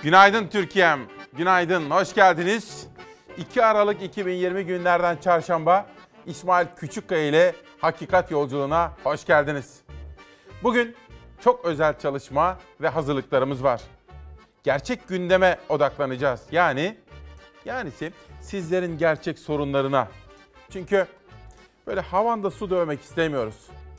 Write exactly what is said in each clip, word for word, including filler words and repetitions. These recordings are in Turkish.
Günaydın Türkiye'm, günaydın, hoş geldiniz. iki Aralık iki bin yirmi günlerden çarşamba, İsmail Küçükkaya ile Hakikat Yolculuğuna hoş geldiniz. Bugün çok özel çalışma ve hazırlıklarımız var. Gerçek gündeme odaklanacağız. Yani, yani sizlerin gerçek sorunlarına. Çünkü böyle havanda su dövmek istemiyoruz.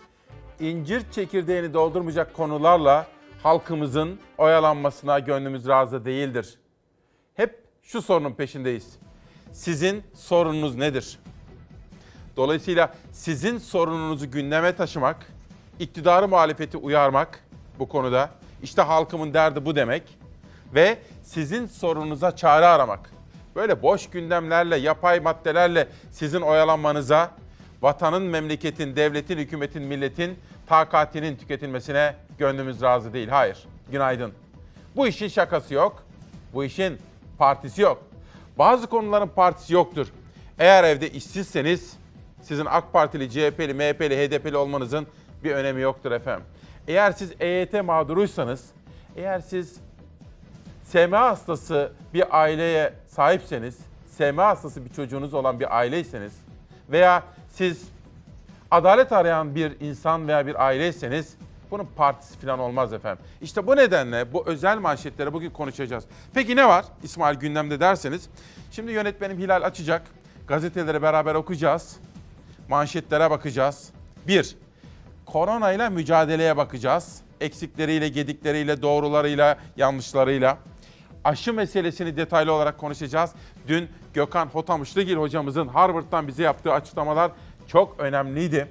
İncir çekirdeğini doldurmayacak konularla halkımızın oyalanmasına gönlümüz razı değildir. Hep şu sorunun peşindeyiz. Sizin sorununuz nedir? Dolayısıyla sizin sorununuzu gündeme taşımak, iktidarı muhalefeti uyarmak bu konuda, işte halkımın derdi bu demek ve sizin sorununuza çare aramak. Böyle boş gündemlerle, yapay maddelerle sizin oyalanmanıza, vatanın, memleketin, devletin, hükümetin, milletin takatinin tüketilmesine gönlümüz razı değil. Hayır, günaydın. Bu işin şakası yok, bu işin partisi yok. Bazı konuların partisi yoktur. Eğer evde işsizseniz sizin AK Partili, C H P'li, M H P'li, H D P'li olmanızın bir önemi yoktur efendim. Eğer siz E Y T mağduruysanız, eğer siz S M A hastası bir aileye sahipseniz, S M A hastası bir çocuğunuz olan bir aileyseniz veya siz adalet arayan bir insan veya bir aileyseniz bunun partisi falan olmaz efendim. İşte bu nedenle bu özel manşetleri bugün konuşacağız. Peki ne var İsmail gündemde derseniz? Şimdi yönetmenim Hilal açacak. Gazeteleri beraber okuyacağız. Manşetlere bakacağız. Bir, koronayla mücadeleye bakacağız. Eksikleriyle, gedikleriyle, doğrularıyla, yanlışlarıyla. Aşı meselesini detaylı olarak konuşacağız. Dün Gökhan Hotamışlıgil hocamızın Harvard'dan bize yaptığı açıklamalar çok önemliydi.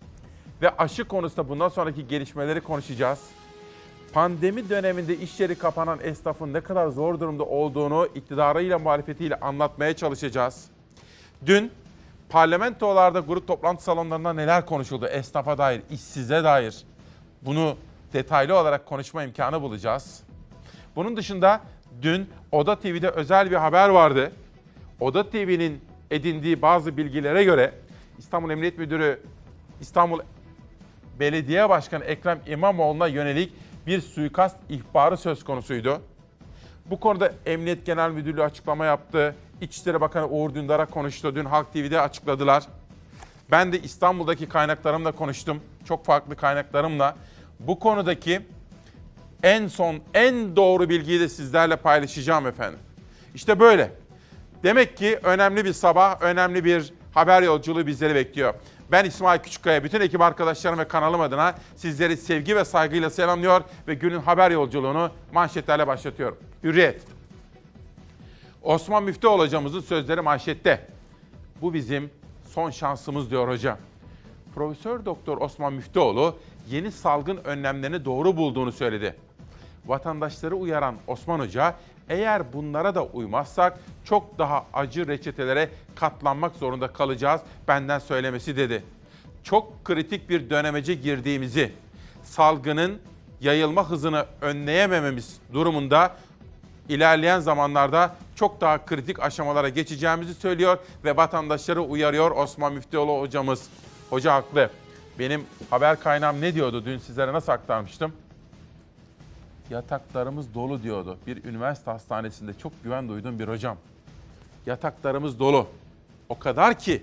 Ve aşı konusunda bundan sonraki gelişmeleri konuşacağız. Pandemi döneminde iş yeri kapanan esnafın ne kadar zor durumda olduğunu iktidarıyla, muhalefetiyle anlatmaya çalışacağız. Dün parlamentolarda, grup toplantı salonlarında neler konuşuldu esnafa dair, işsize dair. Bunu detaylı olarak konuşma imkanı bulacağız. Bunun dışında dün Oda T V'de özel bir haber vardı. Oda T V'nin edindiği bazı bilgilere göre İstanbul Emniyet Müdürü, İstanbul Belediye Başkanı Ekrem İmamoğlu'na yönelik bir suikast ihbarı söz konusuydu. Bu konuda Emniyet Genel Müdürlüğü açıklama yaptı. İçişleri Bakanı Uğur Dündar'a konuştu. Dün Halk T V'de açıkladılar. Ben de İstanbul'daki kaynaklarımla konuştum. Çok farklı kaynaklarımla. Bu konudaki en son, en doğru bilgiyi de sizlerle paylaşacağım efendim. İşte böyle. Demek ki önemli bir sabah, önemli bir haber yolculuğu bizleri bekliyor. Ben İsmail Küçükkaya, bütün ekip arkadaşlarım ve kanalım adına sizleri sevgi ve saygıyla selamlıyor ve günün haber yolculuğunu manşetlerle başlatıyorum. Hürriyet. Osman Müftüoğlu hocamızın sözleri manşette. Bu bizim son şansımız diyor hocam. Profesör Doktor Osman Müftüoğlu yeni salgın önlemlerini doğru bulduğunu söyledi. Vatandaşları uyaran Osman Hoca, eğer bunlara da uymazsak çok daha acı reçetelere katlanmak zorunda kalacağız benden söylemesi dedi. Çok kritik bir dönemece girdiğimizi, salgının yayılma hızını önleyemememiz durumunda ilerleyen zamanlarda çok daha kritik aşamalara geçeceğimizi söylüyor ve vatandaşları uyarıyor Osman Müftüoğlu hocamız. Hoca haklı. Benim haber kaynağım ne diyordu? Dün sizlere nasıl aktarmıştım? Yataklarımız dolu diyordu. Bir üniversite hastanesinde çok güven duyduğum bir hocam. Yataklarımız dolu. O kadar ki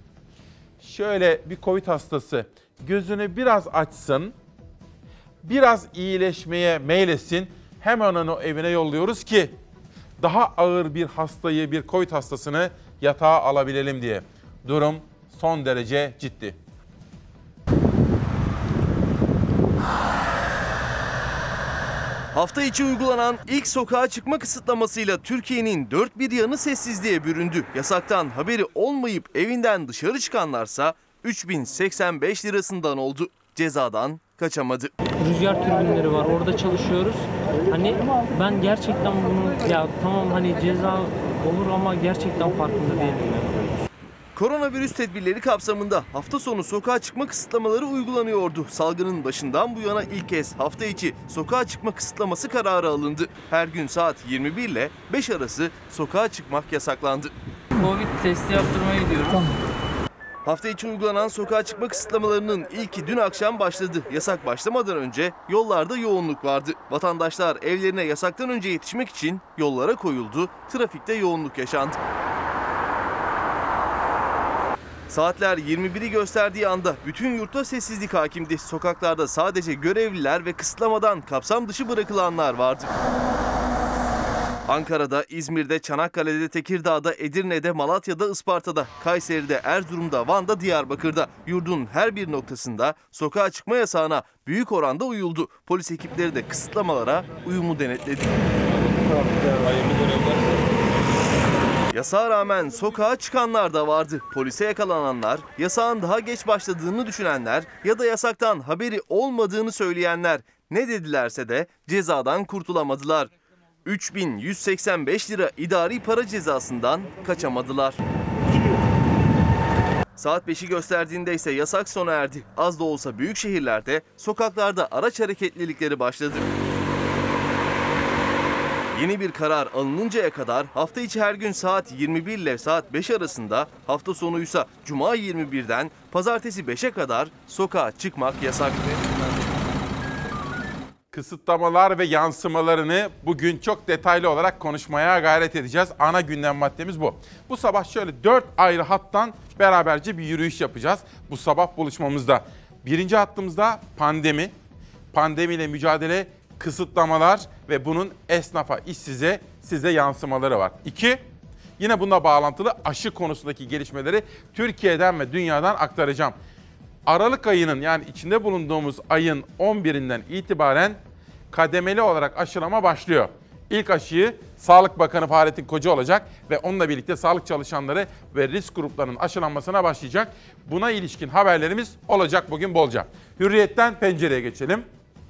şöyle bir Covid hastası gözünü biraz açsın, biraz iyileşmeye meylesin, hemen onu evine yolluyoruz ki daha ağır bir hastayı, bir Covid hastasını yatağa alabilelim diye. Durum son derece ciddi. Hafta içi uygulanan ilk sokağa çıkma kısıtlamasıyla Türkiye'nin dört bir yanı sessizliğe büründü. Yasaktan haberi olmayıp evinden dışarı çıkanlarsa üç bin seksen beş lirasından oldu. Cezadan kaçamadı. Rüzgar türbinleri var, orada çalışıyoruz. Hani ben gerçekten bunu, ya tamam hani ceza olur ama gerçekten farkında değilim. Koronavirüs tedbirleri kapsamında hafta sonu sokağa çıkma kısıtlamaları uygulanıyordu. Salgının başından bu yana ilk kez hafta içi sokağa çıkma kısıtlaması kararı alındı. Her gün saat yirmi bir ile beş arası sokağa çıkmak yasaklandı. Covid testi yaptırmaya gidiyoruz. Hafta içi uygulanan sokağa çıkma kısıtlamalarının ilki dün akşam başladı. Yasak başlamadan önce yollarda yoğunluk vardı. Vatandaşlar evlerine yasaktan önce yetişmek için yollara koyuldu. Trafikte yoğunluk yaşandı. Saatler yirmi biri gösterdiği anda bütün yurtta sessizlik hakimdi. Sokaklarda sadece görevliler ve kısıtlamadan kapsam dışı bırakılanlar vardı. Ankara'da, İzmir'de, Çanakkale'de, Tekirdağ'da, Edirne'de, Malatya'da, Isparta'da, Kayseri'de, Erzurum'da, Van'da, Diyarbakır'da yurdun her bir noktasında sokağa çıkma yasağına büyük oranda uyuldu. Polis ekipleri de kısıtlamalara uyumu denetledi. Yasağa rağmen sokağa çıkanlar da vardı. Polise yakalananlar, yasağın daha geç başladığını düşünenler ya da yasaktan haberi olmadığını söyleyenler ne dedilerse de cezadan kurtulamadılar. üç bin yüz seksen beş lira idari para cezasından kaçamadılar. Saat beşi gösterdiğinde ise yasak sona erdi. Az da olsa büyük şehirlerde sokaklarda araç hareketlilikleri başladı. Yeni bir karar alınıncaya kadar hafta içi her gün saat yirmi bir ile saat beş arasında, hafta sonuysa Cuma yirmi birden Pazartesi beşe kadar sokağa çıkmak yasak. Kısıtlamalar ve yansımalarını bugün çok detaylı olarak konuşmaya gayret edeceğiz. Ana gündem maddemiz bu. Bu sabah şöyle dört ayrı hattan beraberce bir yürüyüş yapacağız. Bu sabah buluşmamızda. Birinci hattımızda pandemi, pandemiyle mücadele, kısıtlamalar ve bunun esnafa, işsize, size yansımaları var. İki, yine bununla bağlantılı aşı konusundaki gelişmeleri Türkiye'den ve dünyadan aktaracağım. Aralık ayının, yani içinde bulunduğumuz ayın on birinden itibaren kademeli olarak aşılama başlıyor. İlk aşıyı Sağlık Bakanı Fahrettin Koca olacak ve onunla birlikte sağlık çalışanları ve risk gruplarının aşılanmasına başlayacak. Buna ilişkin haberlerimiz olacak bugün bolca. Hürriyet'ten Pencere'ye geçelim.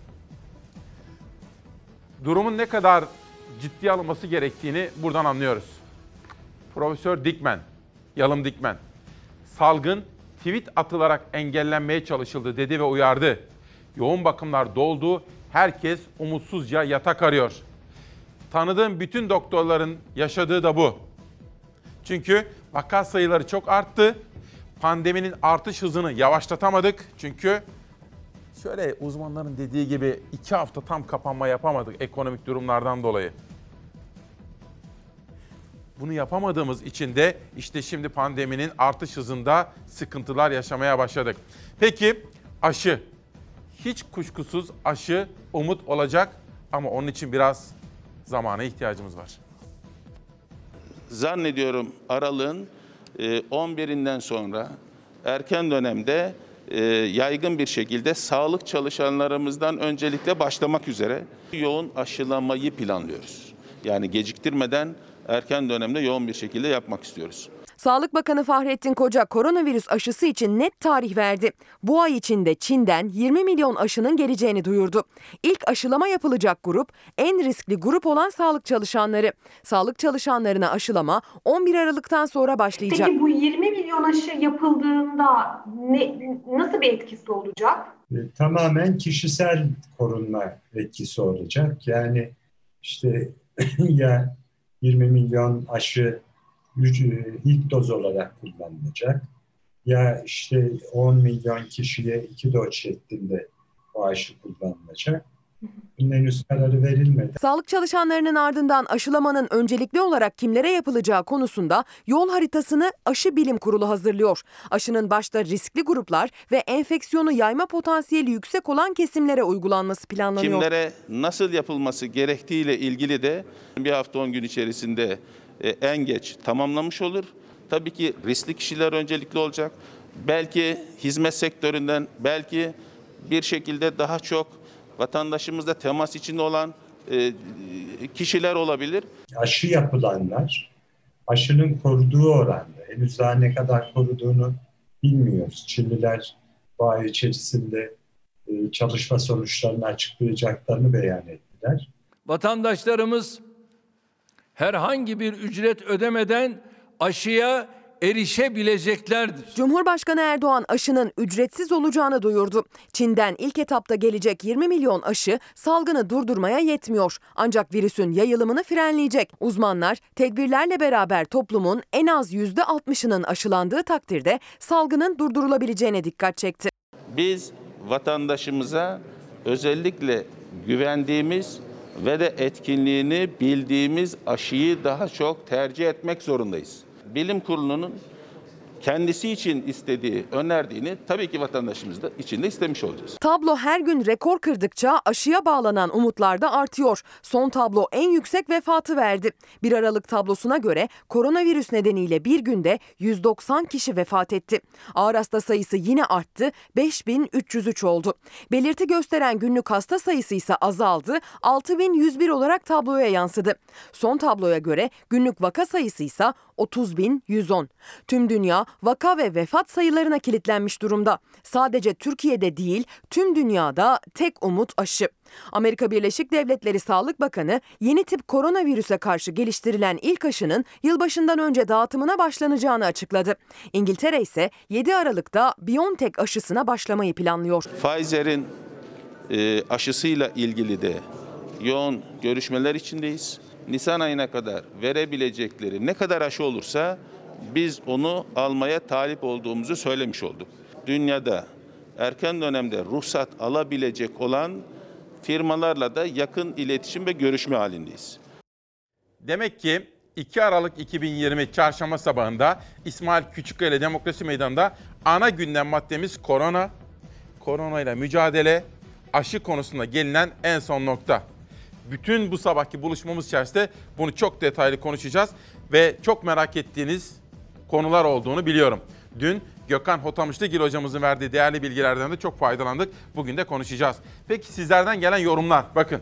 Durumun ne kadar ciddiye alınması gerektiğini buradan anlıyoruz. Profesör Dikmen, Yalım Dikmen, salgın tweet atılarak engellenmeye çalışıldı dedi ve uyardı. Yoğun bakımlar doldu, herkes umutsuzca yatak arıyor. Tanıdığım bütün doktorların yaşadığı da bu. Çünkü vaka sayıları çok arttı. Pandeminin artış hızını yavaşlatamadık. Çünkü şöyle uzmanların dediği gibi iki hafta tam kapanma yapamadık ekonomik durumlardan dolayı. Bunu yapamadığımız için de işte şimdi pandeminin artış hızında sıkıntılar yaşamaya başladık. Peki aşı. Hiç kuşkusuz aşı umut olacak ama onun için biraz zamana ihtiyacımız var. Zannediyorum aralığın on birinden sonra erken dönemde yaygın bir şekilde sağlık çalışanlarımızdan öncelikle başlamak üzere yoğun aşılamayı planlıyoruz. Yani geciktirmeden erken dönemde yoğun bir şekilde yapmak istiyoruz. Sağlık Bakanı Fahrettin Koca koronavirüs aşısı için net tarih verdi. Bu ay içinde Çin'den yirmi milyon aşının geleceğini duyurdu. İlk aşılama yapılacak grup en riskli grup olan sağlık çalışanları. Sağlık çalışanlarına aşılama on bir Aralık'tan sonra başlayacak. Peki bu yirmi milyon aşı yapıldığında ne, nasıl bir etkisi olacak? E, tamamen kişisel korunma etkisi olacak. Yani işte ya yirmi milyon aşı ilk doz olarak kullanılacak. Ya işte on milyon kişiye iki doz şeklinde o aşı kullanılacak. Bunun henüz kararı verilmedi. Sağlık çalışanlarının ardından aşılamanın öncelikli olarak kimlere yapılacağı konusunda yol haritasını Aşı Bilim Kurulu hazırlıyor. Aşının başta riskli gruplar ve enfeksiyonu yayma potansiyeli yüksek olan kesimlere uygulanması planlanıyor. Kimlere nasıl yapılması gerektiğiyle ilgili de bir hafta on gün içerisinde en geç tamamlamış olur. Tabii ki riskli kişiler öncelikli olacak. Belki hizmet sektöründen, belki bir şekilde daha çok vatandaşımızla temas içinde olan kişiler olabilir. Aşı yapılanlar, aşının koruduğu oranda, henüz daha ne kadar koruduğunu bilmiyoruz. Çinliler bu ay içerisinde çalışma sonuçlarını açıklayacaklarını beyan ettiler. Vatandaşlarımız herhangi bir ücret ödemeden aşıya erişebileceklerdir. Cumhurbaşkanı Erdoğan aşının ücretsiz olacağını duyurdu. Çin'den ilk etapta gelecek yirmi milyon aşı salgını durdurmaya yetmiyor. Ancak virüsün yayılımını frenleyecek. Uzmanlar tedbirlerle beraber toplumun en az yüzde altmışının aşılandığı takdirde salgının durdurulabileceğine dikkat çekti. Biz vatandaşımıza özellikle güvendiğimiz ve de etkinliğini bildiğimiz aşıyı daha çok tercih etmek zorundayız. Bilim Kurulu'nun kendisi için istediği, önerdiğini tabii ki vatandaşımız da için de istemiş olacağız. Tablo her gün rekor kırdıkça aşıya bağlanan umutlar da artıyor. Son tablo en yüksek vefatı verdi. bir Aralık tablosuna göre koronavirüs nedeniyle bir günde yüz doksan kişi vefat etti. Ağır hasta sayısı yine arttı, beş bin üç yüz üç oldu. Belirti gösteren günlük hasta sayısı ise azaldı, altı bin yüz bir olarak tabloya yansıdı. Son tabloya göre günlük vaka sayısı ise otuz bin yüz on. Tüm dünya vaka ve vefat sayılarına kilitlenmiş durumda. Sadece Türkiye'de değil, tüm dünyada tek umut aşı. Amerika Birleşik Devletleri Sağlık Bakanı yeni tip koronavirüse karşı geliştirilen ilk aşının yılbaşından önce dağıtımına başlanacağını açıkladı. İngiltere ise yedi Aralık'ta BioNTech aşısına başlamayı planlıyor. Pfizer'in e, aşısıyla ilgili de yoğun görüşmeler içindeyiz. Nisan ayına kadar verebilecekleri ne kadar aşı olursa biz onu almaya talip olduğumuzu söylemiş olduk. Dünyada erken dönemde ruhsat alabilecek olan firmalarla da yakın iletişim ve görüşme halindeyiz. Demek ki iki Aralık iki bin yirmi Çarşamba sabahında İsmail Küçükkaya ile Demokrasi Meydanı'nda ana gündem maddemiz korona, korona ile mücadele, aşı konusunda gelinen en son nokta. Bütün bu sabahki buluşmamız içerisinde bunu çok detaylı konuşacağız ve çok merak ettiğiniz konular olduğunu biliyorum. Dün Gökhan Hotamışlıgil hocamızın verdiği değerli bilgilerden de çok faydalandık. Bugün de konuşacağız. Peki sizlerden gelen yorumlar. Bakın.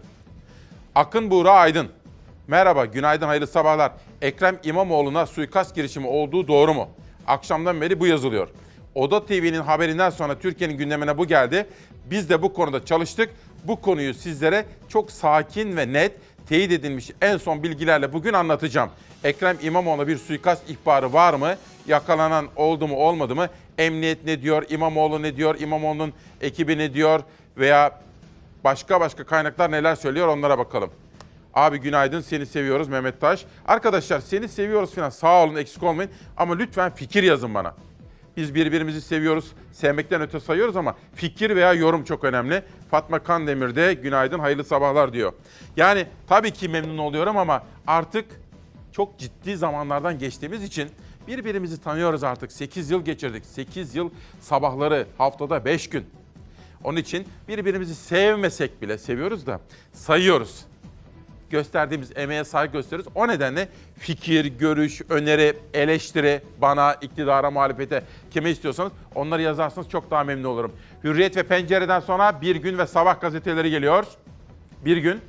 Akın Buğra Aydın. Merhaba, günaydın, hayırlı sabahlar. Ekrem İmamoğlu'na suikast girişimi olduğu doğru mu? Akşamdan beri bu yazılıyor. Oda T V'nin haberinden sonra Türkiye'nin gündemine bu geldi. Biz de bu konuda çalıştık. Bu konuyu sizlere çok sakin ve net, teyit edilmiş en son bilgilerle bugün anlatacağım. Ekrem İmamoğlu'na bir suikast ihbarı var mı? Yakalanan oldu mu olmadı mı? Emniyet ne diyor? İmamoğlu ne diyor? İmamoğlu'nun ekibi ne diyor? Veya başka başka kaynaklar neler söylüyor, onlara bakalım. Abi günaydın, seni seviyoruz Mehmet Taş. Arkadaşlar seni seviyoruz falan, sağ olun, eksik olmayın. Ama lütfen fikir yazın bana. Biz birbirimizi seviyoruz, sevmekten öte sayıyoruz ama fikir veya yorum çok önemli. Fatma Kandemir de günaydın, hayırlı sabahlar diyor. Yani tabii ki memnun oluyorum ama artık çok ciddi zamanlardan geçtiğimiz için birbirimizi tanıyoruz artık. sekiz yıl geçirdik. sekiz yıl sabahları, haftada beş gün. Onun için birbirimizi sevmesek bile seviyoruz da sayıyoruz. Gösterdiğimiz emeğe saygı gösteriyoruz. O nedenle fikir, görüş, öneri, eleştiri, bana, iktidara, muhalefete, kime istiyorsanız onları yazarsanız çok daha memnun olurum. Hürriyet ve Pencere'den sonra Bir Gün ve Sabah gazeteleri geliyor. Bir Gün,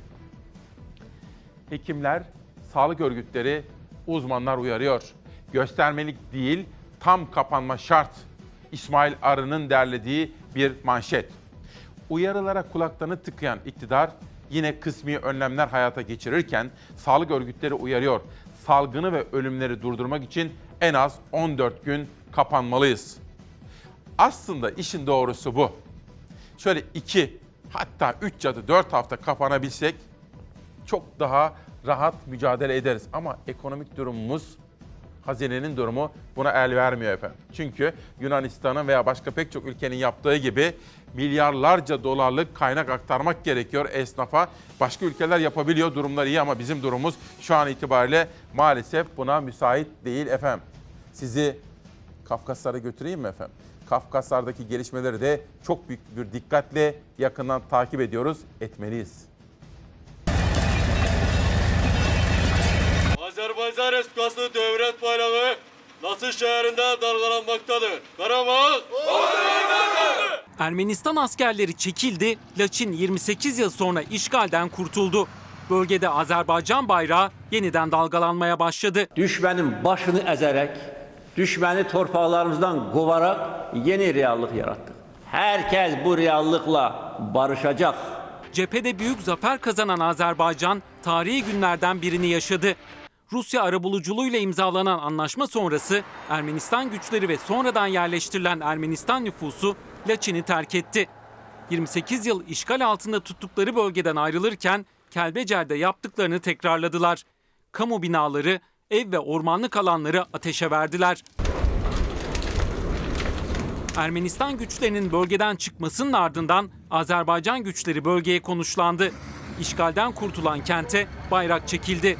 hekimler, sağlık örgütleri, uzmanlar uyarıyor. Göstermelik değil, tam kapanma şart. İsmail Arı'nın derlediği bir manşet. Uyarılara kulaklarını tıkayan iktidar yine kısmi önlemler hayata geçirirken sağlık örgütleri uyarıyor. Salgını ve ölümleri durdurmak için en az on dört gün kapanmalıyız. Aslında işin doğrusu bu. Şöyle iki, hatta üç ya da dört hafta kapanabilsek çok daha rahat mücadele ederiz. Ama ekonomik durumumuz, hazinenin durumu buna el vermiyor efendim. Çünkü Yunanistan'ın veya başka pek çok ülkenin yaptığı gibi milyarlarca dolarlık kaynak aktarmak gerekiyor esnafa. Başka ülkeler yapabiliyor, durumlar iyi ama bizim durumumuz şu an itibariyle maalesef buna müsait değil efendim. Sizi Kafkaslar'a götüreyim mi efendim? Kafkaslar'daki gelişmeleri de çok büyük bir dikkatle yakından takip ediyoruz, etmeliyiz. Azerbaycan Respublikası devlet bayrağı Nasır şehrinde dalgalanmaktadır. Karabağ! Ermenistan askerleri çekildi, Laçin yirmi sekiz yıl sonra işgalden kurtuldu. Bölgede Azerbaycan bayrağı yeniden dalgalanmaya başladı. Düşmənin başını əzərək, düşməni torpaqlarımızdan qovaraq yeni reallıq yarattık. Herkes bu reallıkla barışacak. Cephede büyük zafer kazanan Azerbaycan tarihi günlerden birini yaşadı. Rusya arabuluculuğuyla imzalanan anlaşma sonrası Ermenistan güçleri ve sonradan yerleştirilen Ermenistan nüfusu Laçin'i terk etti. yirmi sekiz yıl işgal altında tuttukları bölgeden ayrılırken Kelbecer'de yaptıklarını tekrarladılar. Kamu binaları, ev ve ormanlık alanları ateşe verdiler. Ermenistan güçlerinin bölgeden çıkmasının ardından Azerbaycan güçleri bölgeye konuşlandı. İşgalden kurtulan kente bayrak çekildi.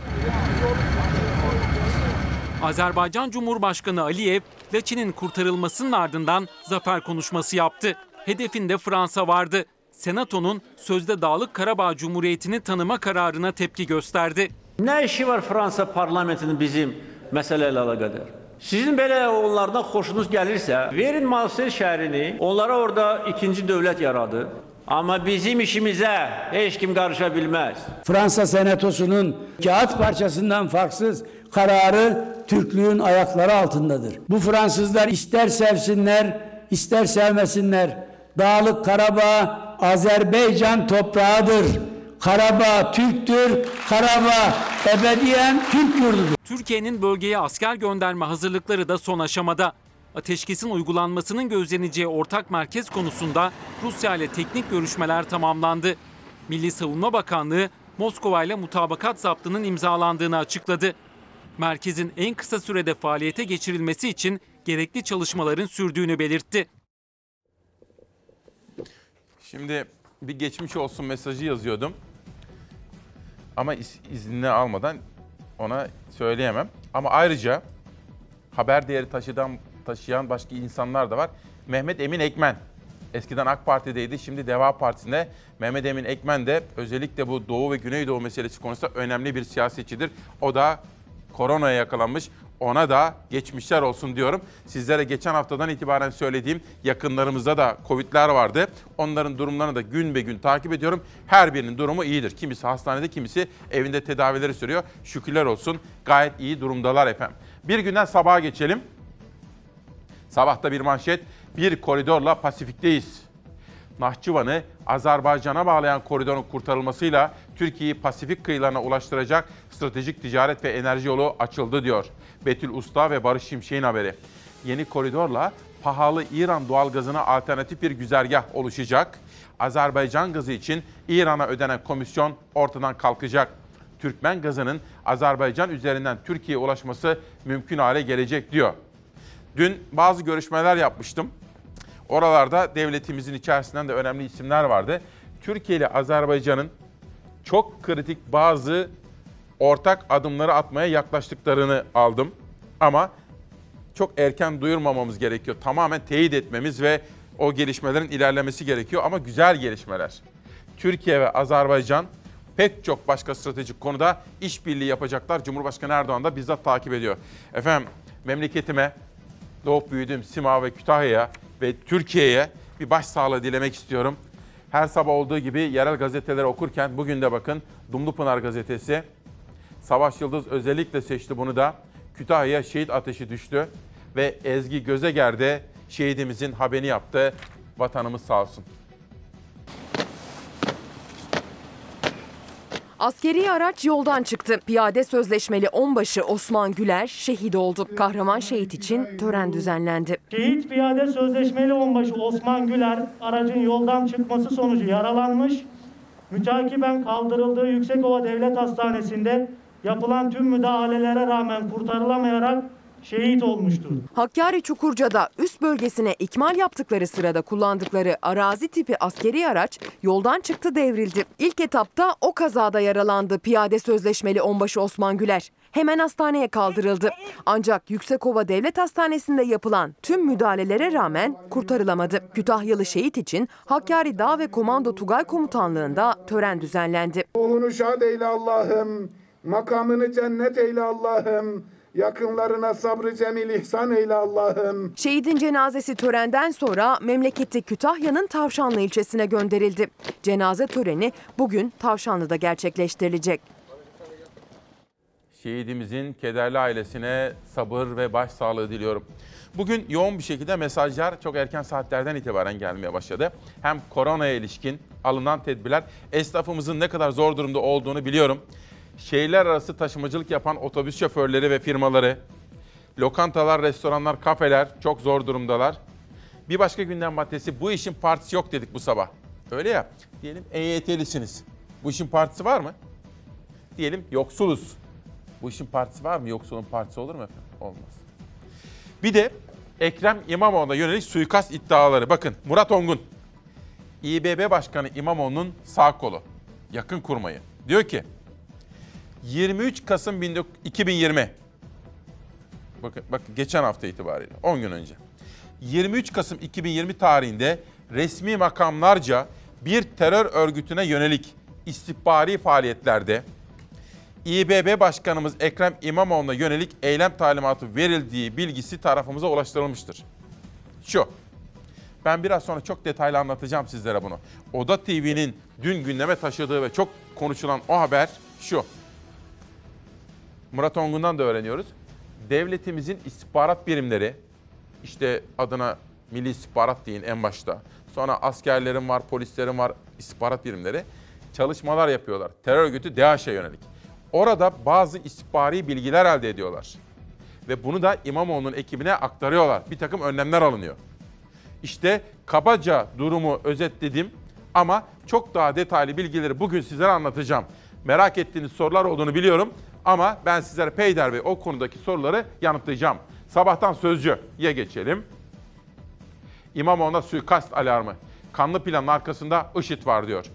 Azerbaycan Cumhurbaşkanı Aliyev, Laçin'in kurtarılmasının ardından zafer konuşması yaptı. Hedefinde Fransa vardı. Senato'nun sözde Dağlık Karabağ Cumhuriyeti'ni tanıma kararına tepki gösterdi. Ne işi var Fransa parlamentinin bizim meseleyle alakadar? Sizin böyle onlardan hoşunuz gelirse verin Marseille şehrini, onlara orada ikinci devlet yaradı. Ama bizim işimize hiç kim karışabilmez. Fransa Senatosu'nun kağıt parçasından farksız kararı Türklüğün ayakları altındadır. Bu Fransızlar ister sevsinler, ister sevmesinler. Dağlık Karabağ Azerbaycan toprağıdır. Karabağ Türktür, Karabağ ebediyen Türk yurdudur. Türkiye'nin bölgeye asker gönderme hazırlıkları da son aşamada. Ateşkesin uygulanmasının gözleneceği ortak merkez konusunda Rusya ile teknik görüşmeler tamamlandı. Milli Savunma Bakanlığı Moskova ile mutabakat zaptının imzalandığını açıkladı. Merkezin en kısa sürede faaliyete geçirilmesi için gerekli çalışmaların sürdüğünü belirtti. Şimdi bir geçmiş olsun mesajı yazıyordum. Ama iz, iznini almadan ona söyleyemem. Ama ayrıca haber değeri taşıdan, taşıyan başka insanlar da var. Mehmet Emin Ekmen. Eskiden AK Parti'deydi, şimdi Deva Partisi'nde. Mehmet Emin Ekmen de özellikle bu Doğu ve Güneydoğu meselesi konusunda önemli bir siyasetçidir. O da koronaya yakalanmış. Ona da geçmişler olsun diyorum. Sizlere geçen haftadan itibaren söylediğim yakınlarımızda da Covid'ler vardı. Onların durumlarını da gün be gün takip ediyorum. Her birinin durumu iyidir. Kimisi hastanede, kimisi evinde tedavileri sürüyor. Şükürler olsun gayet iyi durumdalar efendim. Bir günden sabaha geçelim. Sabahta bir manşet, bir koridorla Pasifik'teyiz. Nahçıvan'ı Azerbaycan'a bağlayan koridorun kurtarılmasıyla Türkiye'yi Pasifik kıyılarına ulaştıracak stratejik ticaret ve enerji yolu açıldı diyor Betül Usta ve Barış Şimşek'in haberi. Yeni koridorla pahalı İran doğalgazına alternatif bir güzergah oluşacak. Azerbaycan gazı için İran'a ödenen komisyon ortadan kalkacak. Türkmen gazının Azerbaycan üzerinden Türkiye'ye ulaşması mümkün hale gelecek diyor. Dün bazı görüşmeler yapmıştım. Oralarda devletimizin içerisinden de önemli isimler vardı. Türkiye ile Azerbaycan'ın çok kritik bazı ortak adımları atmaya yaklaştıklarını aldım. Ama çok erken duyurmamamız gerekiyor. Tamamen teyit etmemiz ve o gelişmelerin ilerlemesi gerekiyor. Ama güzel gelişmeler. Türkiye ve Azerbaycan pek çok başka stratejik konuda işbirliği yapacaklar. Cumhurbaşkanı Erdoğan da bizzat takip ediyor. Efendim memleketime, doğup büyüdüğüm Sima ve Kütahya'ya ve Türkiye'ye bir başsağlığı dilemek istiyorum. Her sabah olduğu gibi yerel gazeteleri okurken bugün de bakın Dumlupınar gazetesi. Savaş Yıldız özellikle seçti bunu da. Kütahya'ya şehit ateşi düştü ve Ezgi Gözeger de şehidimizin haberini yaptı. Vatanımız sağ olsun. Askeri araç yoldan çıktı. Piyade sözleşmeli onbaşı Osman Güler şehit oldu. Kahraman şehit için tören düzenlendi. Şehit piyade sözleşmeli onbaşı Osman Güler aracın yoldan çıkması sonucu yaralanmış. Mütakiben kaldırıldığı Yüksekova Devlet Hastanesi'nde yapılan tüm müdahalelere rağmen kurtarılamayarak şehit olmuştur. Hakkari Çukurca'da üst bölgesine ikmal yaptıkları sırada kullandıkları arazi tipi askeri araç yoldan çıktı, devrildi. İlk etapta o kazada yaralandı piyade sözleşmeli onbaşı Osman Güler. Hemen hastaneye kaldırıldı. Ancak Yüksekova Devlet Hastanesi'nde yapılan tüm müdahalelere rağmen kurtarılamadı. Kütahyalı şehit için Hakkari Dağ ve Komando Tugay Komutanlığı'nda tören düzenlendi. Ruhunu şad eyle Allah'ım, makamını cennet eyle Allah'ım. Yakınlarına sabrı cemil ihsan eyle Allah'ım. Şehidin cenazesi törenden sonra memleketi Kütahya'nın Tavşanlı ilçesine gönderildi. Cenaze töreni bugün Tavşanlı'da gerçekleştirilecek. Şehidimizin kederli ailesine sabır ve başsağlığı diliyorum. Bugün yoğun bir şekilde mesajlar çok erken saatlerden itibaren gelmeye başladı. Hem koronaya ilişkin alınan tedbirler, esnafımızın ne kadar zor durumda olduğunu biliyorum. şehirler arası taşımacılık yapan otobüs şoförleri ve firmaları, lokantalar, restoranlar, kafeler çok zor durumdalar. Bir başka gündem maddesi, bu işin partisi yok dedik bu sabah. Öyle ya, diyelim E Y T'lisiniz. Bu işin partisi var mı? Diyelim yoksuluz. Bu işin partisi var mı? Yoksulun partisi olur mu efendim? Olmaz. Bir de Ekrem İmamoğlu'na yönelik suikast iddiaları. Bakın Murat Ongun, İBB Başkanı İmamoğlu'nun sağ kolu, yakın kurmayı. Diyor ki yirmi üç Kasım iki bin yirmi, bakın, bakın geçen hafta itibariyle on gün önce. yirmi üç Kasım iki bin yirmi tarihinde resmi makamlarca bir terör örgütüne yönelik istihbari faaliyetlerde İBB Başkanımız Ekrem İmamoğlu'na yönelik eylem talimatı verildiği bilgisi tarafımıza ulaştırılmıştır. Şu, ben biraz sonra çok detaylı anlatacağım sizlere bunu. Oda T V'nin dün gündeme taşıdığı ve çok konuşulan o haber şu. Murat Ongun'dan da öğreniyoruz. Devletimizin istihbarat birimleri, işte adına Milli İstihbarat deyin en başta. Sonra askerlerin var, polislerin var, istihbarat birimleri çalışmalar yapıyorlar. Terör örgütü DAEŞ'e yönelik. Orada bazı istihbari bilgiler elde ediyorlar. Ve bunu da İmamoğlu'nun ekibine aktarıyorlar. Bir takım önlemler alınıyor. İşte kabaca durumu özetledim ama çok daha detaylı bilgileri bugün sizlere anlatacağım. Merak ettiğiniz sorular olduğunu biliyorum ama ben sizlere Peyder Bey o konudaki soruları yanıtlayacağım. Sabahtan Sözcü'ye geçelim. İmamoğlu'na suikast alarmı. Kanlı planın arkasında IŞİD var diyor.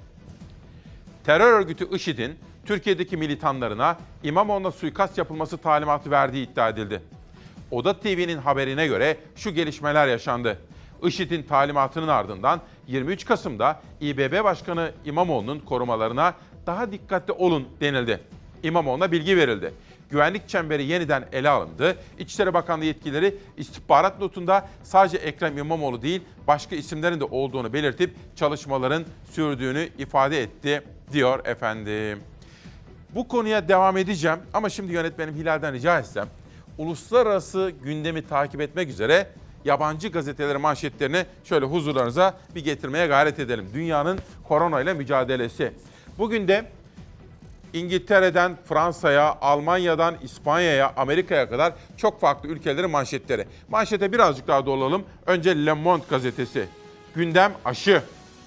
Terör örgütü IŞİD'in Türkiye'deki militanlarına İmamoğlu'na suikast yapılması talimatı verdiği iddia edildi. Oda T V'nin haberine göre şu gelişmeler yaşandı. IŞİD'in talimatının ardından yirmi üç Kasım'da İBB Başkanı İmamoğlu'nun korumalarına daha dikkatli olun denildi. İmamoğlu'na bilgi verildi. Güvenlik çemberi yeniden ele alındı. İçişleri Bakanlığı yetkilileri istihbarat notunda sadece Ekrem İmamoğlu değil başka isimlerin de olduğunu belirtip çalışmaların sürdüğünü ifade etti diyor efendim. Bu konuya devam edeceğim ama şimdi yönetmenim Hilal'den rica etsem uluslararası gündemi takip etmek üzere yabancı gazetelerin manşetlerini şöyle huzurlarınıza bir getirmeye gayret edelim. Dünyanın koronayla mücadelesi. Bugün de İngiltere'den Fransa'ya, Almanya'dan İspanya'ya, Amerika'ya kadar çok farklı ülkelerin manşetleri. Manşete birazcık daha dolalım. Önce Le Monde gazetesi. Gündem aşı.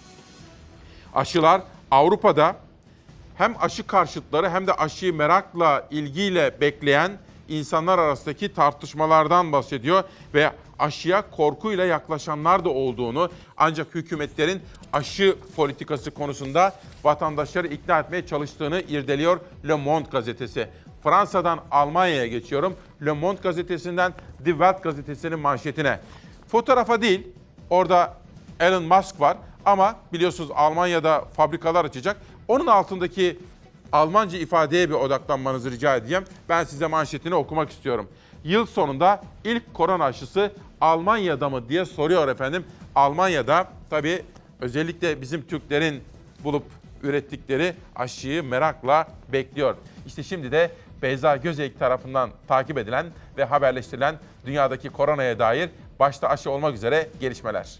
Aşılar Avrupa'da hem aşı karşıtları hem de aşıyı merakla, ilgiyle bekleyen insanlar arasındaki tartışmalardan bahsediyor ve aşıya korkuyla yaklaşanlar da olduğunu, ancak hükümetlerin aşı politikası konusunda vatandaşları ikna etmeye çalıştığını irdeliyor Le Monde gazetesi. Fransa'dan Almanya'ya geçiyorum. Le Monde gazetesinden Die Welt gazetesinin manşetine. Fotoğrafa değil, orada Elon Musk var ama biliyorsunuz Almanya'da fabrikalar açacak. Onun altındaki Almanca ifadeye bir odaklanmanızı rica edeceğim. Ben size manşetini okumak istiyorum. Yıl sonunda ilk korona aşısı Almanya'da mı diye soruyor efendim. Almanya'da tabii özellikle bizim Türklerin bulup ürettikleri aşıyı merakla bekliyor. İşte şimdi de Beyza Gözeyik tarafından takip edilen ve haberleştirilen dünyadaki koronaya dair başta aşı olmak üzere gelişmeler.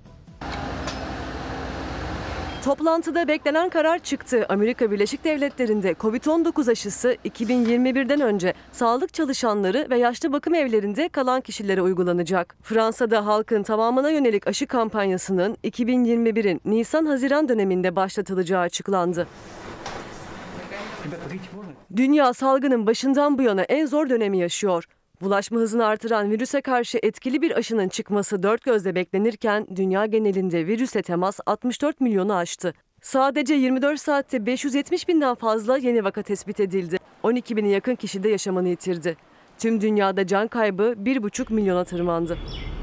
Toplantıda beklenen karar çıktı. Amerika Birleşik Devletleri'nde kovid on dokuz aşısı iki bin yirmi birden önce sağlık çalışanları ve yaşlı bakım evlerinde kalan kişilere uygulanacak. Fransa'da halkın tamamına yönelik aşı kampanyasının iki bin yirmi birin Nisan-Haziran döneminde başlatılacağı açıklandı. Dünya salgının başından bu yana en zor dönemi yaşıyor. Bulaşma hızını artıran virüse karşı etkili bir aşının çıkması dört gözle beklenirken dünya genelinde virüse temas altmış dört milyonu aştı. Sadece yirmi dört saatte beş yüz yetmiş binden fazla yeni vaka tespit edildi. on iki bine yakın kişi de yaşamını yitirdi. Tüm dünyada can kaybı bir buçuk milyona tırmandı.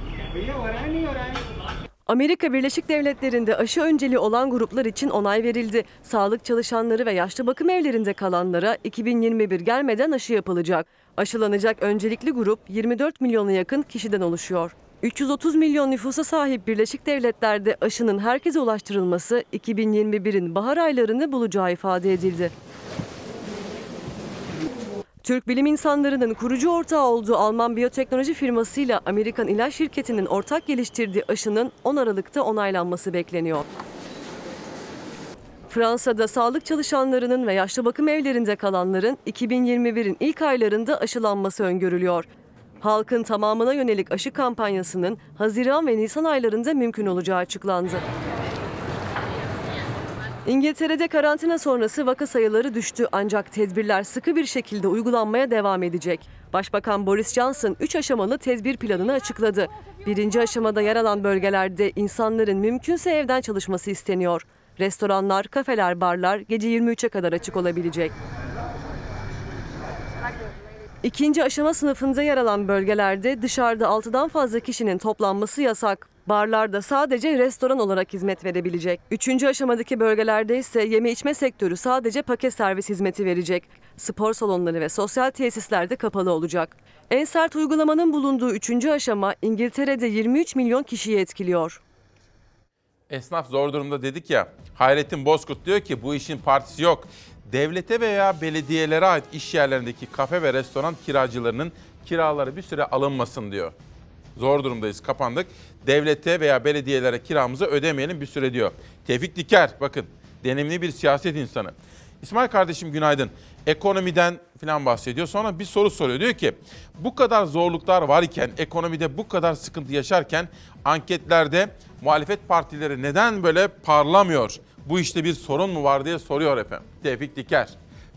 Amerika Birleşik Devletleri'nde aşı önceliği olan gruplar için onay verildi. Sağlık çalışanları ve yaşlı bakım evlerinde kalanlara iki bin yirmi bir gelmeden aşı yapılacak. Aşılanacak öncelikli grup yirmi dört milyona yakın kişiden oluşuyor. üç yüz otuz milyon nüfusa sahip Birleşik Devletler'de aşının herkese ulaştırılması iki bin yirmi birin bahar aylarını bulacağı ifade edildi. Türk bilim insanlarının kurucu ortağı olduğu Alman biyoteknoloji firmasıyla Amerikan ilaç şirketinin ortak geliştirdiği aşının on Aralık'ta onaylanması bekleniyor. Fransa'da sağlık çalışanlarının ve yaşlı bakım evlerinde kalanların iki bin yirmi birin ilk aylarında aşılanması öngörülüyor. Halkın tamamına yönelik aşı kampanyasının Haziran ve Nisan aylarında mümkün olacağı açıklandı. İngiltere'de karantina sonrası vaka sayıları düştü ancak tedbirler sıkı bir şekilde uygulanmaya devam edecek. Başbakan Boris Johnson üç aşamalı tedbir planını açıkladı. Birinci aşamada yer alan bölgelerde insanların mümkünse evden çalışması isteniyor. Restoranlar, kafeler, barlar gece yirmi üçe kadar açık olabilecek. İkinci aşama sınıfında yer alan bölgelerde dışarıda altıdan fazla kişinin toplanması yasak. Barlarda sadece restoran olarak hizmet verebilecek. Üçüncü aşamadaki bölgelerde ise yeme içme sektörü sadece paket servis hizmeti verecek. Spor salonları ve sosyal tesisler de kapalı olacak. En sert uygulamanın bulunduğu üçüncü aşama İngiltere'de yirmi üç milyon kişiyi etkiliyor. Esnaf zor durumda dedik ya. Hayrettin Bozkurt diyor ki bu işin partisi yok. Devlete veya belediyelere ait iş yerlerindeki kafe ve restoran kiracılarının kiraları bir süre alınmasın diyor. Zor durumdayız, kapandık. Devlete veya belediyelere kiramızı ödemeyelim bir süre diyor. Tevfik Diker, bakın deneyimli bir siyaset insanı. İsmail kardeşim günaydın. Ekonomiden falan bahsediyor. Sonra bir soru soruyor. Diyor ki bu kadar zorluklar var iken, ekonomide bu kadar sıkıntı yaşarken anketlerde muhalefet partileri neden böyle parlamıyor? Bu işte bir sorun mu var diye soruyor efendim. Tevfik Diker.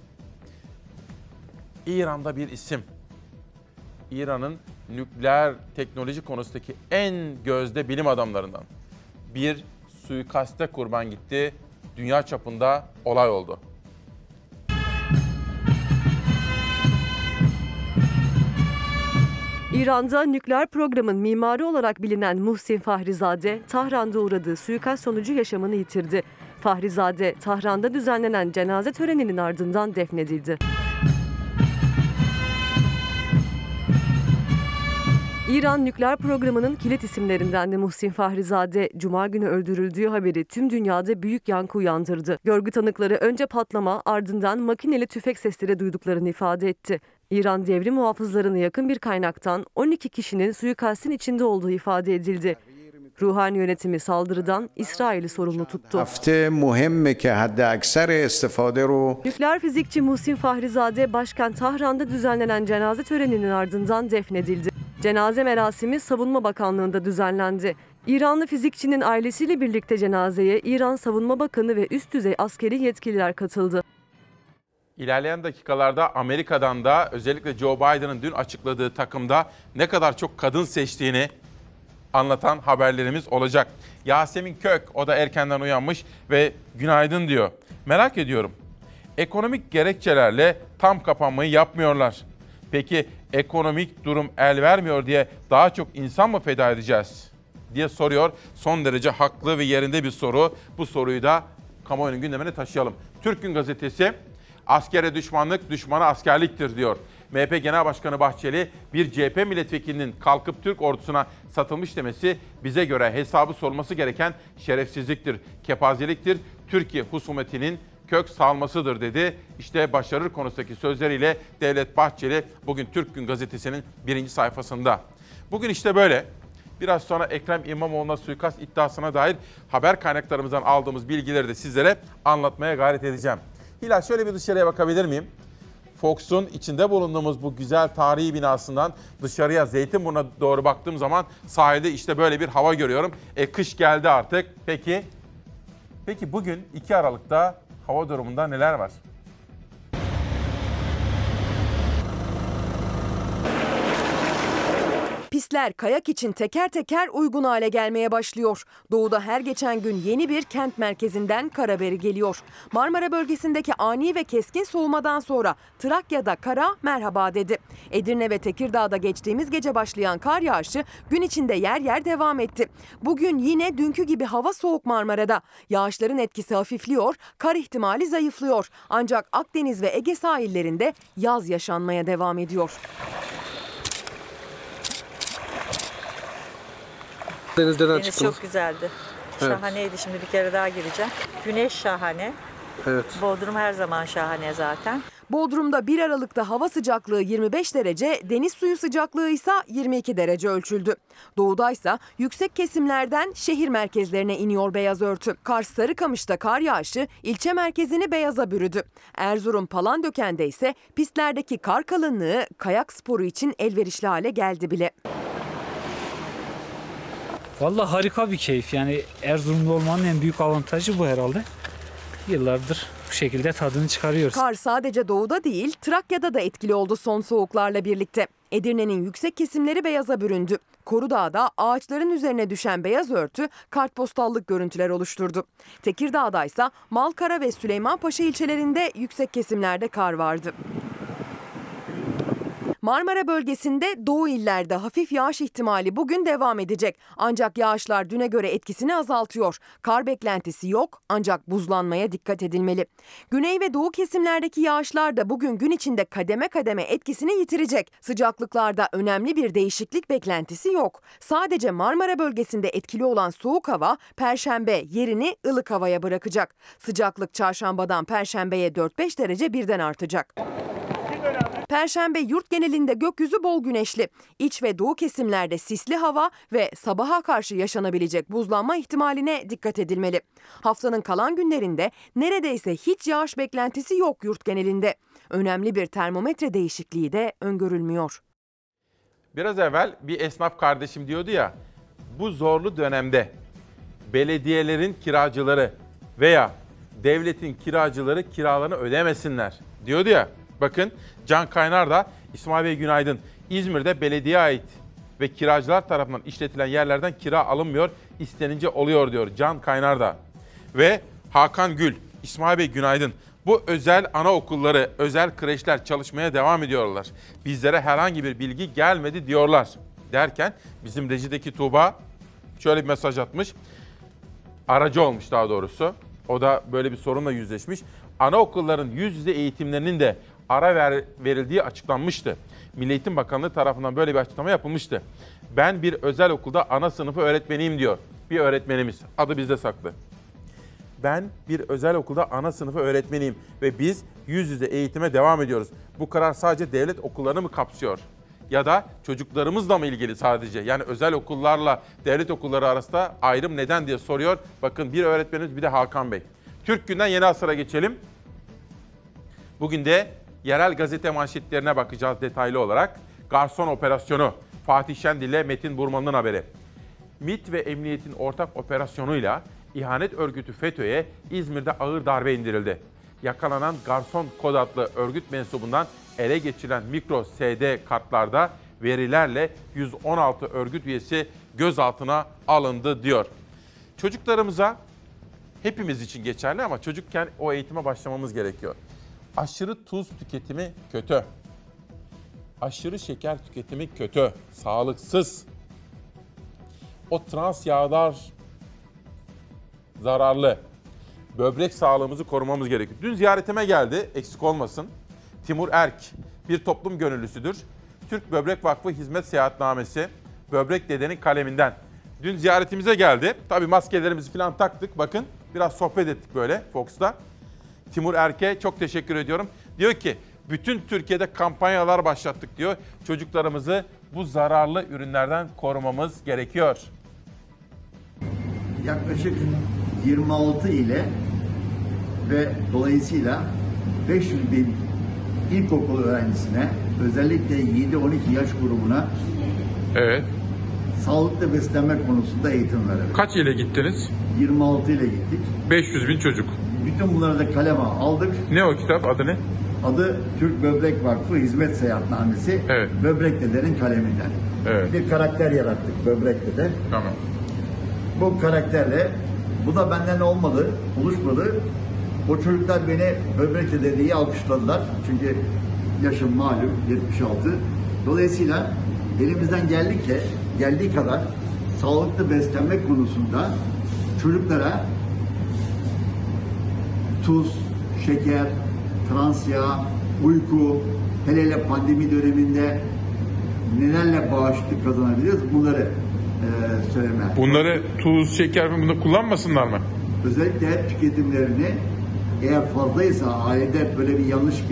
İran'da bir isim. İran'ın nükleer teknoloji konusundaki en gözde bilim adamlarından. Bir suikaste kurban gitti. Dünya çapında olay oldu. İran'da nükleer programın mimarı olarak bilinen Muhsin Fahrizade, Tahran'da uğradığı suikast sonucu yaşamını yitirdi. Fahrizade, Tahran'da düzenlenen cenaze töreninin ardından defnedildi. İran nükleer programının kilit isimlerinden de Muhsin Fahrizade, Cuma günü öldürüldüğü haberi tüm dünyada büyük yankı uyandırdı. Görgü tanıkları önce patlama, ardından makineli tüfek sesleri duyduklarını ifade etti. İran devrim muhafızlarına yakın bir kaynaktan on iki kişinin suikastin içinde olduğu ifade edildi. Ruhani yönetimi saldırıdan İsrail'i sorumlu tuttu. Nükleer fizikçi Muhsin Fahrizade, başkent Tahran'da düzenlenen cenaze töreninin ardından defnedildi. Cenaze merasimi Savunma Bakanlığı'nda düzenlendi. İranlı fizikçinin ailesiyle birlikte cenazeye İran Savunma Bakanı ve üst düzey askeri yetkililer katıldı. İlerleyen dakikalarda Amerika'dan da özellikle Joe Biden'ın dün açıkladığı takımda ne kadar çok kadın seçtiğini anlatan haberlerimiz olacak. Yasemin Kök, o da erkenden uyanmış ve günaydın diyor. Merak ediyorum. Ekonomik gerekçelerle tam kapanmayı yapmıyorlar. Peki ekonomik durum el vermiyor diye daha çok insan mı feda edeceğiz diye soruyor. Son derece haklı ve yerinde bir soru. Bu soruyu da kamuoyunun gündemine taşıyalım. Türk Gün Gazetesi, askere düşmanlık, düşmana askerliktir diyor. M H P Genel Başkanı Bahçeli, bir C H P milletvekilinin kalkıp Türk ordusuna satılmış demesi bize göre hesabı sorulması gereken şerefsizliktir, kepazeliktir, Türkiye husumetinin kök salmasıdır dedi. İşte başarır konusundaki sözleriyle Devlet Bahçeli bugün Türk Gün Gazetesi'nin birinci sayfasında. Bugün işte böyle. Biraz sonra Ekrem İmamoğlu'na suikast iddiasına dair haber kaynaklarımızdan aldığımız bilgileri de sizlere anlatmaya gayret edeceğim. Hilal, şöyle bir dışarıya bakabilir miyim? Fox'un içinde bulunduğumuz bu güzel tarihi binasından dışarıya Zeytinburnu'na doğru baktığım zaman sahilde işte böyle bir hava görüyorum. E kış geldi artık. Peki, peki bugün iki Aralık'ta hava durumunda neler var? Pistler kayak için teker teker uygun hale gelmeye başlıyor. Doğuda her geçen gün yeni bir kent merkezinden kar haberi geliyor. Marmara bölgesindeki ani ve keskin soğumadan sonra Trakya'da kara merhaba dedi. Edirne ve Tekirdağ'da geçtiğimiz gece başlayan kar yağışı gün içinde yer yer devam etti. Bugün yine dünkü gibi hava soğuk Marmara'da. Yağışların etkisi hafifliyor, kar ihtimali zayıflıyor. Ancak Akdeniz ve Ege sahillerinde yaz yaşanmaya devam ediyor. Denizden Deniz çıktınız. çok güzeldi. Evet. Şahaneydi. Şimdi bir kere daha gireceğim. Güneş şahane. Evet. Bodrum her zaman şahane zaten. Bodrum'da bir Aralık'ta hava sıcaklığı yirmi beş derece, deniz suyu sıcaklığı ise yirmi iki derece ölçüldü. Doğudaysa yüksek kesimlerden şehir merkezlerine iniyor beyaz örtü. Kars Sarıkamış'ta kar yağışı ilçe merkezini beyaza bürüdü. Erzurum Palandöken'de ise pistlerdeki kar kalınlığı kayak sporu için elverişli hale geldi bile. Vallahi harika bir keyif. Yani Erzurumlu olmanın en büyük avantajı bu herhalde. Yıllardır bu şekilde tadını çıkarıyoruz. Kar sadece doğuda değil, Trakya'da da etkili oldu son soğuklarla birlikte. Edirne'nin yüksek kesimleri beyaza büründü. Korudağ'da ağaçların üzerine düşen beyaz örtü kartpostallık görüntüler oluşturdu. Tekirdağ'da ise Malkara ve Süleymanpaşa ilçelerinde yüksek kesimlerde kar vardı. Marmara bölgesinde doğu illerde hafif yağış ihtimali bugün devam edecek. Ancak yağışlar düne göre etkisini azaltıyor. Kar beklentisi yok ancak buzlanmaya dikkat edilmeli. Güney ve doğu kesimlerdeki yağışlar da bugün gün içinde kademe kademe etkisini yitirecek. Sıcaklıklarda önemli bir değişiklik beklentisi yok. Sadece Marmara bölgesinde etkili olan soğuk hava Perşembe yerini ılık havaya bırakacak. Sıcaklık çarşambadan Perşembeye dört beş derece birden artacak. Perşembe yurt genelinde gökyüzü bol güneşli. İç ve doğu kesimlerde sisli hava ve sabaha karşı yaşanabilecek buzlanma ihtimaline dikkat edilmeli. Haftanın kalan günlerinde neredeyse hiç yağış beklentisi yok yurt genelinde. Önemli bir termometre değişikliği de öngörülmüyor. Biraz evvel bir esnaf kardeşim diyordu ya, bu zorlu dönemde belediyelerin kiracıları veya devletin kiracıları kiralarını ödemesinler diyordu ya. Bakın Can Kaynar da İsmail Bey günaydın. İzmir'de belediyeye ait ve kiracılar tarafından işletilen yerlerden kira alınmıyor, istenince oluyor diyor Can Kaynar da. Ve Hakan Gül, İsmail Bey günaydın. Bu özel anaokulları, özel kreşler çalışmaya devam ediyorlar. Bizlere herhangi bir bilgi gelmedi diyorlar. Derken bizim rejideki Tuğba şöyle bir mesaj atmış. Aracı olmuş daha doğrusu. O da böyle bir sorunla yüzleşmiş. Anaokulların yüz yüze eğitimlerinin de ara ver, verildiği açıklanmıştı. Milli Eğitim Bakanlığı tarafından böyle bir açıklama yapılmıştı. Ben bir özel okulda ana sınıfı öğretmeniyim diyor bir öğretmenimiz. Adı bizde saklı. Ben bir özel okulda ana sınıfı öğretmeniyim ve biz yüz yüze eğitime devam ediyoruz. Bu karar sadece devlet okullarını mı kapsıyor? Ya da çocuklarımızla mı ilgili sadece? Yani özel okullarla devlet okulları arasında ayrım neden diye soruyor. Bakın bir öğretmenimiz bir de Hakan Bey. Türk Gün'den Yeni Asır'a geçelim. Bugün de yerel gazete manşetlerine bakacağız detaylı olarak. Garson operasyonu, Fatih Şendil ile Metin Burman'ın haberi. MİT ve Emniyet'in ortak operasyonuyla ihanet örgütü FETÖ'ye İzmir'de ağır darbe indirildi. Yakalanan Garson kod adlı örgüt mensubundan ele geçirilen mikro S D kartlarda verilerle yüz on altı örgüt üyesi gözaltına alındı diyor. Çocuklarımıza hepimiz için geçerli ama çocukken o eğitime başlamamız gerekiyor. Aşırı tuz tüketimi kötü. Aşırı şeker tüketimi kötü. Sağlıksız. O trans yağlar zararlı. Böbrek sağlığımızı korumamız gerekiyor. Dün ziyaretime geldi, eksik olmasın. Timur Erk, bir toplum gönüllüsüdür. Türk Böbrek Vakfı Hizmet Seyahatnamesi, Böbrek Dede'nin kaleminden. Dün ziyaretimize geldi. Tabii maskelerimizi falan taktık. Bakın biraz sohbet ettik böyle Fox'ta. Timur Erk'e çok teşekkür ediyorum. Diyor ki bütün Türkiye'de kampanyalar başlattık diyor. Çocuklarımızı bu zararlı ürünlerden korumamız gerekiyor. Yaklaşık yirmi altı ile ve dolayısıyla beş yüz bin ilkokul öğrencisine, özellikle yedi on iki yaş grubuna evet, sağlıklı beslenme konusunda eğitim verelim. Kaç ile gittiniz? yirmi altı ile gittik. beş yüz bin çocuk. Bütün bunları da kaleme aldık. Ne o kitap? Adı ne? Adı Türk Böbrek Vakfı Hizmet Seyahatnamesi. Evet. Böbrek Dede'nin kaleminden. Evet. Bir karakter yarattık, Böbrek Dede. Tamam. Bu karakterle, bu da benden olmadı, oluşmadı. O çocuklar beni Böbrek Dede diye alkışladılar. Çünkü yaşım malum yetmiş altı. Dolayısıyla elimizden geldikçe, geldiği kadar sağlıklı beslenme konusunda çocuklara tuz, şeker, trans yağ, uyku, hele hele pandemi döneminde nelerle bağışıklık kazanabiliriz bunları e, söyleme. Bunları tuz, şeker mi bunu kullanmasınlar mı? Özellikle tüketimlerini eğer fazlaysa, ailede böyle bir yanlış bir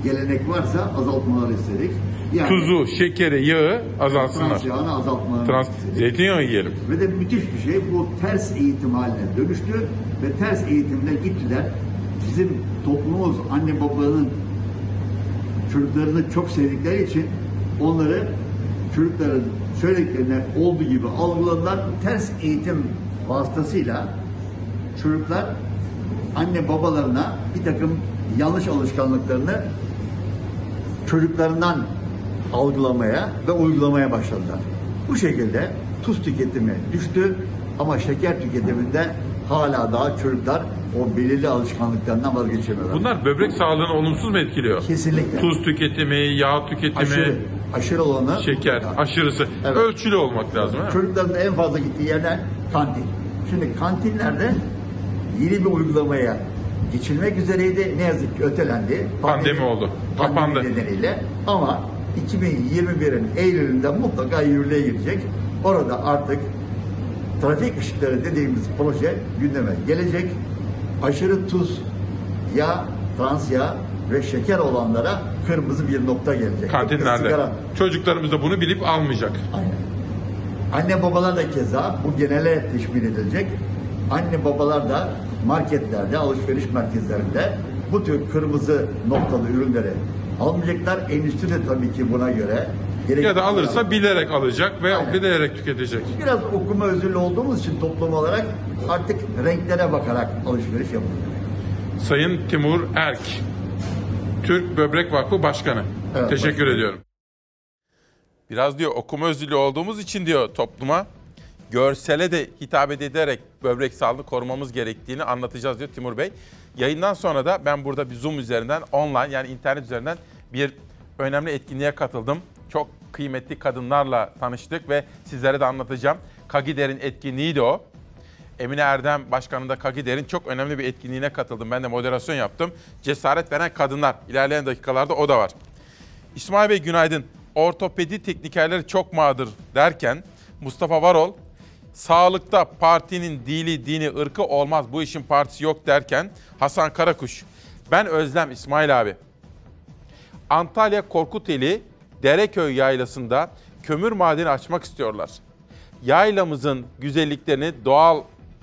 gelenek varsa azaltmaları istedik. Yani, Tuzu, şekeri, yağı azalsınlar. Trans yağını azaltmaları Trans, istedik. zeytinyağı yiyelim. Ve de müthiş bir şey, bu ters eğitim haline dönüştü ve ters eğitimle gittiler. Bizim toplumumuz anne babanın çocuklarını çok sevdikleri için onları çocukların söylediklerine olduğu gibi algıladılar. Ters eğitim vasıtasıyla çocuklar anne babalarına bir takım yanlış alışkanlıklarını çocuklarından algılamaya ve uygulamaya başladılar. Bu şekilde tuz tüketimi düştü ama şeker tüketiminde hala daha çocuklar o belirli alışkanlıklarından vazgeçemiyorlar. Bunlar böbrek sağlığını olumsuz mu etkiliyor? Kesinlikle. Tuz tüketimi, yağ tüketimi, Aşırı, aşırı olanı şeker, mutlaka. aşırısı. Evet. Ölçülü olmak lazım. He? Çocukların en fazla gittiği yerler kantin. Şimdi kantinlerde yeni bir uygulamaya geçilmek üzereydi. Ne yazık ki ötelendi. Pandemi oldu. Pandemi Kapandı. nedeniyle. Ama iki bin yirmi birin Eylül'ünde mutlaka yürürlüğe girecek. Orada artık trafik ışıkları dediğimiz proje gündeme gelecek. Aşırı tuz, yağ, trans yağ ve şeker olanlara kırmızı bir nokta gelecek. Kantinlerde. Sigara. Çocuklarımız da bunu bilip almayacak. Aynen. Anne babalar da keza bu genele teşmil edilecek. Anne babalar da marketlerde, alışveriş merkezlerinde bu tür kırmızı noktalı ürünleri almayacaklar. Endüstri de tabii ki buna göre Ya da alırsa bilerek alacak ve Aynen. bilerek tüketecek. Biraz okuma özürlü olduğumuz için toplum olarak artık renklere bakarak alışveriş yapılıyor. Sayın Timur Erk, Türk Böbrek Vakfı Başkanı. Evet, Teşekkür başkanım. ediyorum. Biraz diyor okuma özürlü olduğumuz için diyor topluma görsele de hitap ederek böbrek sağlığını korumamız gerektiğini anlatacağız diyor Timur Bey. Yayından sonra da ben burada bir Zoom üzerinden online yani internet üzerinden bir önemli etkinliğe katıldım. Çok kıymetli kadınlarla tanıştık ve sizlere de anlatacağım. Kagider'in etkinliğiydi o. Emine Erdem Başkanı da Kagider'in çok önemli bir etkinliğine katıldım. Ben de moderasyon yaptım. Cesaret veren kadınlar. İlerleyen dakikalarda o da var. İsmail Bey günaydın. Ortopedi teknikerleri çok mağdur derken Mustafa Varol, sağlıkta partinin dili, dini, ırkı olmaz, bu işin partisi yok derken Hasan Karakuş, ben Özlem İsmail abi. Antalya Korkuteli Dereköy yaylasında kömür madeni açmak istiyorlar. Yaylamızın güzelliklerini, doğal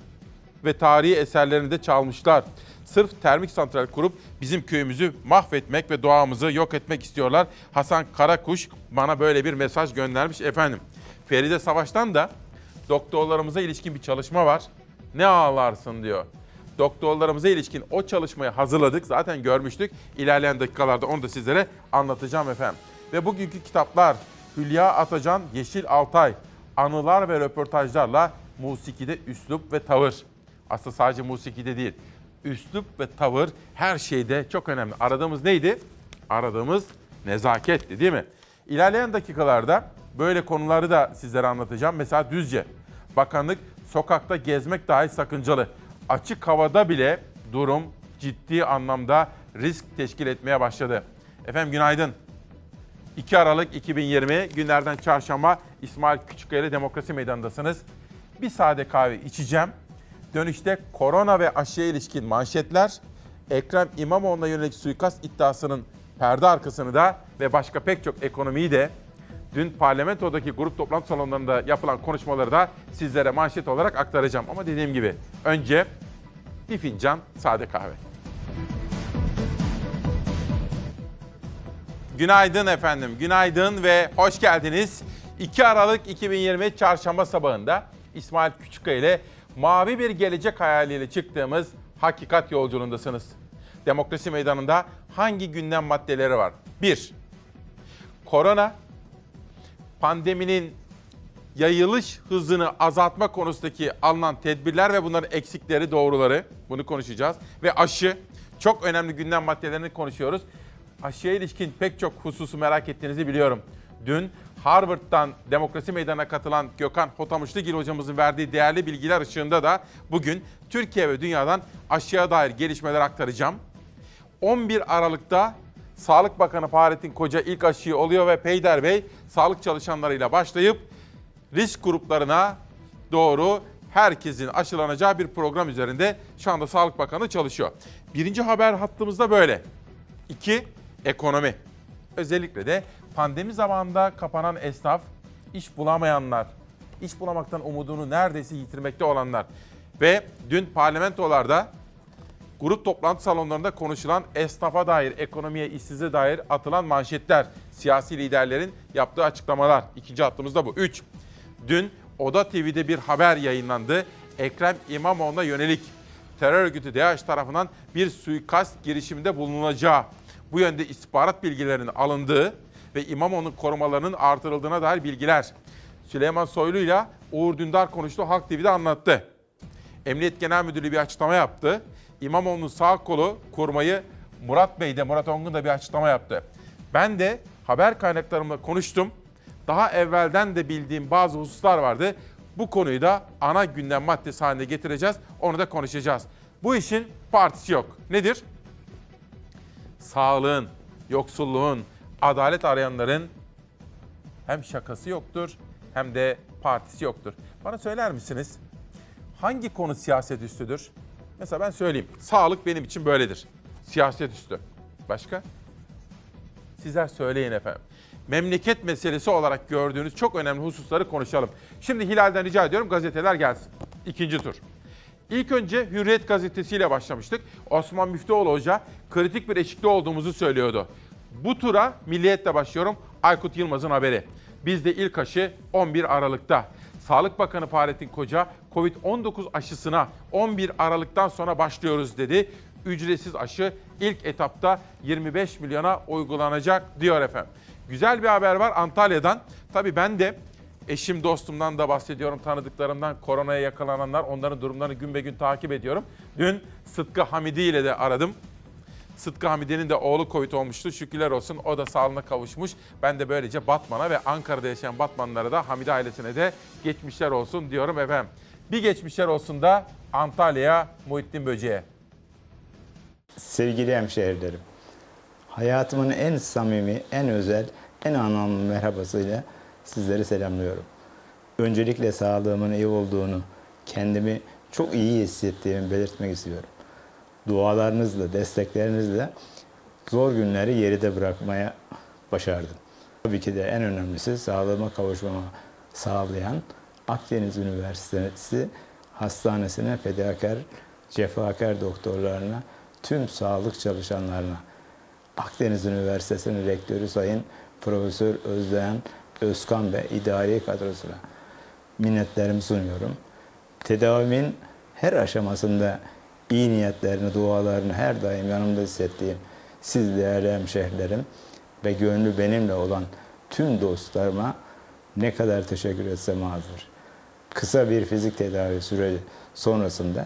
ve tarihi eserlerini de çalmışlar. Sırf termik santral kurup bizim köyümüzü mahvetmek ve doğamızı yok etmek istiyorlar. Hasan Karakuş bana böyle bir mesaj göndermiş efendim. Feride Savaş'tan da doktorlarımıza ilişkin bir çalışma var. Ne ağlarsın diyor. Doktorlarımıza ilişkin o çalışmayı hazırladık. Zaten görmüştük. İlerleyen dakikalarda onu da sizlere anlatacağım efendim. Ve bugünkü kitaplar Hülya Atacan, Yeşil Altay, anılar ve röportajlarla musikide üslup ve tavır. Aslında sadece musikide değil. Üslup ve tavır her şeyde çok önemli. Aradığımız neydi? Aradığımız nezaketti değil mi? İlerleyen dakikalarda böyle konuları da sizlere anlatacağım. Mesela Düzce. Bakanlık sokakta gezmek dahi sakıncalı. Açık havada bile durum ciddi anlamda risk teşkil etmeye başladı. Efendim günaydın. iki Aralık iki bin yirmi günlerden çarşamba İsmail Küçükkaya ile Demokrasi Meydanı'ndasınız. Bir sade kahve içeceğim. Dönüşte korona ve aşıya ilişkin manşetler, Ekrem İmamoğlu'na yönelik suikast iddiasının perde arkasını da ve başka pek çok ekonomiyi de dün parlamentodaki grup toplantı salonlarında yapılan konuşmaları da sizlere manşet olarak aktaracağım. Ama dediğim gibi önce bir fincan sade kahve. Günaydın efendim, günaydın ve hoş geldiniz. iki Aralık iki bin yirmi çarşamba sabahında İsmail Küçükkaya ile mavi bir gelecek hayaliyle çıktığımız hakikat yolculuğundasınız. Demokrasi Meydanı'nda hangi gündem maddeleri var? bir. Korona, pandeminin yayılış hızını azaltma konusundaki alınan tedbirler ve bunların eksikleri, doğruları, bunu konuşacağız. Ve aşı, çok önemli gündem maddelerini konuşuyoruz. Aşıya ilişkin pek çok hususu merak ettiğinizi biliyorum. Dün Harvard'dan Demokrasi Meydanı'na katılan Gökhan Hotamışlıgil hocamızın verdiği değerli bilgiler ışığında da bugün Türkiye ve dünyadan aşıya dair gelişmeler aktaracağım. on bir Aralık'ta Sağlık Bakanı Fahrettin Koca ilk aşıyı oluyor ve Peyder Bey sağlık çalışanlarıyla başlayıp risk gruplarına doğru herkesin aşılanacağı bir program üzerinde şu anda Sağlık Bakanı çalışıyor. Birinci haber hattımızda böyle. İki, ekonomi. Özellikle de pandemi zamanında kapanan esnaf, iş bulamayanlar, iş bulamaktan umudunu neredeyse yitirmekte olanlar ve dün parlamentolarda grup toplantı salonlarında konuşulan esnafa dair, ekonomiye, işsize dair atılan manşetler, siyasi liderlerin yaptığı açıklamalar. İkinci hattımızda bu. Üç, dün Oda T V'de bir haber yayınlandı. Ekrem İmamoğlu'na yönelik terör örgütü DAEŞ tarafından bir suikast girişiminde bulunacağı, bu yönde istihbarat bilgilerinin alındığı ve İmamoğlu'nun korumalarının artırıldığına dair bilgiler. Süleyman Soylu ile Uğur Dündar konuştu, Halk T V'de anlattı. Emniyet Genel Müdürlüğü bir açıklama yaptı. İmamoğlu'nun sağ kolu korumayı Murat Bey de, Murat Ongun da bir açıklama yaptı. Ben de haber kaynaklarımla konuştum. Daha evvelden de bildiğim bazı hususlar vardı. Bu konuyu da ana gündem maddesi haline getireceğiz. Onu da konuşacağız. Bu işin partisi yok. Nedir? Sağlığın, yoksulluğun, adalet arayanların hem şakası yoktur hem de partisi yoktur. Bana söyler misiniz? Hangi konu siyaset üstüdür? Mesela ben söyleyeyim. Sağlık benim için böyledir. Siyaset üstü. Başka? Sizler söyleyin efendim. Memleket meselesi olarak gördüğünüz çok önemli hususları konuşalım. Şimdi Hilal'den rica ediyorum, gazeteler gelsin. İkinci tur. İlk önce Hürriyet gazetesiyle başlamıştık. Osman Müftüoğlu Hoca kritik bir eşikte olduğumuzu söylüyordu. Bu tura Milliyet'le başlıyorum. Aykut Yılmaz'ın haberi. Bizde ilk aşı on bir Aralık'ta. Sağlık Bakanı Fahrettin Koca, kovid on dokuz aşısına on bir Aralık'tan sonra başlıyoruz dedi. Ücretsiz aşı ilk etapta yirmi beş milyona uygulanacak diyor efendim. Güzel bir haber var Antalya'dan. Tabii ben de eşim, dostumdan da bahsediyorum, tanıdıklarımdan, koronaya yakalananlar, onların durumlarını gün be gün takip ediyorum. Dün Sıtkı Hamidi ile de aradım. Sıtkı Hamidi'nin de oğlu Covid olmuştu. Şükürler olsun, o da sağlığına kavuşmuş. Ben de böylece Batman'a ve Ankara'da yaşayan Batmanlılara da, Hamidi ailesine de geçmişler olsun diyorum efendim. Bir geçmişler olsun da Antalya'ya, Muhittin Böce'ye. Sevgili hemşehrilerim, hayatımın en samimi, en özel, en anlamlı merhabasıyla sizleri selamlıyorum. Öncelikle sağlığımın iyi olduğunu, kendimi çok iyi hissettiğimi belirtmek istiyorum. Dualarınızla, desteklerinizle zor günleri geride bırakmaya başardım. Tabii ki de en önemlisi sağlığıma kavuşmama sağlayan Akdeniz Üniversitesi Hastanesi'ne fedakar, cefakar doktorlarına, tüm sağlık çalışanlarına, Akdeniz Üniversitesi'nin rektörü Sayın Profesör Özdeğen Özkan ve idari kadrosuna minnetlerimi sunuyorum. Tedavimin her aşamasında iyi niyetlerini, dualarını her daim yanımda hissettiğim siz değerli hemşehrilerim ve gönlü benimle olan tüm dostlarıma ne kadar teşekkür etsem azdır. Kısa bir fizik tedavi süreci sonrasında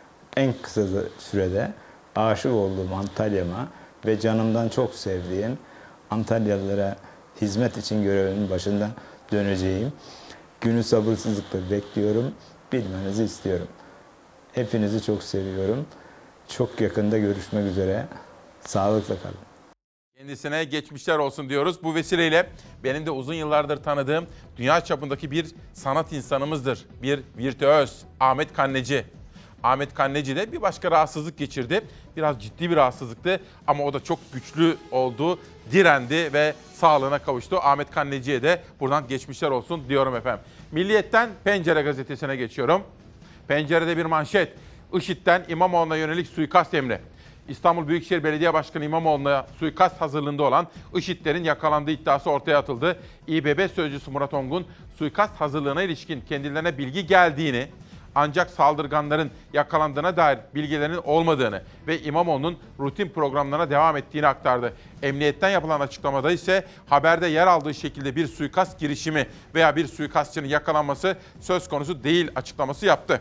en kısa sürede aşık olduğum Antalya'ma ve canımdan çok sevdiğim Antalyalılara hizmet için görevimin başında döneceğim. Günü sabırsızlıkla bekliyorum, bilmenizi istiyorum. Hepinizi çok seviyorum. Çok yakında görüşmek üzere. Sağlıkla kalın. Kendisine geçmişler olsun diyoruz. Bu vesileyle benim de uzun yıllardır tanıdığım dünya çapındaki bir sanat insanımızdır. Bir virtüöz Ahmet Kanneci. Ahmet Kanneci de bir başka rahatsızlık geçirdi. Biraz ciddi bir rahatsızlıktı ama o da çok güçlü oldu, direndi ve sağlığına kavuştu. Ahmet Kanneci'ye de buradan geçmişler olsun diyorum efendim. Milliyet'ten Pencere gazetesine geçiyorum. Pencere'de bir manşet. IŞİD'den İmamoğlu'na yönelik suikast emri. İstanbul Büyükşehir Belediye Başkanı İmamoğlu'na suikast hazırlığında olan IŞİD'lerin yakalandığı iddiası ortaya atıldı. İBB Sözcüsü Murat Ongun, suikast hazırlığına ilişkin kendilerine bilgi geldiğini, ancak saldırganların yakalandığına dair bilgilerinin olmadığını ve İmamoğlu'nun rutin programlarına devam ettiğini aktardı. Emniyetten yapılan açıklamada ise haberde yer aldığı şekilde bir suikast girişimi veya bir suikastçının yakalanması söz konusu değil açıklaması yaptı.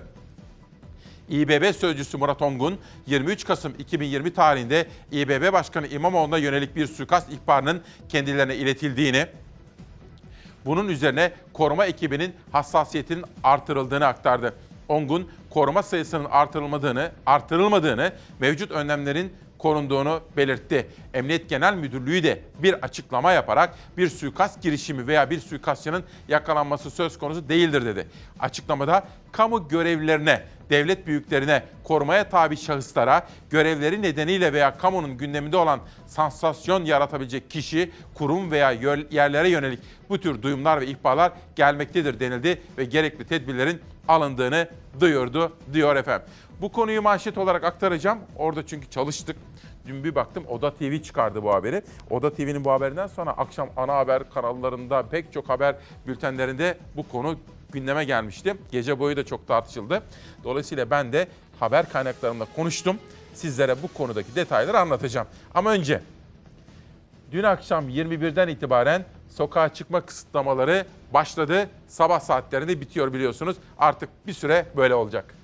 İBB Sözcüsü Murat Ongun, yirmi üç Kasım iki bin yirmi tarihinde İBB Başkanı İmamoğlu'na yönelik bir suikast ihbarının kendilerine iletildiğini, bunun üzerine koruma ekibinin hassasiyetinin artırıldığını aktardı. Ongun, koruma sayısının artırılmadığını, artırılmadığını, mevcut önlemlerin korunduğunu belirtti. Emniyet Genel Müdürlüğü de bir açıklama yaparak bir suikast girişimi veya bir suikastçının yakalanması söz konusu değildir dedi. Açıklamada kamu görevlilerine, devlet büyüklerine, korumaya tabi şahıslara, görevleri nedeniyle veya kamunun gündeminde olan sansasyon yaratabilecek kişi, kurum veya yerlere yönelik bu tür duyumlar ve ihbarlar gelmektedir denildi ve gerekli tedbirlerin alındığını duyurdu diyor efendim. Bu konuyu manşet olarak aktaracağım. Orada çünkü çalıştık. Dün bir baktım Oda T V çıkardı bu haberi. Oda T V'nin bu haberinden sonra akşam ana haber kanallarında, pek çok haber bültenlerinde bu konu gündeme gelmişti. Gece boyu da çok tartışıldı. Dolayısıyla ben de haber kaynaklarımla konuştum. Sizlere bu konudaki detayları anlatacağım. Ama önce dün akşam yirmi birden itibaren sokağa çıkma kısıtlamaları başladı. Sabah saatlerinde bitiyor biliyorsunuz. Artık bir süre böyle olacak.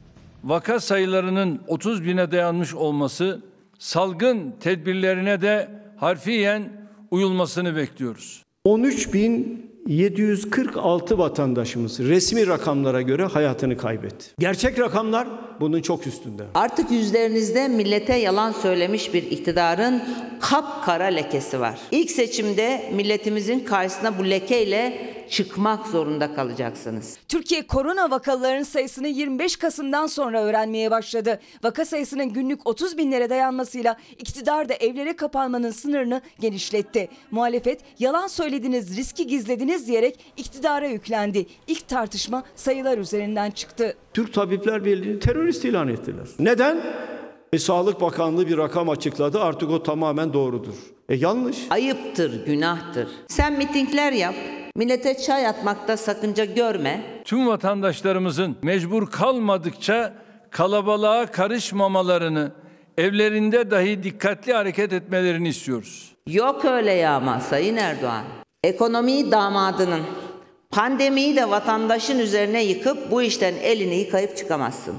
Vaka sayılarının otuz bine dayanmış olması, salgın tedbirlerine de harfiyen uyulmasını bekliyoruz. on üç bin yedi yüz kırk altı vatandaşımız resmi rakamlara göre hayatını kaybetti. Gerçek rakamlar bunun çok üstünde. Artık yüzlerinizde millete yalan söylemiş bir iktidarın kapkara lekesi var. İlk seçimde milletimizin karşısına bu lekeyle çıkmak zorunda kalacaksınız. Türkiye korona vakalarının sayısını yirmi beş Kasım'dan sonra öğrenmeye başladı. Vaka sayısının günlük otuz binlere dayanmasıyla iktidar da evlere kapanmanın sınırını genişletti. Muhalefet yalan söylediniz, riski gizlediniz diyerek iktidara yüklendi. İlk tartışma sayılar üzerinden çıktı. Türk Tabipler Birliği'ni terörist ilan ettiler. Neden? E, Sağlık Bakanlığı bir rakam açıkladı, artık o tamamen doğrudur. E yanlış. Ayıptır, günahtır. Sen mitingler yap. Millete çay atmakta sakınca görme. Tüm vatandaşlarımızın mecbur kalmadıkça kalabalığa karışmamalarını, evlerinde dahi dikkatli hareket etmelerini istiyoruz. Yok öyle yağma Sayın Erdoğan. Ekonomiyi damadının, pandemiyi de vatandaşın üzerine yıkıp bu işten elini yıkayıp çıkamazsın.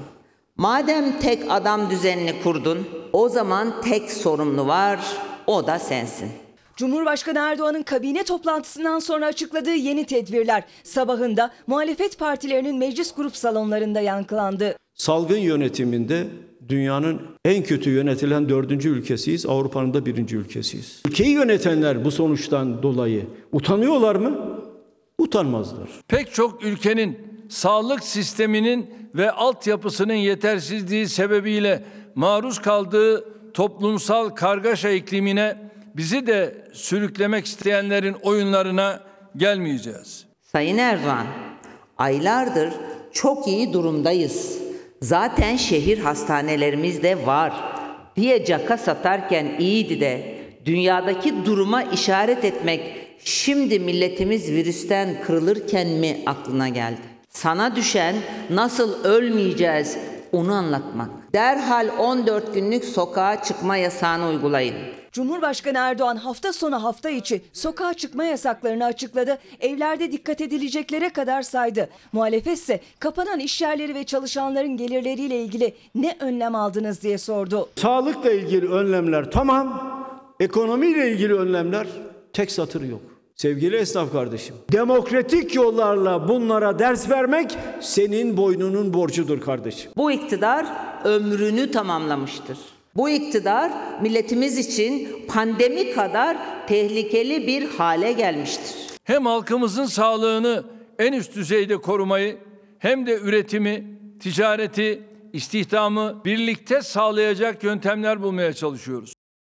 Madem tek adam düzenini kurdun, o zaman tek sorumlu var, o da sensin. Cumhurbaşkanı Erdoğan'ın kabine toplantısından sonra açıkladığı yeni tedbirler sabahında muhalefet partilerinin meclis grup salonlarında yankılandı. Salgın yönetiminde dünyanın en kötü yönetilen dördüncü ülkesiyiz, Avrupa'nın da birinci ülkesiyiz. Ülkeyi yönetenler bu sonuçtan dolayı utanıyorlar mı? Utanmazlar. Pek çok ülkenin sağlık sisteminin ve altyapısının yetersizliği sebebiyle maruz kaldığı toplumsal kargaşa iklimine bizi de sürüklemek isteyenlerin oyunlarına gelmeyeceğiz. Sayın Erdoğan, aylardır çok iyi durumdayız. Zaten şehir hastanelerimiz de var diye caka satarken iyiydi de dünyadaki duruma işaret etmek şimdi milletimiz virüsten kırılırken mi aklına geldi? Sana düşen nasıl ölmeyeceğiz onu anlatmak. Derhal on dört günlük sokağa çıkma yasağını uygulayın. Cumhurbaşkanı Erdoğan hafta sonu hafta içi sokağa çıkma yasaklarını açıkladı. Evlerde dikkat edileceklere kadar saydı. Muhalefet ise kapanan işyerleri ve çalışanların gelirleriyle ilgili ne önlem aldınız diye sordu. Sağlıkla ilgili önlemler tamam, ekonomiyle ilgili önlemler tek satır yok. Sevgili esnaf kardeşim, demokratik yollarla bunlara ders vermek senin boynunun borcudur kardeşim. Bu iktidar ömrünü tamamlamıştır. Bu iktidar milletimiz için pandemi kadar tehlikeli bir hale gelmiştir. Hem halkımızın sağlığını en üst düzeyde korumayı hem de üretimi, ticareti, istihdamı birlikte sağlayacak yöntemler bulmaya çalışıyoruz.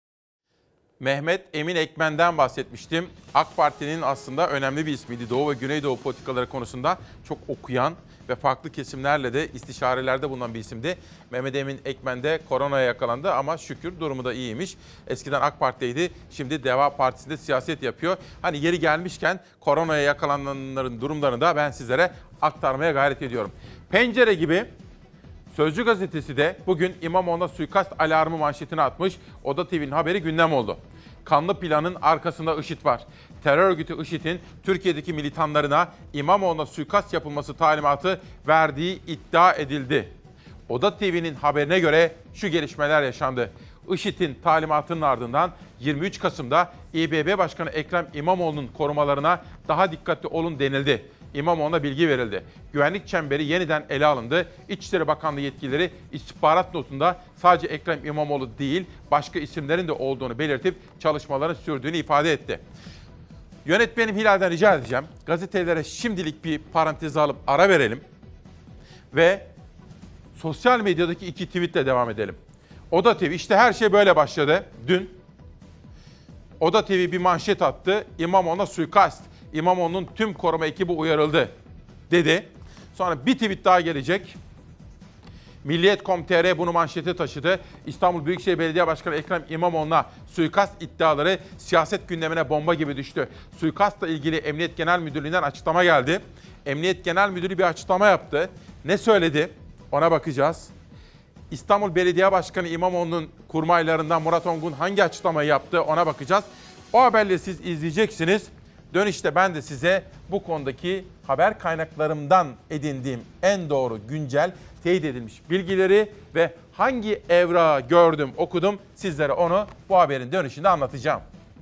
Mehmet Emin Ekmen'den bahsetmiştim. AK Parti'nin aslında önemli bir ismiydi. Doğu ve Güneydoğu politikaları konusunda çok okuyan ve farklı kesimlerle de istişarelerde bulunan bir isimdi. Mehmet Emin Ekmen de koronaya yakalandı ama şükür durumu da iyiymiş. Eskiden AK Parti'deydi, şimdi Deva Partisi'nde siyaset yapıyor. Hani yeri gelmişken koronaya yakalananların durumlarını da ben sizlere aktarmaya gayret ediyorum. Pencere gibi Sözcü gazetesi de bugün İmamoğlu'na suikast alarmı manşetini atmış. Oda T V'nin haberi gündem oldu. Kanlı planın arkasında IŞİD var. Terör örgütü IŞİD'in Türkiye'deki militanlarına İmamoğlu'na suikast yapılması talimatı verdiği iddia edildi. Oda T V'nin haberine göre şu gelişmeler yaşandı. IŞİD'in talimatının ardından yirmi üç Kasım'da İ B B Başkanı Ekrem İmamoğlu'nun korumalarına daha dikkatli olun denildi. İmamoğlu'na bilgi verildi. Güvenlik çemberi yeniden ele alındı. İçişleri Bakanlığı yetkilileri istihbarat notunda sadece Ekrem İmamoğlu değil, başka isimlerin de olduğunu belirtip çalışmaların sürdüğünü ifade etti. Yönetmenim Hilal'den rica edeceğim. Gazetelere şimdilik bir parantez alıp ara verelim. Ve sosyal medyadaki iki tweetle devam edelim. Oda T V, işte her şey böyle başladı dün. Oda T V bir manşet attı. İmamoğlu'na suikast. İmamoğlu'nun tüm koruma ekibi uyarıldı dedi. Sonra bir tweet daha gelecek. Milliyet nokta com nokta tr bunu manşete taşıdı. İstanbul Büyükşehir Belediye Başkanı Ekrem İmamoğlu'na suikast iddiaları siyaset gündemine bomba gibi düştü. Suikastla ilgili Emniyet Genel Müdürlüğü'nden açıklama geldi. Emniyet Genel Müdürlüğü bir açıklama yaptı. Ne söyledi? Ona bakacağız. İstanbul Belediye Başkanı İmamoğlu'nun kurmaylarından Murat Ongun hangi açıklamayı yaptı? Ona bakacağız. O haberleri siz izleyeceksiniz. Dönüşte ben de size bu konudaki haber kaynaklarımdan edindiğim en doğru, güncel, teyit edilmiş bilgileri ve hangi evrağı gördüm, okudum sizlere onu bu haberin dönüşünde anlatacağım.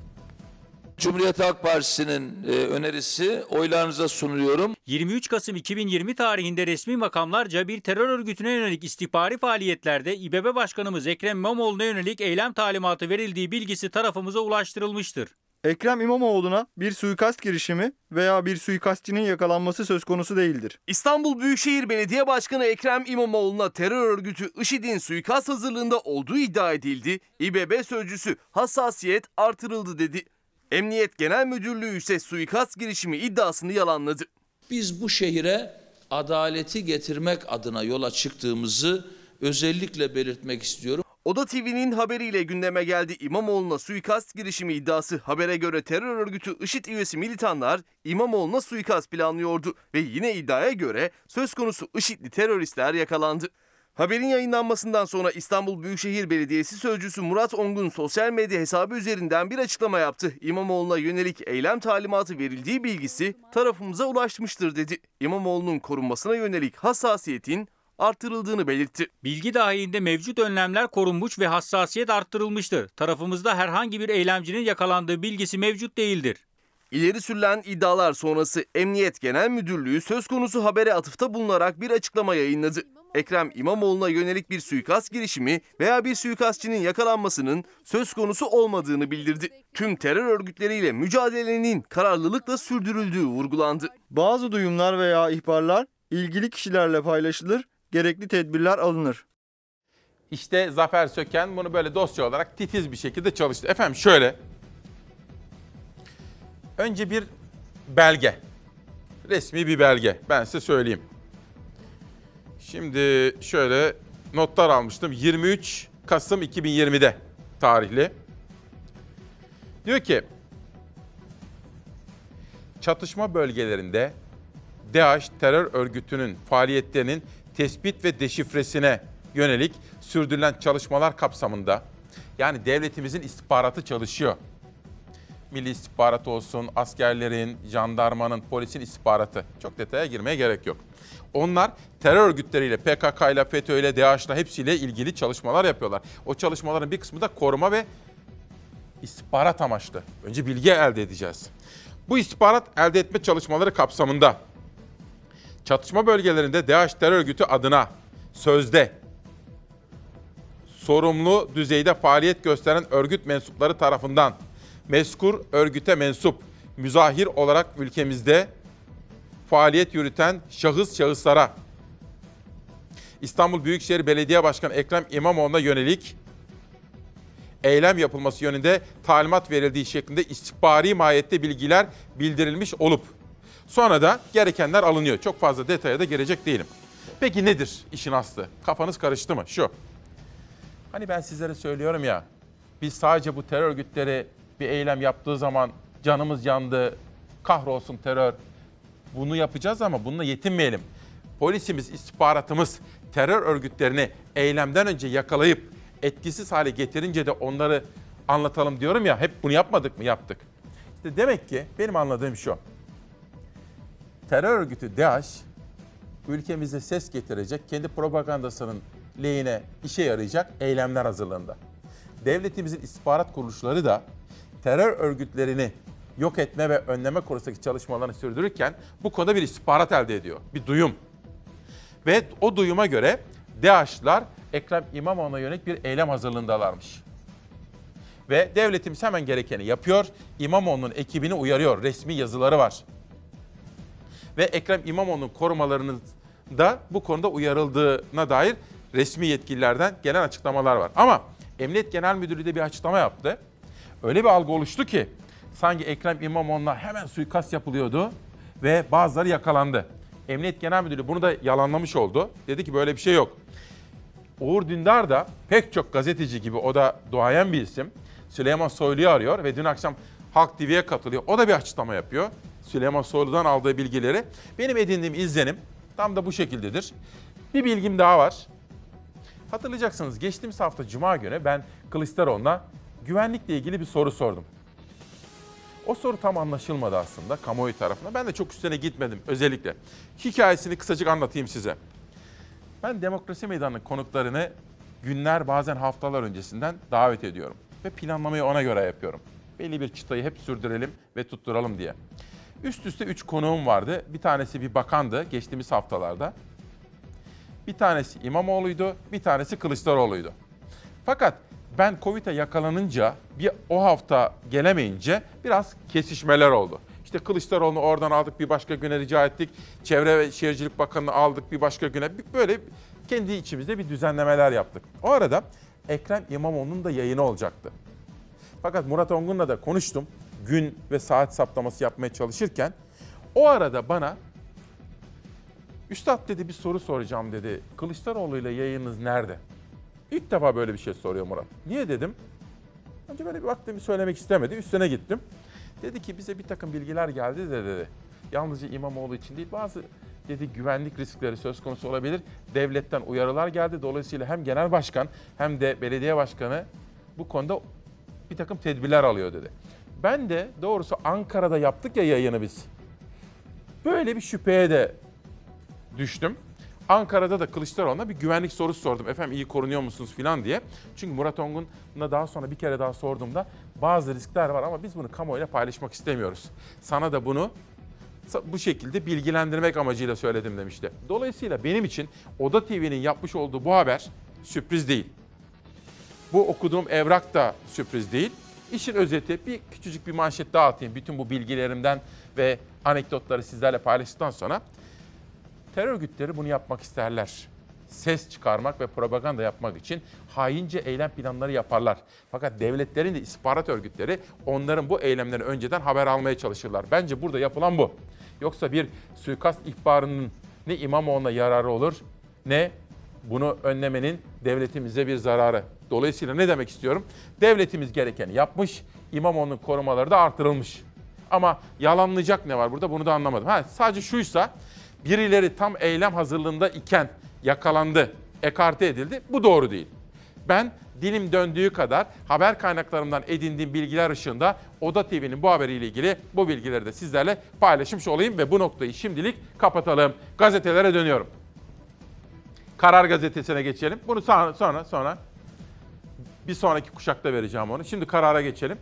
Cumhuriyet Halk Partisi'nin e, önerisi oylarınıza sunuyorum. yirmi üç Kasım iki bin yirmi tarihinde resmi makamlarca bir terör örgütüne yönelik istihbari faaliyetlerde İBB Başkanımız Ekrem İmamoğlu'na yönelik eylem talimatı verildiği bilgisi tarafımıza ulaştırılmıştır. Ekrem İmamoğlu'na bir suikast girişimi veya bir suikastçinin yakalanması söz konusu değildir. İstanbul Büyükşehir Belediye Başkanı Ekrem İmamoğlu'na terör örgütü IŞİD'in suikast hazırlığında olduğu iddia edildi. İBB sözcüsü hassasiyet artırıldı dedi. Emniyet Genel Müdürlüğü ise suikast girişimi iddiasını yalanladı. Biz bu şehire adaleti getirmek adına yola çıktığımızı özellikle belirtmek istiyorum. Oda T V'nin haberiyle gündeme geldi İmamoğlu'na suikast girişimi iddiası. Habere göre terör örgütü IŞİD üyesi militanlar İmamoğlu'na suikast planlıyordu ve yine iddiaya göre söz konusu IŞİD'li teröristler yakalandı. Haberin yayınlanmasından sonra İstanbul Büyükşehir Belediyesi Sözcüsü Murat Ongun sosyal medya hesabı üzerinden bir açıklama yaptı. İmamoğlu'na yönelik eylem talimatı verildiği bilgisi tarafımıza ulaşmıştır dedi. İmamoğlu'nun korunmasına yönelik hassasiyetin artırıldığını belirtti. Bilgi dahilinde mevcut önlemler korunmuş ve hassasiyet arttırılmıştır. Tarafımızda herhangi bir eylemcinin yakalandığı bilgisi mevcut değildir. İleri sürülen iddialar sonrası Emniyet Genel Müdürlüğü söz konusu habere atıfta bulunarak bir açıklama yayınladı. Ekrem İmamoğlu'na yönelik bir suikast girişimi veya bir suikastçının yakalanmasının söz konusu olmadığını bildirdi. Tüm terör örgütleriyle mücadelenin kararlılıkla sürdürüldüğü vurgulandı. Bazı duyumlar veya ihbarlar ilgili kişilerle paylaşılır, gerekli tedbirler alınır. İşte Zafer Söken bunu böyle dosya olarak titiz bir şekilde çalıştı. Efendim şöyle. Önce bir belge. Resmi bir belge. Ben size söyleyeyim. Şimdi şöyle notlar almıştım. yirmi üç Kasım iki bin yirmide tarihli. Diyor ki çatışma bölgelerinde DAEŞ terör örgütünün faaliyetlerinin tespit ve deşifresine yönelik sürdürülen çalışmalar kapsamında, yani devletimizin istihbaratı çalışıyor. Milli istihbarat olsun, askerlerin, jandarmanın, polisin istihbaratı. Çok detaya girmeye gerek yok. Onlar terör örgütleriyle, P K K ile, FETÖ ile, DAEŞ'le hepsiyle ilgili çalışmalar yapıyorlar. O çalışmaların bir kısmı da koruma ve istihbarat amaçlı. Önce bilgi elde edeceğiz. Bu istihbarat elde etme çalışmaları kapsamında çatışma bölgelerinde DAEŞ terör örgütü adına sözde sorumlu düzeyde faaliyet gösteren örgüt mensupları tarafından mezkur örgüte mensup müzahir olarak ülkemizde faaliyet yürüten şahıs şahıslara İstanbul Büyükşehir Belediye Başkanı Ekrem İmamoğlu'na yönelik eylem yapılması yönünde talimat verildiği şeklinde istihbari mahiyette bilgiler bildirilmiş olup sonra da gerekenler alınıyor. Çok fazla detaya da girecek değilim. Peki nedir işin aslı? Kafanız karıştı mı? Şu. Hani ben sizlere söylüyorum ya, biz sadece bu terör örgütleri bir eylem yaptığı zaman canımız yandı, kahrolsun terör. Bunu yapacağız ama bununla yetinmeyelim. Polisimiz, istihbaratımız terör örgütlerini eylemden önce yakalayıp etkisiz hale getirince de onları anlatalım diyorum ya, hep bunu yapmadık mı? Yaptık. İşte demek ki benim anladığım şu. Terör örgütü DAEŞ ülkemize ses getirecek, kendi propagandasının lehine işe yarayacak eylemler hazırlığında. Devletimizin istihbarat kuruluşları da terör örgütlerini yok etme ve önleme konusundaki çalışmalarını sürdürürken bu konuda bir istihbarat elde ediyor. Bir duyum. Ve o duyuma göre DAEŞ'lar Ekrem İmamoğlu'na yönelik bir eylem hazırlığındalarmış. Ve devletimiz hemen gerekeni yapıyor. İmamoğlu'nun ekibini uyarıyor. Resmi yazıları var. Ve Ekrem İmamoğlu'nun korumalarının da bu konuda uyarıldığına dair resmi yetkililerden gelen açıklamalar var. Ama Emniyet Genel Müdürlüğü de bir açıklama yaptı. Öyle bir algı oluştu ki sanki Ekrem İmamoğlu'na hemen suikast yapılıyordu ve bazıları yakalandı. Emniyet Genel Müdürlüğü bunu da yalanlamış oldu. Dedi ki böyle bir şey yok. Uğur Dündar da pek çok gazeteci gibi, o da duayen bir isim, Süleyman Soylu'yu arıyor ve dün akşam Halk T V'ye katılıyor. O da bir açıklama yapıyor. Süleyman Soylu'dan aldığı bilgileri. Benim edindiğim izlenim tam da bu şekildedir. Bir bilgim daha var. Hatırlayacaksınız, geçtiğimiz hafta Cuma günü ben Kılıçdaroğlu'na güvenlikle ilgili bir soru sordum. O soru tam anlaşılmadı aslında kamuoyu tarafından. Ben de çok üstüne gitmedim özellikle. Hikayesini kısacık anlatayım size. Ben Demokrasi Meydanı'nın konuklarını günler, bazen haftalar öncesinden davet ediyorum. Ve planlamayı ona göre yapıyorum. Belli bir çıtayı hep sürdürelim ve tutturalım diye. Üst üste üç konuğum vardı. Bir tanesi bir bakandı geçtiğimiz haftalarda. Bir tanesi İmamoğlu'ydu, bir tanesi Kılıçdaroğlu'ydu. Fakat ben Covid'e yakalanınca, bir o hafta gelemeyince biraz kesişmeler oldu. İşte Kılıçdaroğlu'nu oradan aldık, bir başka güne rica ettik. Çevre ve Şehircilik Bakanı'nı aldık, bir başka güne. Böyle kendi içimizde bir düzenlemeler yaptık. O arada Ekrem İmamoğlu'nun da yayını olacaktı. Fakat Murat Ongun'la da konuştum. Gün ve saat saptaması yapmaya çalışırken o arada bana "Üstad" dedi, "bir soru soracağım" dedi. "Kılıçdaroğlu'yla yayınınız nerede?" İlk defa böyle bir şey soruyor Murat. Niye dedim. Önce böyle bir vaktimi söylemek istemedi. Üstüne gittim. Dedi ki bize bir takım bilgiler geldi de dedi. Yalnızca İmamoğlu için değil, bazı dedi güvenlik riskleri söz konusu olabilir. Devletten uyarılar geldi. Dolayısıyla hem genel başkan hem de belediye başkanı bu konuda bir takım tedbirler alıyor dedi. Ben de doğrusu Ankara'da yaptık ya yayını biz. Böyle bir şüpheye de düştüm. Ankara'da da Kılıçdaroğlu'na bir güvenlik sorusu sordum. Efendim iyi korunuyor musunuz falan diye. Çünkü Murat Ongun'la daha sonra bir kere daha sorduğumda bazı riskler var ama biz bunu kamuoyuyla paylaşmak istemiyoruz. Sana da bunu bu şekilde bilgilendirmek amacıyla söyledim demişti. Dolayısıyla benim için Oda T V'nin yapmış olduğu bu haber sürpriz değil. Bu okuduğum evrak da sürpriz değil. İşin özeti, bir küçücük bir manşet daha atayım. Bütün bu bilgilerimden ve anekdotları sizlerle paylaştıktan sonra terör örgütleri bunu yapmak isterler. Ses çıkarmak ve propaganda yapmak için haince eylem planları yaparlar. Fakat devletlerin de istihbarat örgütleri onların bu eylemlerini önceden haber almaya çalışırlar. Bence burada yapılan bu. Yoksa bir suikast ihbarının ne İmamoğlu'na yararı olur ne bunu önlemenin devletimize bir zararı. Dolayısıyla ne demek istiyorum? Devletimiz gerekeni yapmış, İmamoğlu'nun korumaları da artırılmış. Ama yalanlayacak ne var burada, bunu da anlamadım. Ha, sadece şuysa, birileri tam eylem hazırlığında iken yakalandı, ekarte edildi. Bu doğru değil. Ben dilim döndüğü kadar haber kaynaklarımdan edindiğim bilgiler ışığında Oda T V'nin bu haberiyle ilgili bu bilgileri de sizlerle paylaşmış olayım ve bu noktayı şimdilik kapatalım. Gazetelere dönüyorum. Karar Gazetesi'ne geçelim. Bunu sonra sonra sonra bir sonraki kuşakta vereceğim onu. Şimdi Karar'a geçelim.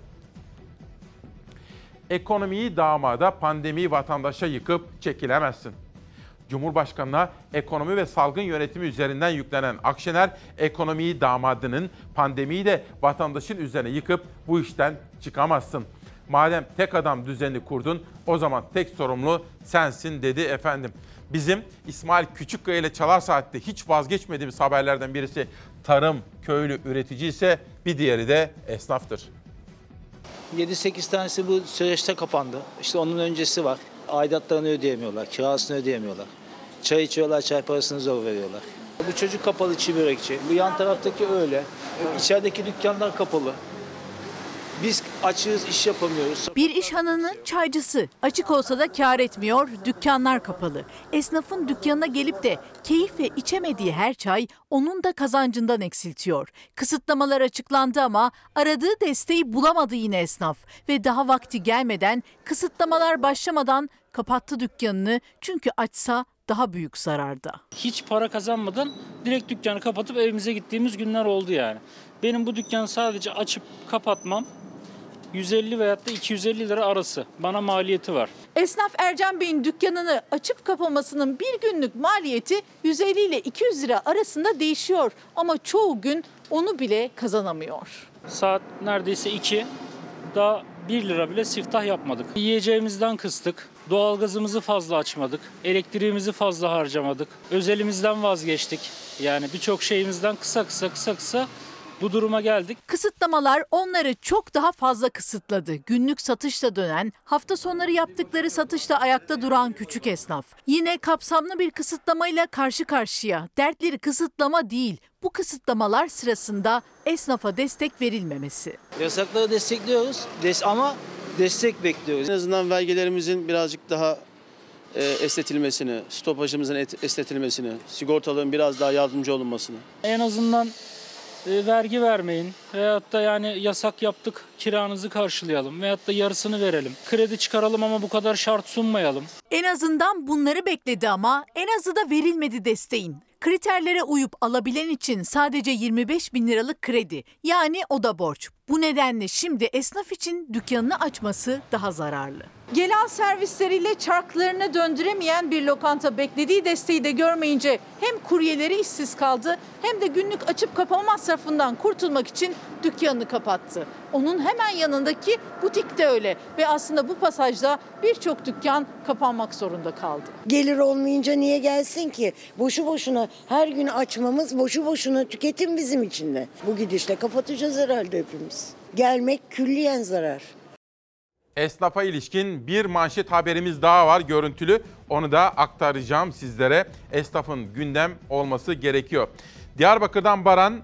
Ekonomiyi damada, pandemiyi vatandaşa yıkıp çekilemezsin. Cumhurbaşkanına ekonomi ve salgın yönetimi üzerinden yüklenen Akşener, ekonomiyi damadının, pandemiyi de vatandaşın üzerine yıkıp bu işten çıkamazsın. Madem tek adam düzenini kurdun, o zaman tek sorumlu sensin dedi efendim. Bizim İsmail Küçükkaya ile Çalar Saat'te hiç vazgeçmediğimiz haberlerden birisi tarım, köylü, üretici ise bir diğeri de esnaftır. yedi sekiz tanesi bu süreçte kapandı. İşte onun öncesi var. Aidatlarını ödeyemiyorlar, kirasını ödeyemiyorlar. Çay içiyorlar, çay parasını zor veriyorlar. Bu çocuk kapalı, çiğ börekçi. Bu yan taraftaki öyle. İçerideki dükkanlar kapalı. Biz açığız, iş yapamıyoruz. Bir iş hanının çaycısı. Açık olsa da kâr etmiyor, dükkanlar kapalı. Esnafın dükkanına gelip de keyifle içemediği her çay onun da kazancından eksiltiyor. Kısıtlamalar açıklandı ama aradığı desteği bulamadı yine esnaf. Ve daha vakti gelmeden, kısıtlamalar başlamadan kapattı dükkanını çünkü açsa daha büyük zararda. Hiç para kazanmadan direkt dükkanı kapatıp evimize gittiğimiz günler oldu yani. Benim bu dükkanı sadece açıp kapatmam yüz elli veyahut da iki yüz elli lira arası bana maliyeti var. Esnaf Ercan Bey'in dükkanını açıp kapamasının bir günlük maliyeti yüz elli ile iki yüz lira arasında değişiyor. Ama çoğu gün onu bile kazanamıyor. Saat neredeyse iki, daha bir lira bile siftah yapmadık. Yiyeceğimizden kıstık, doğalgazımızı fazla açmadık, elektriğimizi fazla harcamadık, özelimizden vazgeçtik. Yani birçok şeyimizden kısa kısa kısa kısa bu duruma geldik. Kısıtlamalar onları çok daha fazla kısıtladı. Günlük satışla dönen, hafta sonları yaptıkları satışla ayakta duran küçük esnaf. Yine kapsamlı bir kısıtlamayla karşı karşıya. Dertleri kısıtlama değil, bu kısıtlamalar sırasında esnafa destek verilmemesi. Yasakları destekliyoruz des ama destek bekliyoruz. En azından vergilerimizin birazcık daha e, esnetilmesini, stopajımızın et, esnetilmesini, sigortaların biraz daha yardımcı olunmasını. En azından e, vergi vermeyin veyahut da yani yasak yaptık kiranızı karşılayalım veyahut da yarısını verelim. Kredi çıkaralım ama bu kadar şart sunmayalım. En azından bunları bekledi ama en azı da verilmedi desteğin. Kriterlere uyup alabilen için sadece yirmi beş bin liralık kredi, yani o da borç. Bu nedenle şimdi esnaf için dükkanını açması daha zararlı. Gelen servisleriyle çarklarını döndüremeyen bir lokanta beklediği desteği de görmeyince hem kuryeleri işsiz kaldı hem de günlük açıp kapama masrafından kurtulmak için dükkanını kapattı. Onun hemen yanındaki butik de öyle ve aslında bu pasajda birçok dükkan kapanmak zorunda kaldı. Gelir olmayınca niye gelsin ki? Boşu boşuna her gün açmamız, boşu boşuna tüketim bizim için de. Bu gidişle kapatacağız herhalde hepimiz. Gelmek külliyen zarar. Esnafa ilişkin bir manşet haberimiz daha var, görüntülü. Onu da aktaracağım sizlere. Esnafın gündem olması gerekiyor. Diyarbakır'dan Baran,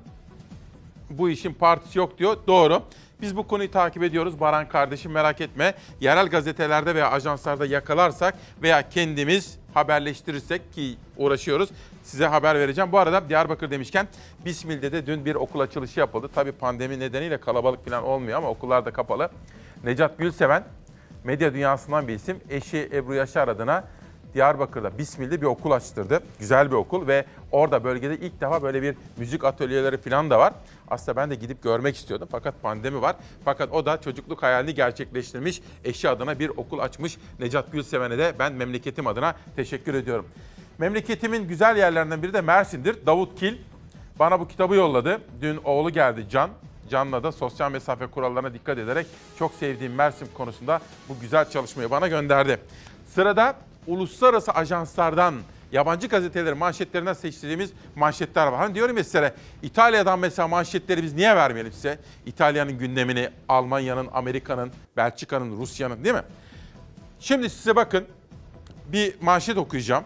bu işin partisi yok diyor. Doğru. Biz bu konuyu takip ediyoruz. Baran kardeşim, merak etme. Yerel gazetelerde veya ajanslarda yakalarsak veya kendimiz haberleştirirsek, ki uğraşıyoruz, size haber vereceğim. Bu arada Diyarbakır demişken Bismil'de de dün bir okul açılışı yapıldı. Tabii pandemi nedeniyle kalabalık falan olmuyor ama okullar da kapalı. Necat Gülseven, medya dünyasından bir isim, eşi Ebru Yaşar adına Diyarbakır'da Bismil'de bir okul açtırdı. Güzel bir okul ve orada bölgede ilk defa böyle bir müzik atölyeleri falan da var. Aslında ben de gidip görmek istiyordum fakat pandemi var. Fakat o da çocukluk hayalini gerçekleştirmiş, eşi adına bir okul açmış. Necat Gülseven'e de ben memleketim adına teşekkür ediyorum. Memleketimin güzel yerlerinden biri de Mersin'dir. Davut Kil bana bu kitabı yolladı. Dün oğlu geldi, Can. Can'la da sosyal mesafe kurallarına dikkat ederek çok sevdiğim Mersin konusunda bu güzel çalışmayı bana gönderdi. Sırada uluslararası ajanslardan, yabancı gazetelerin manşetlerinden seçtiğimiz manşetler var. Hani diyorum ya size, İtalya'dan mesela manşetleri biz niye vermeyelim size? İtalya'nın gündemini, Almanya'nın, Amerika'nın, Belçika'nın, Rusya'nın, değil mi? Şimdi size bakın, bir manşet okuyacağım.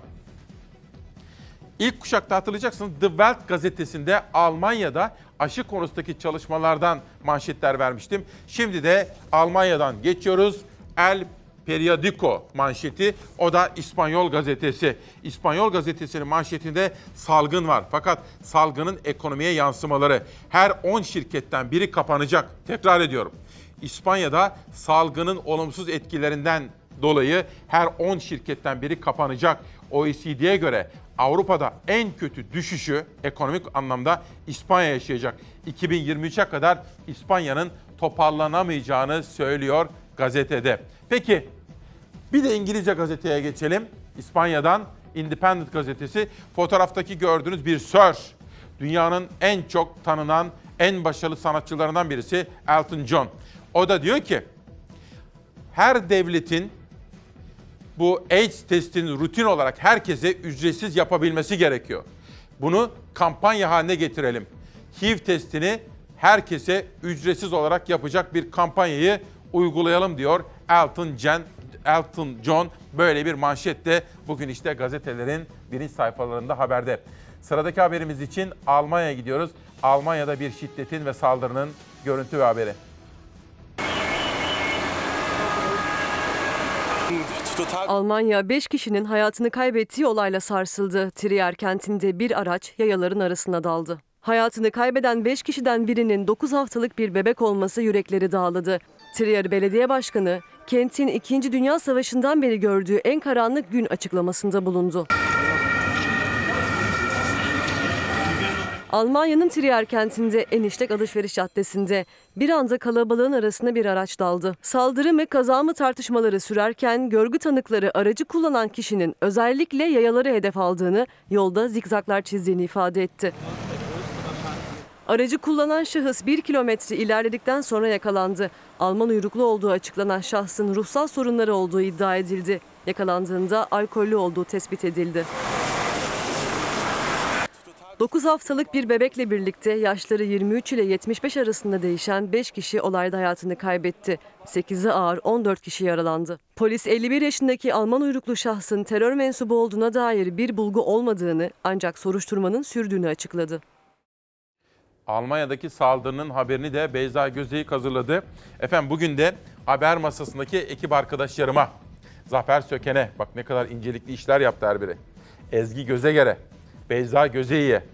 İlk kuşakta hatırlayacaksınız, The Welt gazetesinde Almanya'da aşı konusundaki çalışmalardan manşetler vermiştim. Şimdi de Almanya'dan geçiyoruz. El Periodico manşeti, o da İspanyol gazetesi. İspanyol gazetesinin manşetinde salgın var. Fakat salgının ekonomiye yansımaları. Her on şirketten biri kapanacak. Tekrar ediyorum. İspanya'da salgının olumsuz etkilerinden dolayı her on şirketten biri kapanacak. O E C D'ye göre Avrupa'da en kötü düşüşü ekonomik anlamda İspanya yaşayacak. iki bin yirmi üçe kadar İspanya'nın toparlanamayacağını söylüyor gazetede. Peki bir de İngilizce gazeteye geçelim. İspanya'dan Independent gazetesi, fotoğraftaki gördüğünüz bir Sir. Dünyanın en çok tanınan, en başarılı sanatçılarından birisi Elton John. O da diyor ki her devletin bu AIDS testini rutin olarak herkese ücretsiz yapabilmesi gerekiyor. Bunu kampanya haline getirelim. H I V testini herkese ücretsiz olarak yapacak bir kampanyayı uygulayalım diyor Elton John. Elton John böyle bir manşette bugün işte gazetelerin birinci sayfalarında haberde. Sıradaki haberimiz için Almanya'ya gidiyoruz. Almanya'da bir şiddetin ve saldırının görüntü ve haberi. Almanya beş kişinin hayatını kaybettiği olayla sarsıldı. Trier kentinde bir araç yayaların arasına daldı. Hayatını kaybeden beş kişiden birinin dokuz haftalık bir bebek olması yürekleri dağladı. Trier Belediye Başkanı, kentin İkinci Dünya Savaşı'ndan beri gördüğü en karanlık gün açıklamasında bulundu. Almanya'nın Trier kentinde en işlek alışveriş caddesinde bir anda kalabalığın arasına bir araç daldı. Saldırı mı kaza mı tartışmaları sürerken görgü tanıkları aracı kullanan kişinin özellikle yayaları hedef aldığını, yolda zikzaklar çizdiğini ifade etti. Aracı kullanan şahıs bir kilometre ilerledikten sonra yakalandı. Alman uyruklu olduğu açıklanan şahsın ruhsal sorunları olduğu iddia edildi. Yakalandığında alkollü olduğu tespit edildi. dokuz haftalık bir bebekle birlikte yaşları yirmi üç ile yetmiş beş arasında değişen beş kişi olayda hayatını kaybetti. sekizi ağır, on dört kişi yaralandı. Polis elli bir yaşındaki Alman uyruklu şahsın terör mensubu olduğuna dair bir bulgu olmadığını ancak soruşturmanın sürdüğünü açıkladı. Almanya'daki saldırının haberini de Beyza Gözeyik hazırladı. Efendim bugün de haber masasındaki ekip arkadaşlarıma, Zafer Söken'e, bak ne kadar incelikli işler yaptı her biri. Ezgi Gözeger'e, Beyza Gözeyik'e.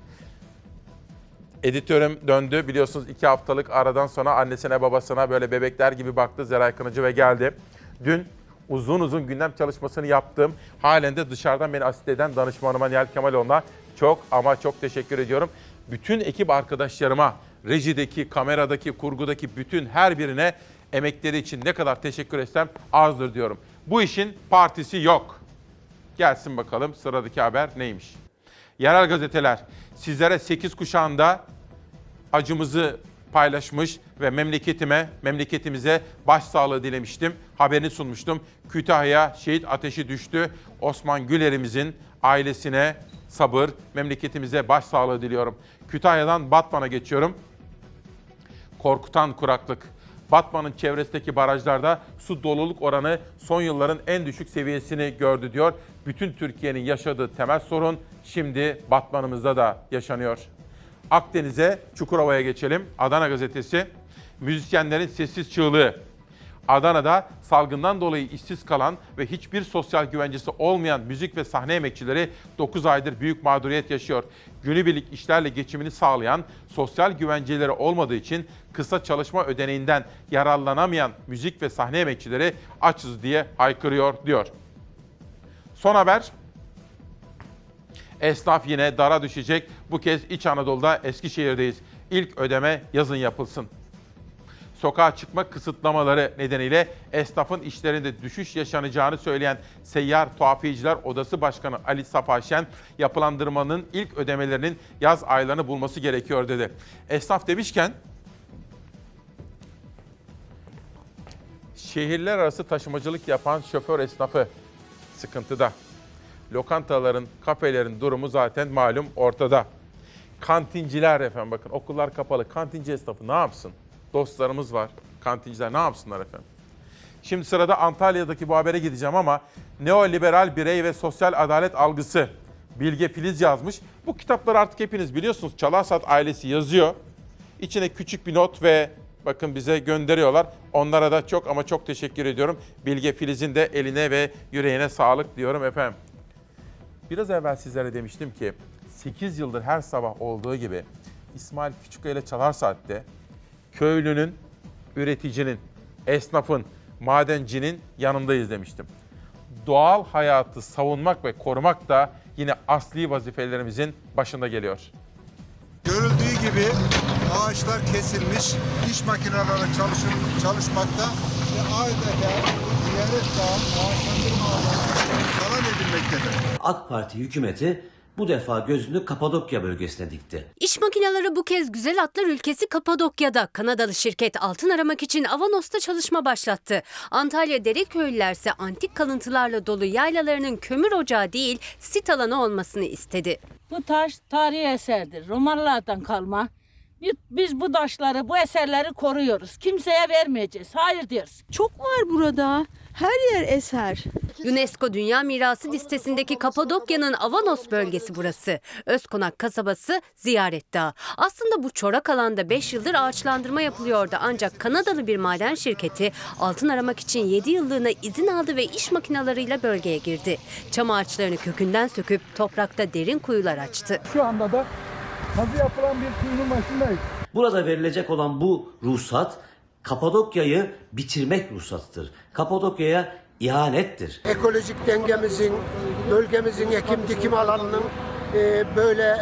Editörüm döndü, biliyorsunuz iki haftalık aradan sonra annesine babasına böyle bebekler gibi baktı Zeray Kınıcı ve geldi. Dün uzun uzun gündem çalışmasını yaptım. Halen de dışarıdan beni asist eden danışmanıma Nihal Kemaloğlu'na çok ama çok teşekkür ediyorum. Bütün ekip arkadaşlarıma, rejideki, kameradaki, kurgudaki bütün her birine emekleri için ne kadar teşekkür etsem azdır diyorum. Bu işin partisi yok. Gelsin bakalım sıradaki haber neymiş? Yerel gazeteler sizlere sekiz kuşağında acımızı paylaşmış ve memleketime, memleketimize başsağlığı dilemiştim. Haberini sunmuştum. Kütahya şehit ateşi düştü. Osman Güler'imizin ailesine sabır, memleketimize başsağlığı diliyorum. Kütahya'dan Batman'a geçiyorum. Korkutan kuraklık. Batman'ın çevresindeki barajlarda su doluluk oranı son yılların en düşük seviyesini gördü diyor. Bütün Türkiye'nin yaşadığı temel sorun şimdi Batman'ımızda da yaşanıyor. Akdeniz'e, Çukurova'ya geçelim. Adana gazetesi, müzisyenlerin sessiz çığlığı. Adana'da salgından dolayı işsiz kalan ve hiçbir sosyal güvencesi olmayan müzik ve sahne emekçileri dokuz aydır büyük mağduriyet yaşıyor. Günübirlik işlerle geçimini sağlayan, sosyal güvenceleri olmadığı için kısa çalışma ödeneğinden yararlanamayan müzik ve sahne emekçileri açız diye haykırıyor diyor. Son haber. Esnaf yine dara düşecek. Bu kez İç Anadolu'da Eskişehir'deyiz. İlk ödeme yazın yapılsın. Sokağa çıkma kısıtlamaları nedeniyle esnafın işlerinde düşüş yaşanacağını söyleyen Seyyar Tuhafiyeciler Odası Başkanı Ali Safa Şen, yapılandırmanın ilk ödemelerinin yaz aylarını bulması gerekiyor dedi. Esnaf demişken, şehirler arası taşımacılık yapan şoför esnafı sıkıntıda. Lokantaların, kafelerin durumu zaten malum ortada. Kantinciler efendim, bakın okullar kapalı. Kantinci esnafı ne yapsın? Dostlarımız var. Kantinciler ne yapsınlar efendim? Şimdi sırada Antalya'daki bu habere gideceğim ama neoliberal birey ve sosyal adalet algısı. Bilge Filiz yazmış. Bu kitapları artık hepiniz biliyorsunuz. Çalarsat ailesi yazıyor. İçine küçük bir not ve bakın bize gönderiyorlar. Onlara da çok ama çok teşekkür ediyorum. Bilge Filiz'in de eline ve yüreğine sağlık diyorum efendim. Biraz evvel sizlere demiştim ki sekiz yıldır her sabah olduğu gibi İsmail Küçükkaya ile Çalarsaat'te köylünün, üreticinin, esnafın, madencinin yanındayız demiştim. Doğal hayatı savunmak ve korumak da yine asli vazifelerimizin başında geliyor. Görüldüğü gibi ağaçlar kesilmiş, iş makineleri çalışır, çalışmakta ve adeta Ziyaret Dağı ağaçlandırma alanı talan edilmektedir. AK Parti hükümeti bu defa gözünü Kapadokya bölgesine dikti. İş makineleri bu kez güzel atlar ülkesi Kapadokya'da. Kanadalı şirket altın aramak için Avanos'ta çalışma başlattı. Antalya Dereköylülerse antik kalıntılarla dolu yaylalarının kömür ocağı değil, sit alanı olmasını istedi. Bu taş tarihi eserdir. Romalılardan kalma. Biz bu taşları, bu eserleri koruyoruz. Kimseye vermeyeceğiz. Hayır diyoruz. Çok var burada. Her yer eser. UNESCO Dünya Mirası listesindeki Kapadokya'nın Avanos bölgesi burası. Özkonak kasabası Ziyaret Dağı. Aslında bu çorak alanda beş yıldır ağaçlandırma yapılıyordu. Ancak Kanadalı bir maden şirketi altın aramak için yedi yıllığına izin aldı ve iş makinalarıyla bölgeye girdi. Çam ağaçlarını kökünden söküp toprakta derin kuyular açtı. Şu anda da kazı yapılan bir kuyunun başındayız. Burada verilecek olan bu ruhsat Kapadokya'yı bitirmek ruhsatıdır. Kapadokya'ya ihanettir. Ekolojik dengemizin, bölgemizin ekim dikim alanının e, böyle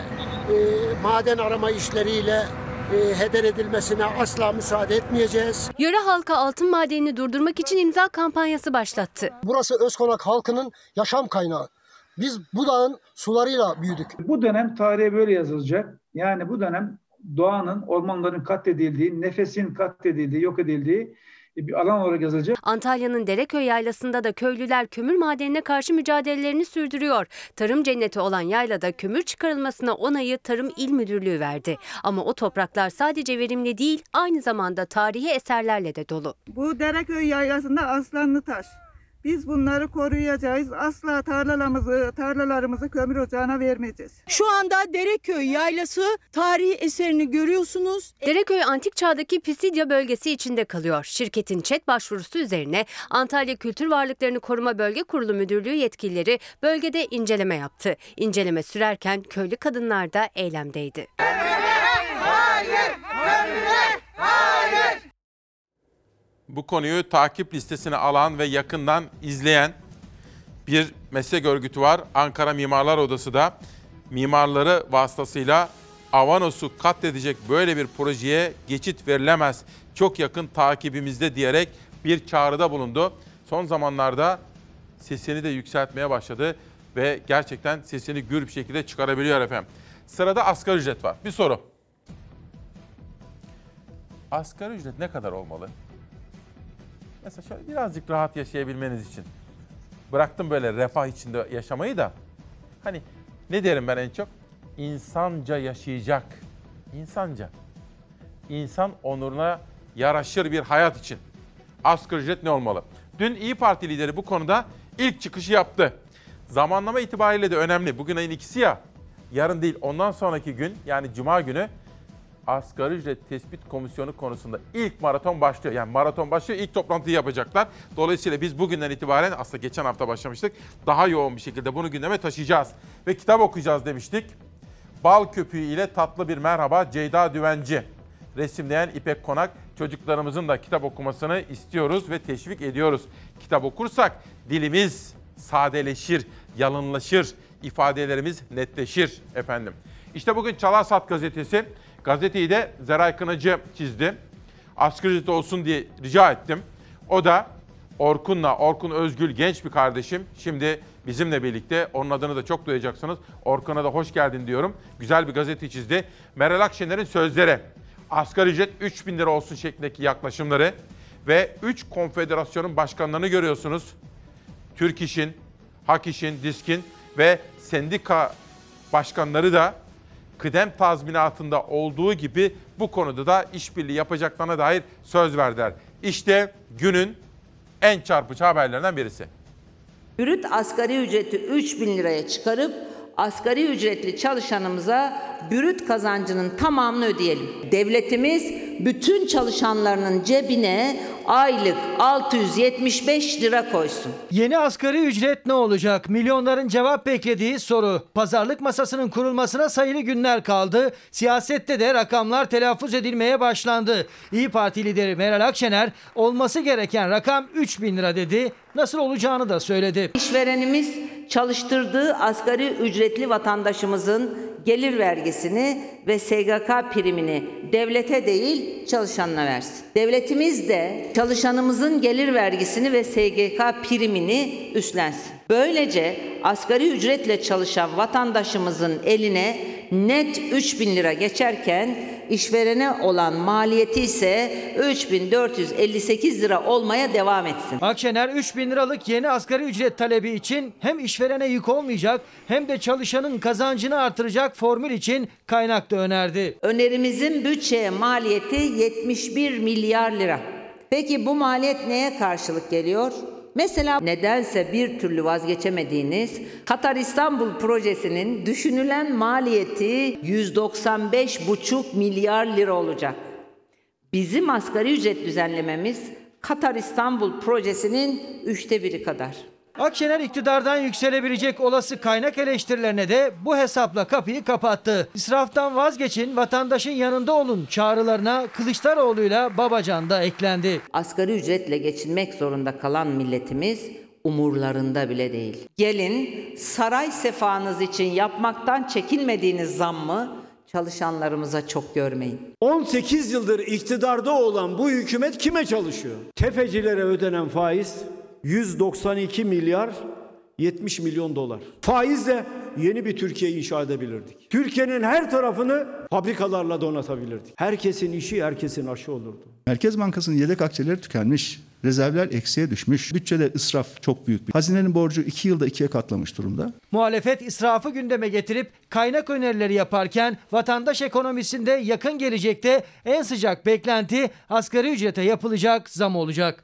maden arama işleriyle e, heder edilmesine asla müsaade etmeyeceğiz. Yöre halkı altın madenini durdurmak için imza kampanyası başlattı. Burası Özkonak halkının yaşam kaynağı. Biz bu dağın sularıyla büyüdük. Bu dönem tarihe böyle yazılacak. Yani bu dönem doğanın, ormanların katledildiği, nefesin katledildiği, yok edildiği bir alan olarak yazılacak. Antalya'nın Dereköy yaylasında da köylüler kömür madenine karşı mücadelelerini sürdürüyor. Tarım cenneti olan yaylada kömür çıkarılmasına onayı Tarım İl Müdürlüğü verdi. Ama o topraklar sadece verimli değil, aynı zamanda tarihi eserlerle de dolu. Bu Dereköy yaylasında Aslanlıtaş. Biz bunları koruyacağız. Asla tarlalarımızı, tarlalarımızı kömür ocağına vermeyeceğiz. Şu anda Dereköy yaylası tarihi eserini görüyorsunuz. Dereköy antik çağdaki Pisidya bölgesi içinde kalıyor. Şirketin ÇED başvurusu üzerine Antalya Kültür Varlıklarını Koruma Bölge Kurulu Müdürlüğü yetkilileri bölgede inceleme yaptı. İnceleme sürerken köylü kadınlar da eylemdeydi. Hayır, hayır, hayır. Bu konuyu takip listesine alan ve yakından izleyen bir meslek örgütü var. Ankara Mimarlar Odası da mimarları vasıtasıyla Avanos'u katledecek böyle bir projeye geçit verilemez. Çok yakın takibimizde diyerek bir çağrıda bulundu. Son zamanlarda sesini de yükseltmeye başladı ve gerçekten sesini gür bir şekilde çıkarabiliyor efendim. Sırada asgari ücret var. Bir soru. Asgari ücret ne kadar olmalı? Mesela şöyle birazcık rahat yaşayabilmeniz için. Bıraktım böyle refah içinde yaşamayı da. Hani ne derim ben en çok? İnsanca yaşayacak. İnsanca. İnsan onuruna yaraşır bir hayat için. Asgari ücret ne olmalı? Dün İYİ Parti lideri bu konuda ilk çıkışı yaptı. Zamanlama itibariyle de önemli. Bugün ayın ikisi ya. Yarın değil, ondan sonraki gün yani Cuma günü Asgari ücret tespit komisyonu konusunda ilk maraton başlıyor. Yani maraton başlıyor, ilk toplantıyı yapacaklar. Dolayısıyla biz bugünden itibaren, aslında geçen hafta başlamıştık, daha yoğun bir şekilde bunu gündeme taşıyacağız. Ve kitap okuyacağız demiştik. Bal köpüğü ile tatlı bir merhaba, Ceyda Düvenci. Resimleyen İpek Konak. Çocuklarımızın da kitap okumasını istiyoruz ve teşvik ediyoruz. Kitap okursak dilimiz sadeleşir, yalınlaşır, ifadelerimiz netleşir efendim. İşte bugün Çalarsat gazetesi. Gazeteyi de Zeray Kınacı çizdi. Asgari ücret olsun diye rica ettim. O da Orkun'la, Orkun Özgül genç bir kardeşim. Şimdi bizimle birlikte, onun adını da çok duyacaksınız. Orkun'a da hoş geldin diyorum. Güzel bir gazete çizdi. Meral Akşener'in sözleri. Asgari ücret üç bin lira olsun şeklindeki yaklaşımları ve üç konfederasyonun başkanlarını görüyorsunuz. Türk İş'in, Hak İş'in, DİSK'in ve sendika başkanları da kıdem tazminatında olduğu gibi bu konuda da işbirliği yapacaklarına dair söz verdiler. İşte günün en çarpıcı haberlerinden birisi. Brüt asgari ücreti üç bin liraya çıkarıp asgari ücretli çalışanımıza brüt kazancının tamamını ödeyelim. Devletimiz bütün çalışanlarının cebine aylık altı yüz yetmiş beş lira koysun. Yeni asgari ücret ne olacak? Milyonların cevap beklediği soru. Pazarlık masasının kurulmasına sayılı günler kaldı. Siyasette de rakamlar telaffuz edilmeye başlandı. İYİ Parti lideri Meral Akşener olması gereken rakam üç bin lira dedi. Nasıl olacağını da söyledi. İşverenimiz çalıştırdığı asgari ücretli vatandaşımızın gelir vergisini ve S G K primini devlete değil çalışanına versin. Devletimiz de çalışanımızın gelir vergisini ve S G K primini üstlensin. Böylece asgari ücretle çalışan vatandaşımızın eline net üç bin lira geçerken işverene olan maliyeti ise üç bin dört yüz elli sekiz lira olmaya devam etsin. Akşener üç bin liralık yeni asgari ücret talebi için hem işverene yük olmayacak hem de çalışanın kazancını artıracak formül için kaynak da önerdi. Önerimizin bütçeye maliyeti yetmiş bir milyar lira. Peki bu maliyet neye karşılık geliyor? Mesela nedense bir türlü vazgeçemediğiniz Katar İstanbul projesinin düşünülen maliyeti yüz doksan beş buçuk milyar lira olacak. Bizim asgari ücret düzenlememiz Katar İstanbul projesinin üçte biri kadar. Akşener iktidardan yükselebilecek olası kaynak eleştirilerine de bu hesapla kapıyı kapattı. İsraftan vazgeçin, vatandaşın yanında olun çağrılarına Kılıçdaroğlu'yla Babacan da eklendi. Asgari ücretle geçinmek zorunda kalan milletimiz Umurlarında bile değil. Gelin saray sefanız için yapmaktan çekinmediğiniz zammı çalışanlarımıza çok görmeyin. on sekiz yıldır iktidarda olan bu hükümet kime çalışıyor? Tefecilere ödenen faiz yüz doksan iki milyar yetmiş milyon dolar. Faizle yeni bir Türkiye inşa edebilirdik. Türkiye'nin her tarafını fabrikalarla donatabilirdik. Herkesin işi, herkesin aşı olurdu. Merkez Bankası'nın yedek akçeleri tükenmiş. Rezervler eksiye düşmüş. Bütçede israf çok büyük. Hazinenin borcu iki yılda ikiye katlamış durumda. Muhalefet israfı gündeme getirip kaynak önerileri yaparken vatandaş ekonomisinde yakın gelecekte en sıcak beklenti asgari ücrete yapılacak zam olacak.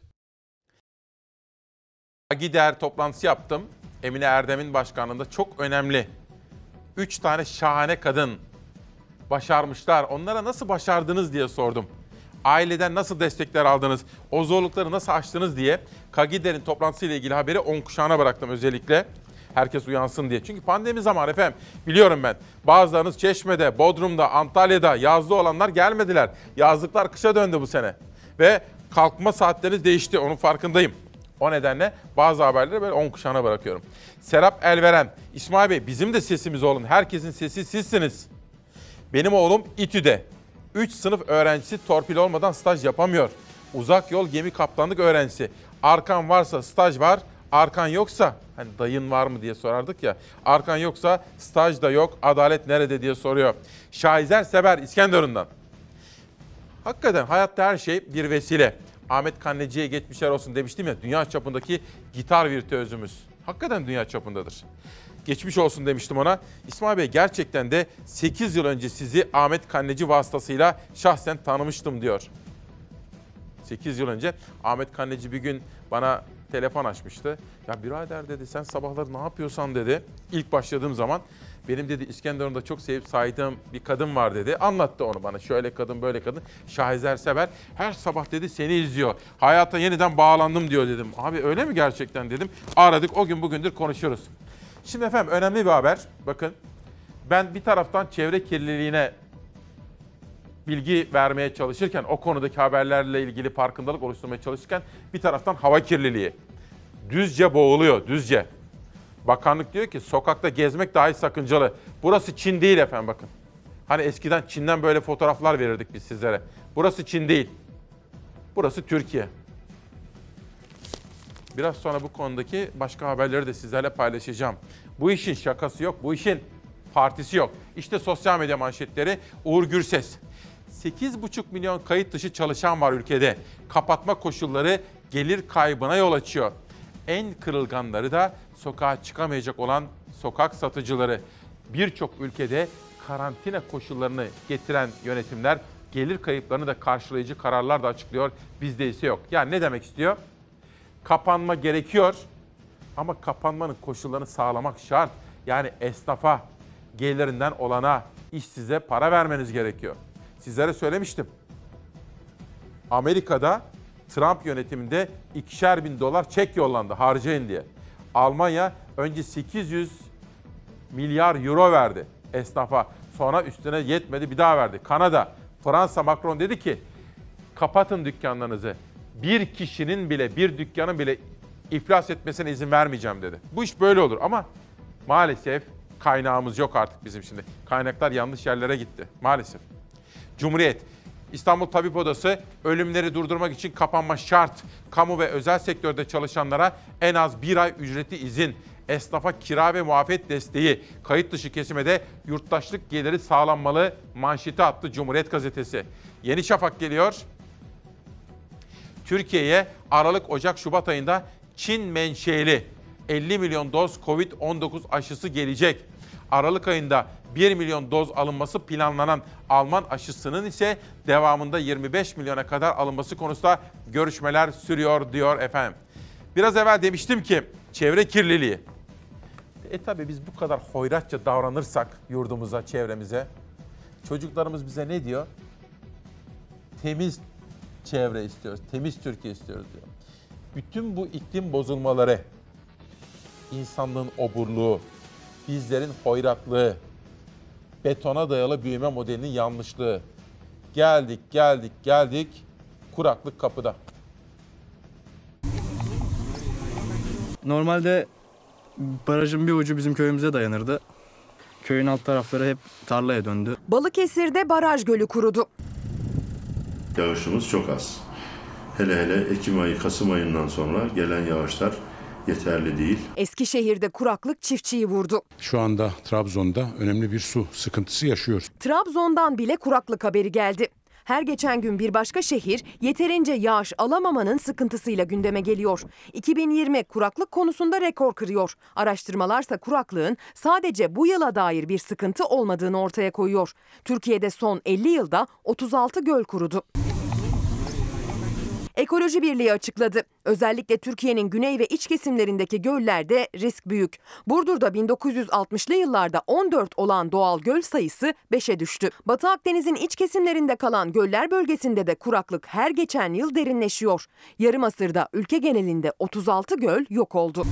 Gider toplantısı yaptım. Emine Erdem'in başkanlığında çok önemli. Üç tane şahane kadın başarmışlar. Onlara nasıl başardınız diye sordum. Aileden nasıl destekler aldınız, o zorlukları nasıl aştınız diye Kagider'in toplantısıyla ilgili haberi on kuşağına bıraktım özellikle. Herkes uyansın diye. Çünkü pandemi zamanı efendim biliyorum ben. Bazılarınız Çeşme'de, Bodrum'da, Antalya'da yazlı olanlar gelmediler. Yazlıklar kışa döndü bu sene. Ve kalkma saatleriniz değişti, onun farkındayım. O nedenle bazı haberleri böyle on kuşağına bırakıyorum. Serap Elveren, İsmail Bey bizim de sesimiz olun. Herkesin sesi sizsiniz. Benim oğlum İTÜ'de. üç sınıf öğrencisi torpil olmadan staj yapamıyor. Uzak yol gemi kaptanlık öğrencisi. Arkan varsa staj var, arkan yoksa, hani dayın var mı diye sorardık ya. Arkan yoksa staj da yok, adalet nerede diye soruyor. Şahizer Sever İskenderun'dan. Hakikaten hayatta her şey bir vesile. Ahmet Kanneci'ye geçmişler olsun demiştim ya, dünya çapındaki gitar virtüözümüz. Hakikaten dünya çapındadır. Geçmiş olsun demiştim ona. İsmail Bey gerçekten de sekiz yıl önce sizi Ahmet Kanneci vasıtasıyla şahsen tanımıştım diyor. sekiz yıl önce Ahmet Kanneci bir gün bana telefon açmıştı. Ya birader dedi, sen sabahları ne yapıyorsan dedi. İlk başladığım zaman benim dedi İskenderun'da çok sevip saydığım bir kadın var dedi. Anlattı onu bana. Şöyle kadın böyle kadın. Şahizer Sever. Her sabah dedi seni izliyor. Hayata yeniden bağlandım diyor dedim. Abi öyle mi gerçekten dedim. Aradık, o gün bugündür konuşuyoruz. Şimdi efendim önemli bir haber. Bakın ben bir taraftan çevre kirliliğine bilgi vermeye çalışırken, o konudaki haberlerle ilgili farkındalık oluşturmaya çalışırken bir taraftan hava kirliliği. Düzce boğuluyor, Düzce. Bakanlık diyor ki sokakta gezmek dahi sakıncalı. Burası Çin değil efendim bakın. Hani eskiden Çin'den böyle fotoğraflar verirdik biz sizlere. Burası Çin değil. Burası Türkiye. Biraz sonra bu konudaki başka haberleri de sizlerle paylaşacağım. Bu işin şakası yok, bu işin partisi yok. İşte sosyal medya manşetleri. Uğur Gürses. sekiz buçuk milyon kayıt dışı çalışan var ülkede. Kapatma koşulları gelir kaybına yol açıyor. En kırılganları da sokağa çıkamayacak olan sokak satıcıları. Birçok ülkede karantina koşullarını getiren yönetimler gelir kayıplarını da karşılayıcı kararlar da açıklıyor. Bizde ise yok. Yani ne demek istiyor? Kapanma gerekiyor ama kapanmanın koşullarını sağlamak şart. Yani esnafa, gelirinden olana, işsize para vermeniz gerekiyor. Sizlere söylemiştim. Amerika'da Trump yönetiminde ikişer bin dolar çek yollandı harcayın diye. Almanya önce sekiz yüz milyar euro verdi esnafa. Sonra üstüne yetmedi, bir daha verdi. Kanada, Fransa, Macron dedi ki kapatın dükkanlarınızı. Bir kişinin bile, bir dükkanın bile iflas etmesine izin vermeyeceğim dedi. Bu iş böyle olur ama maalesef kaynağımız yok artık bizim şimdi. Kaynaklar yanlış yerlere gitti maalesef. Cumhuriyet, İstanbul Tabip Odası ölümleri durdurmak için kapanma şart. Kamu ve özel sektörde çalışanlara en az bir ay ücretli izin. Esnafa kira ve muafiyet desteği. Kayıt dışı kesime de yurttaşlık geliri sağlanmalı manşeti attı Cumhuriyet Gazetesi. Yeni Şafak geliyor. Türkiye'ye Aralık, Ocak, Şubat ayında Çin menşeli elli milyon doz kovid on dokuz aşısı gelecek. Aralık ayında bir milyon doz alınması planlanan Alman aşısının ise devamında yirmi beş milyona kadar alınması konusunda görüşmeler sürüyor diyor efendim. Biraz evvel demiştim ki çevre kirliliği. E tabii biz bu kadar hoyratça davranırsak yurdumuza, çevremize, çocuklarımız bize ne diyor? Temiz çevre istiyoruz, temiz Türkiye istiyoruz diyor. Bütün bu iklim bozulmaları, insanlığın oburluğu, bizlerin hoyratlığı, betona dayalı büyüme modelinin yanlışlığı. Geldik, geldik, geldik, kuraklık kapıda. Normalde barajın bir ucu bizim köyümüze dayanırdı. Köyün alt tarafları hep tarlaya döndü. Balıkesir'de baraj gölü kurudu. Yağışımız çok az. Hele hele Ekim ayı, Kasım ayından sonra gelen yağışlar yeterli değil. Eskişehir'de kuraklık çiftçiyi vurdu. Şu anda Trabzon'da önemli bir su sıkıntısı yaşıyoruz. Trabzon'dan bile kuraklık haberi geldi. Her geçen gün bir başka şehir yeterince yağış alamamanın sıkıntısıyla gündeme geliyor. iki bin yirmi kuraklık konusunda rekor kırıyor. Araştırmalarsa kuraklığın sadece bu yıla dair bir sıkıntı olmadığını ortaya koyuyor. Türkiye'de son elli yılda otuz altı göl kurudu. Ekoloji Birliği açıkladı. Özellikle Türkiye'nin güney ve iç kesimlerindeki göllerde risk büyük. Burdur'da bin dokuz yüz altmışlı yıllarda on dört olan doğal göl sayısı beşe düştü. Batı Akdeniz'in iç kesimlerinde kalan göller bölgesinde de kuraklık her geçen yıl derinleşiyor. Yarım asırda ülke genelinde otuz altı göl yok oldu.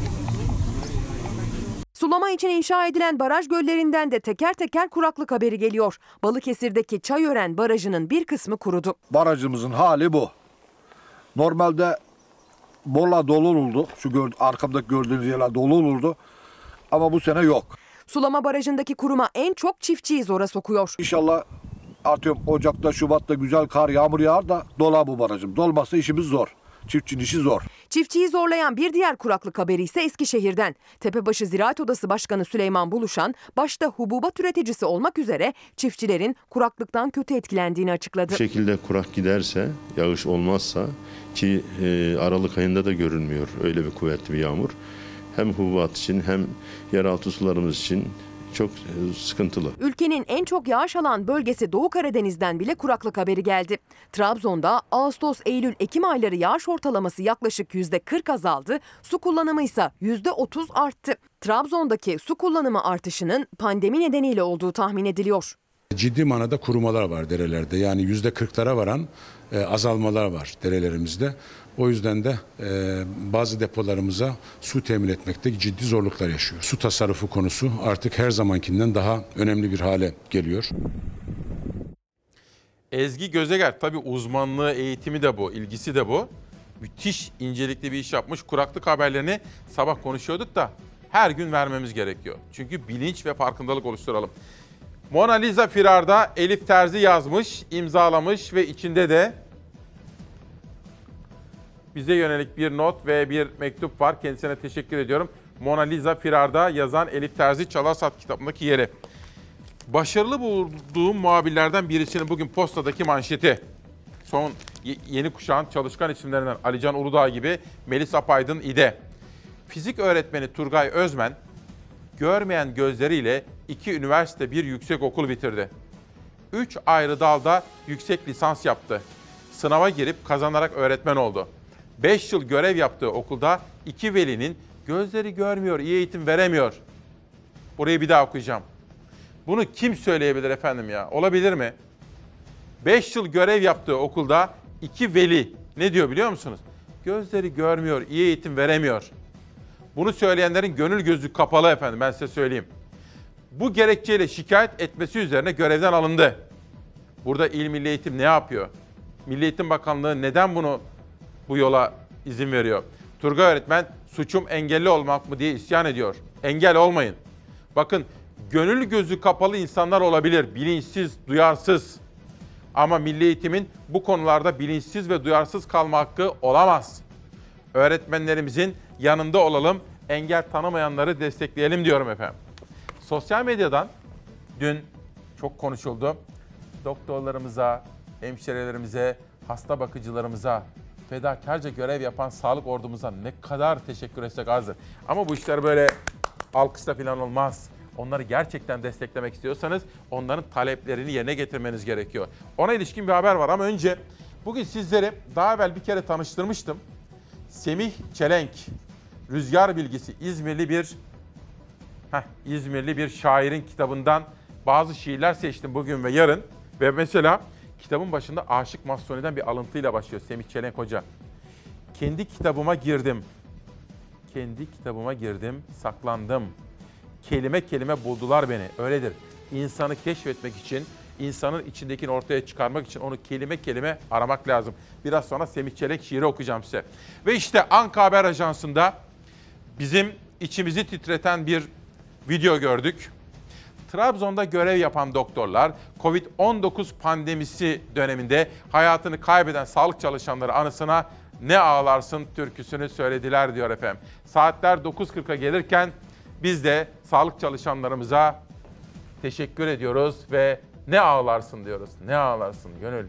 Sulama için inşa edilen baraj göllerinden de teker teker kuraklık haberi geliyor. Balıkesir'deki Çayören Barajı'nın bir kısmı kurudu. Barajımızın hali bu. Normalde bolla dolu olurdu. Şu gör, arkamdaki gördüğünüz yerler dolu olurdu. Ama bu sene yok. Sulama barajındaki kuruma en çok çiftçiyi zora sokuyor. İnşallah atıyorum Ocak'ta, Şubat'ta güzel kar, yağmur yağar da dolar bu barajım. Dolmazsa işimiz zor. Çiftçinin işi zor. Çiftçiyi zorlayan bir diğer kuraklık haberi ise Eskişehir'den. Tepebaşı Ziraat Odası Başkanı Süleyman Buluşan, başta hububat üreticisi olmak üzere çiftçilerin kuraklıktan kötü etkilendiğini açıkladı. Bu şekilde kurak giderse, yağış olmazsa ki e, Aralık ayında da görünmüyor öyle bir kuvvetli bir yağmur. Hem hububat için hem yeraltı sularımız için çok sıkıntılı. Ülkenin en çok yağış alan bölgesi Doğu Karadeniz'den bile kuraklık haberi geldi. Trabzon'da Ağustos, Eylül, Ekim ayları yağış ortalaması yaklaşık yüzde kırk azaldı, su kullanımı ise yüzde otuz arttı. Trabzon'daki su kullanımı artışının pandemi nedeniyle olduğu tahmin ediliyor. Ciddi manada kurumalar var derelerde. Yani yüzde kırklara varan e, azalmalar var derelerimizde. O yüzden de e, bazı depolarımıza su temin etmekte ciddi zorluklar yaşıyor. Su tasarrufu konusu artık her zamankinden daha önemli bir hale geliyor. Ezgi Gözeger tabii uzmanlığı, eğitimi de bu, ilgisi de bu. Müthiş incelikli bir iş yapmış. Kuraklık haberlerini sabah konuşuyorduk da her gün vermemiz gerekiyor. Çünkü bilinç ve farkındalık oluşturalım. Mona Lisa firarda Elif Terzi yazmış, imzalamış ve içinde de bize yönelik bir not ve bir mektup var. Kendisine teşekkür ediyorum. Mona Lisa firarda yazan Elif Terzi Çalarsat kitabındaki yeri. Başarılı bulduğum muhabirlerden birisinin bugün Posta'daki manşeti. Son yeni kuşağın çalışkan isimlerinden Alican Uludağ gibi Melis Apaydın İde. Fizik öğretmeni Turgay Özmen, görmeyen gözleriyle iki üniversite bir yüksek okul bitirdi. Üç ayrı dalda yüksek lisans yaptı. Sınava girip kazanarak öğretmen oldu. Beş yıl görev yaptığı okulda iki velinin gözleri görmüyor, iyi eğitim veremiyor. Burayı bir daha okuyacağım. Bunu kim söyleyebilir efendim ya? Olabilir mi? Beş yıl görev yaptığı okulda iki veli ne diyor biliyor musunuz? Gözleri görmüyor, iyi eğitim veremiyor. Bunu söyleyenlerin gönül gözü kapalı efendim, ben size söyleyeyim. Bu gerekçeyle şikayet etmesi üzerine görevden alındı. Burada İl Milli Eğitim ne yapıyor? Milli Eğitim Bakanlığı neden bunu bu yola izin veriyor? Turgay öğretmen suçum engelli olmak mı diye isyan ediyor. Engel olmayın. Bakın gönül gözü kapalı insanlar olabilir, bilinçsiz, duyarsız. Ama Milli Eğitim'in bu konularda bilinçsiz ve duyarsız kalma hakkı olamaz. Öğretmenlerimizin yanında olalım, engel tanımayanları destekleyelim diyorum efendim. Sosyal medyadan dün çok konuşuldu. Doktorlarımıza, hemşirelerimize, hasta bakıcılarımıza, fedakarca görev yapan sağlık ordumuza ne kadar teşekkür etsek azdır. Ama bu işler böyle alkışla falan olmaz. Onları gerçekten desteklemek istiyorsanız onların taleplerini yerine getirmeniz gerekiyor. Ona ilişkin bir haber var ama önce bugün sizleri daha evvel bir kere tanıştırmıştım. Semih Çelenk, Rüzgar Bilgisi İzmirli bir heh, İzmirli bir şairin kitabından bazı şiirler seçtim bugün ve yarın. Ve mesela kitabın başında Aşık Mahsuni'den bir alıntıyla başlıyor Semih Çelenk Hoca. Kendi kitabıma girdim. Kendi kitabıma girdim, saklandım. Kelime kelime buldular beni. Öyledir. İnsanı keşfetmek için, insanın içindekini ortaya çıkarmak için onu kelime kelime aramak lazım. Biraz sonra Semih Çelenk şiiri okuyacağım size. Ve işte Anka Haber Ajansı'nda bizim içimizi titreten bir video gördük. Trabzon'da görev yapan doktorlar kovid on dokuz pandemisi döneminde hayatını kaybeden sağlık çalışanları anısına "Ne ağlarsın" türküsünü söylediler diyor efendim. Saatler dokuz kırka gelirken biz de sağlık çalışanlarımıza teşekkür ediyoruz ve "Ne ağlarsın" diyoruz. Ne ağlarsın gönül.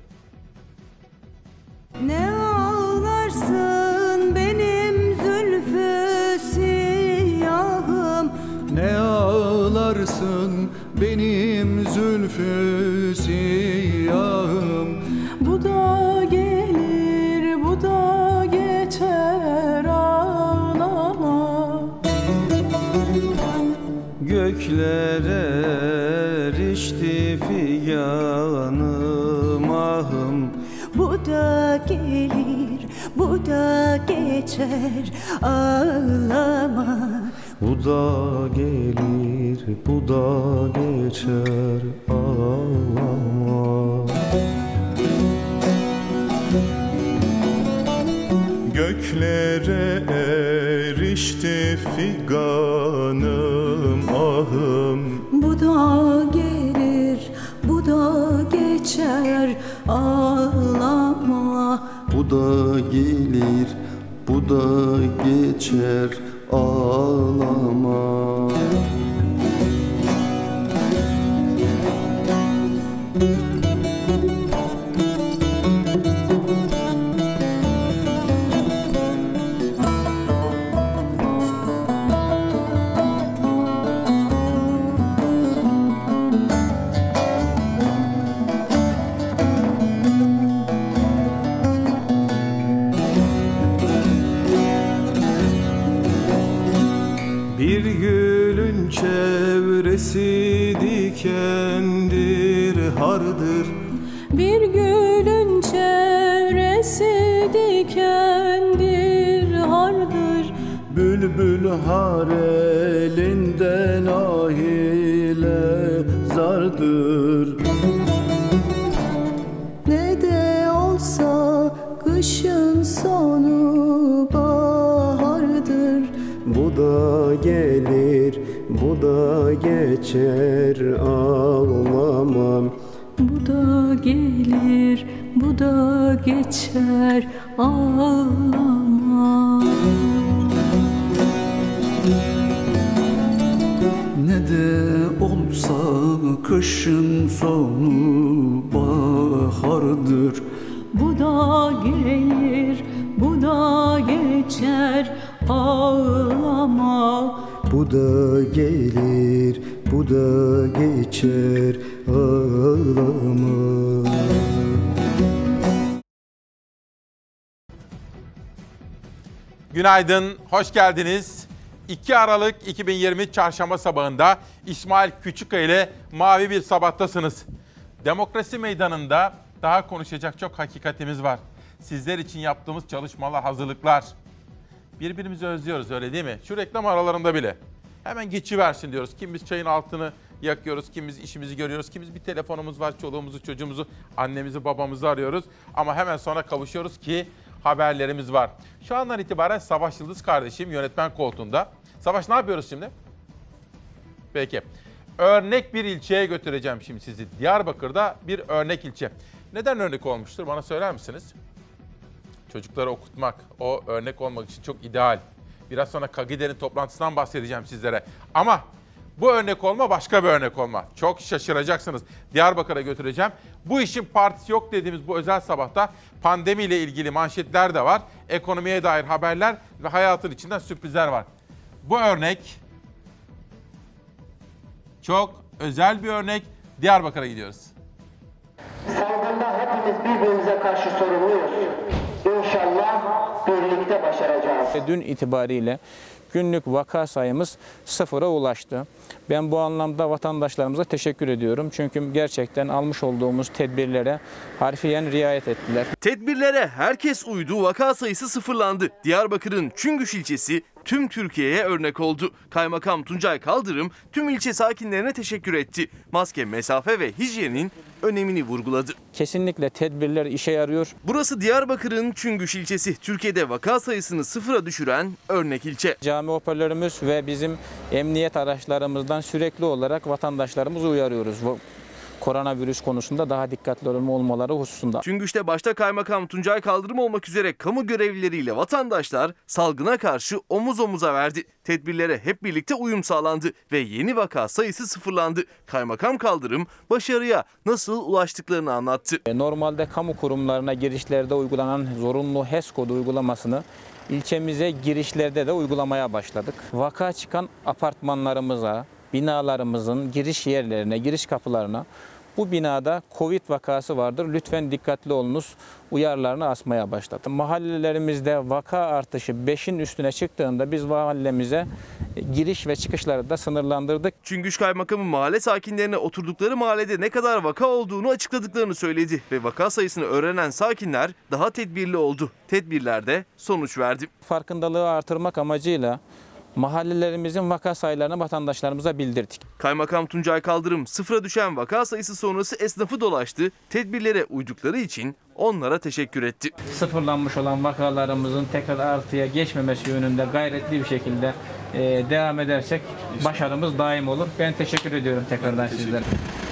Ne ağlarsın benim zülfü siyahım, ne ağlarsın benim zülfü siyahım. bu da gelir bu da geçer ağlama. Göklere erişti figanım ahım, bu da gelir bu da geçer ağlama. bu da gelir bu da geçer ağlama. Göklere erişti figanım ahım, Bu da gelir bu da geçer ağlama. bu da gelir bu da geçer ağlama. Bir gülün çevresi dikendir, hardır. Bir gülün çevresi dikendir, hardır. Bülbül har elinden ahile zardır. Ne de olsa kışın sonu bahardır. Bu da gelir, bu da geçer ağlamam. Bu da gelir, bu da geçer ağlama. Ne de olsa kışın sonu bahardır. Bu da gelir, bu da geçer ağlama. Bu da gelir, bu da geçer ağlama. Günaydın, hoş geldiniz. iki Aralık iki bin yirmi Çarşamba sabahında İsmail Küçükkaya ile Mavi Bir Sabah'tasınız. Demokrasi Meydanı'nda daha konuşacak çok hakikatimiz var. Sizler için yaptığımız çalışmalar, hazırlıklar. Birbirimizi özlüyoruz, öyle değil mi? Şu reklam aralarında bile. Hemen geçiversin diyoruz. Kim biz çayın altını yakıyoruz, kim biz işimizi görüyoruz, kim biz bir telefonumuz var, çoluğumuzu, çocuğumuzu, annemizi, babamızı arıyoruz. Ama hemen sonra kavuşuyoruz ki haberlerimiz var. Şu andan itibaren Savaş Yıldız kardeşim yönetmen koltuğunda. Savaş, ne yapıyoruz şimdi? Peki. Örnek bir ilçeye götüreceğim şimdi sizi. Diyarbakır'da bir örnek ilçe. Neden örnek olmuştur? Bana söyler misiniz? Çocukları okutmak, o örnek olmak için çok ideal. Biraz sonra KAGİDE'nin toplantısından bahsedeceğim sizlere. Ama bu örnek olma başka bir örnek olma. Çok şaşıracaksınız. Diyarbakır'a götüreceğim. Bu işin partisi yok dediğimiz bu özel sabahta pandemiyle ilgili manşetler de var. Ekonomiye dair haberler ve hayatın içinden sürprizler var. Bu örnek çok özel bir örnek. Diyarbakır'a gidiyoruz. Salgında hepimiz birbirimize karşı sorumluyuz. İnşallah birlikte başaracağız. Dün itibariyle günlük vaka sayımız sıfıra ulaştı. Ben bu anlamda vatandaşlarımıza teşekkür ediyorum. Çünkü gerçekten almış olduğumuz tedbirlere harfiyen riayet ettiler. Tedbirlere herkes uydu, vaka sayısı sıfırlandı. Diyarbakır'ın Çüngüş ilçesi tüm Türkiye'ye örnek oldu. Kaymakam Tuncay Kaldırım tüm ilçe sakinlerine teşekkür etti. Maske, mesafe ve hijyenin önemini vurguladı. Kesinlikle tedbirler işe yarıyor. Burası Diyarbakır'ın Çüngüş ilçesi. Türkiye'de vaka sayısını sıfıra düşüren örnek ilçe. Cami hoparlörümüz ve bizim emniyet araçlarımızdan sürekli olarak vatandaşlarımızı uyarıyoruz. Bu koronavirüs konusunda daha dikkatli olmaları hususunda. Çüngüş'te başta Kaymakam Tuncay Kaldırım olmak üzere kamu görevlileriyle vatandaşlar salgına karşı omuz omuza verdi. Tedbirlere hep birlikte uyum sağlandı ve yeni vaka sayısı sıfırlandı. Kaymakam Kaldırım başarıya nasıl ulaştıklarını anlattı. Normalde kamu kurumlarına girişlerde uygulanan zorunlu H E S kodu uygulamasını ilçemize girişlerde de uygulamaya başladık. Vaka çıkan apartmanlarımıza, binalarımızın giriş yerlerine, giriş kapılarına bu binada Covid vakası vardır, lütfen dikkatli olunuz uyarılarını asmaya başladı. Mahallelerimizde vaka artışı beşin üstüne çıktığında biz mahallemize giriş ve çıkışları da sınırlandırdık. Çüngüş Kaymakamı mahalle sakinlerine oturdukları mahallede ne kadar vaka olduğunu açıkladıklarını söyledi ve vaka sayısını öğrenen sakinler daha tedbirli oldu. Tedbirler de sonuç verdi. Farkındalığı artırmak amacıyla mahallelerimizin vaka sayılarını vatandaşlarımıza bildirdik. Kaymakam Tuncay Kaldırım sıfıra düşen vaka sayısı sonrası esnafı dolaştı. Tedbirlere uydukları için onlara teşekkür etti. Sıfırlanmış olan vakalarımızın tekrar artıya geçmemesi yönünde gayretli bir şekilde e, devam edersek başarımız daim olur. Ben teşekkür ediyorum tekrardan sizlere.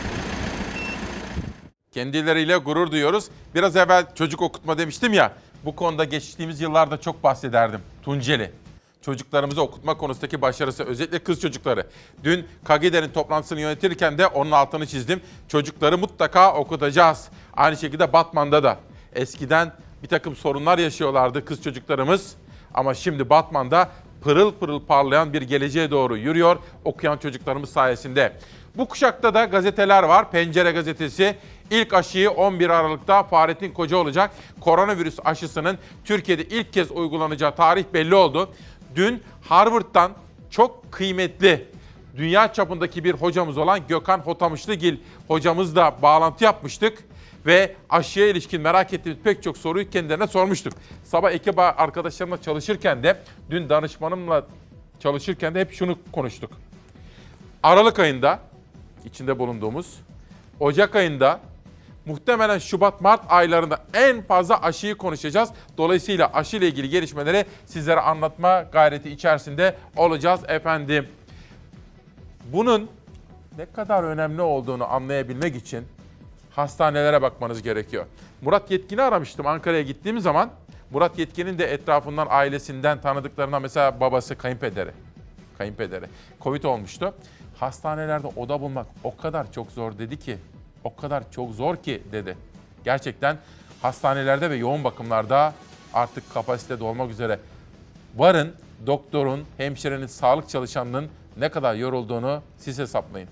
Kendileriyle gurur duyuyoruz. Biraz evvel çocuk okutma demiştim ya, bu konuda geçtiğimiz yıllarda çok bahsederdim. Tunceli. Çocuklarımızı okutma konusundaki başarısı, özellikle kız çocukları. Dün KAGİDER'in toplantısını yönetirken de onun altını çizdim. Çocukları mutlaka okutacağız. Aynı şekilde Batman'da da. Eskiden bir takım sorunlar yaşıyorlardı kız çocuklarımız. Ama şimdi Batman'da pırıl pırıl parlayan bir geleceğe doğru yürüyor okuyan çocuklarımız sayesinde. Bu kuşakta da gazeteler var. Pencere gazetesi ilk aşıyı on bir Aralık'ta Fahrettin Koca olacak. Koronavirüs aşısının Türkiye'de ilk kez uygulanacağı tarih belli oldu. Dün Harvard'dan çok kıymetli, dünya çapındaki bir hocamız olan Gökhan Hotamışlıgil hocamızla bağlantı yapmıştık. Ve aşıya ilişkin merak ettiğimiz pek çok soruyu kendilerine sormuştuk. Sabah ekip arkadaşlarımla çalışırken de, dün danışmanımla çalışırken de hep şunu konuştuk. Aralık ayında, içinde bulunduğumuz, Ocak ayında, muhtemelen Şubat-Mart aylarında en fazla aşıyı konuşacağız. Dolayısıyla aşı ile ilgili gelişmeleri sizlere anlatma gayreti içerisinde olacağız efendim. Bunun ne kadar önemli olduğunu anlayabilmek için hastanelere bakmanız gerekiyor. Murat Yetkin'i aramıştım Ankara'ya gittiğim zaman. Murat Yetkin'in de etrafından, ailesinden, tanıdıklarına, mesela babası, kayınpederi, kayınpederi Covid olmuştu. Hastanelerde oda bulmak o kadar çok zor dedi ki, o kadar çok zor ki dedi. Gerçekten hastanelerde ve yoğun bakımlarda artık kapasite dolmak üzere. Varın, doktorun, hemşirenin, sağlık çalışanının ne kadar yorulduğunu siz hesaplayın.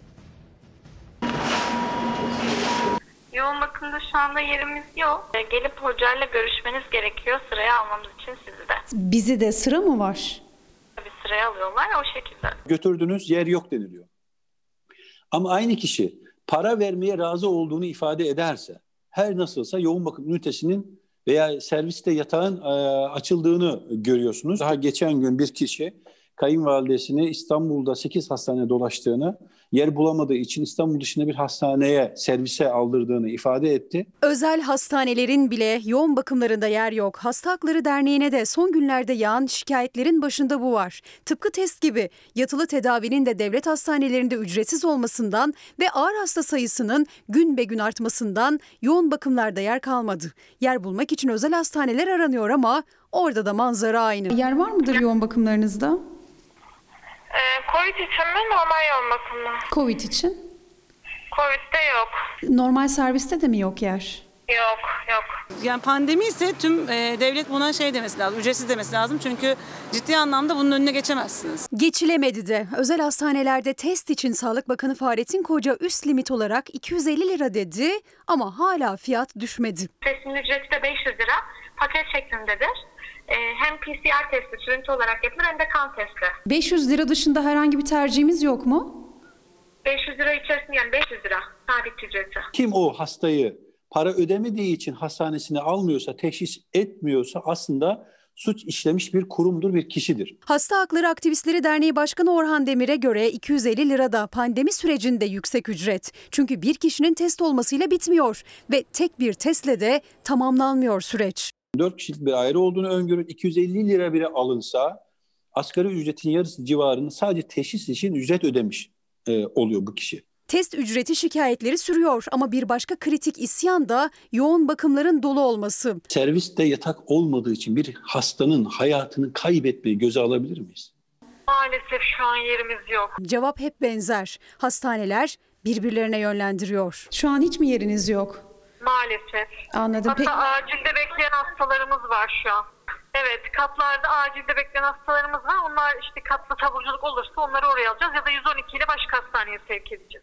Yoğun bakımda şu anda yerimiz yok. Gelip hocayla görüşmeniz gerekiyor sıraya almamız için sizi de. Bizi de sıra mı var? Tabii sıraya alıyorlar o şekilde. Götürdüğünüz yer yok deniliyor. Ama aynı kişi para vermeye razı olduğunu ifade ederse, her nasılsa yoğun bakım ünitesinin veya serviste yatağın e, açıldığını görüyorsunuz. Daha geçen gün bir kişi kayınvalidesini İstanbul'da sekiz hastane dolaştığını, yer bulamadığı için İstanbul dışında bir hastaneye servise aldırdığını ifade etti. Özel hastanelerin bile yoğun bakımlarında yer yok. Hasta Hakları Derneği'ne de son günlerde yağan şikayetlerin başında bu var. Tıpkı test gibi yatılı tedavinin de devlet hastanelerinde ücretsiz olmasından ve ağır hasta sayısının gün be gün artmasından yoğun bakımlarda yer kalmadı. Yer bulmak için özel hastaneler aranıyor ama orada da manzara aynı. Yer var mıdır yoğun bakımlarınızda? Covid için mi, normal yoğun bakım mı? Covid için? Covid'de yok. Normal serviste de mi yok yer? Yok, yok. Yani pandemi ise tüm e, devlet buna şey demesi lazım, ücretsiz demesi lazım. Çünkü ciddi anlamda bunun önüne geçemezsiniz. Geçilemedi de. Özel hastanelerde test için Sağlık Bakanı Fahrettin Koca üst limit olarak iki yüz elli lira dedi ama hala fiyat düşmedi. Testin ücreti de beş yüz lira, paket şeklindedir. Hem P C R testi sürüntü olarak yapılır hem de kan testi. beş yüz lira dışında herhangi bir tercihimiz yok mu? beş yüz lira içerisinde, yani beş yüz lira sabit ücreti. Kim o hastayı para ödemediği için hastanesine almıyorsa, teşhis etmiyorsa aslında suç işlemiş bir kurumdur, bir kişidir. Hasta Hakları Aktivistleri Derneği Başkanı Orhan Demir'e göre iki yüz elli lirada pandemi sürecinde yüksek ücret. Çünkü bir kişinin test olmasıyla bitmiyor ve tek bir testle de tamamlanmıyor süreç. dört kişilik bir aile olduğunu öngörün, iki yüz elli lira bile alınsa asgari ücretin yarısı civarını sadece teşhis için ücret ödemiş e, oluyor bu kişi. Test ücreti şikayetleri sürüyor ama bir başka kritik isyan da yoğun bakımların dolu olması. Serviste yatak olmadığı için bir hastanın hayatını kaybetmeyi göze alabilir miyiz? Maalesef şu an yerimiz yok. Cevap hep benzer. Hastaneler birbirlerine yönlendiriyor. Şu an hiç mi yeriniz yok? Maalesef. Anladım. Hatta Peki, acilde bekleyen hastalarımız var şu an. Evet, katlarda acilde bekleyen hastalarımız var. Onlar işte katlı taburculuk olursa onları oraya alacağız ya da yüz on iki ile başka hastaneye sevk edeceğiz.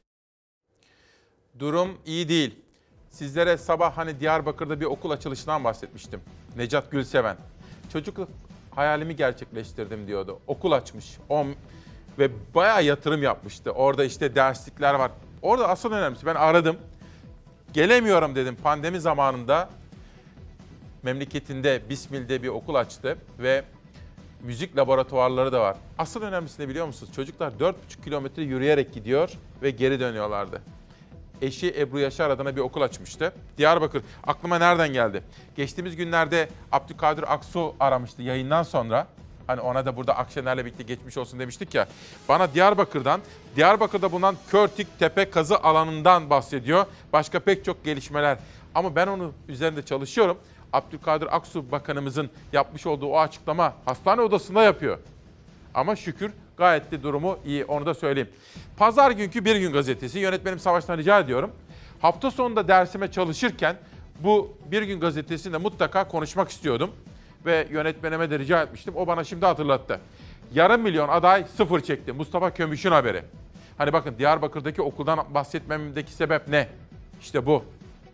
Durum iyi değil. Sizlere sabah hani Diyarbakır'da bir okul açılışından bahsetmiştim. Necat Gülseven. Çocukluk hayalimi gerçekleştirdim diyordu. Okul açmış. On ve bayağı yatırım yapmıştı. Orada işte derslikler var. Orada asıl önemlisi ben aradım. Gelemiyorum dedim pandemi zamanında. Memleketinde Bismil'de bir okul açtı ve müzik laboratuvarları da var. Asıl önemlisi ne biliyor musunuz? Çocuklar dört buçuk kilometre yürüyerek gidiyor ve geri dönüyorlardı. Eşi Ebru Yaşar adına bir okul açmıştı. Diyarbakır. Aklıma nereden geldi? Geçtiğimiz günlerde Abdülkadir Aksu aramıştı yayından sonra. Hani ona da burada Akşener'le birlikte geçmiş olsun demiştik ya. Bana Diyarbakır'dan, Diyarbakır'da bulunan Körtik Tepe kazı alanından bahsediyor. Başka pek çok gelişmeler. Ama ben onun üzerinde çalışıyorum. Abdülkadir Aksu Bakanımızın yapmış olduğu o açıklama hastane odasında yapıyor. Ama şükür gayet de durumu iyi, onu da söyleyeyim. Pazar günkü Bir Gün Gazetesi, yönetmenim Savaş'tan rica ediyorum. Hafta sonunda dersime çalışırken bu Bir Gün Gazetesi'nde mutlaka konuşmak istiyordum. Ve yönetmenime de rica etmiştim, o bana şimdi hatırlattı. Yarım milyon aday sıfır çekti, Mustafa Kömüş'ün haberi. Hani bakın Diyarbakır'daki okuldan bahsetmemdeki sebep ne? İşte bu.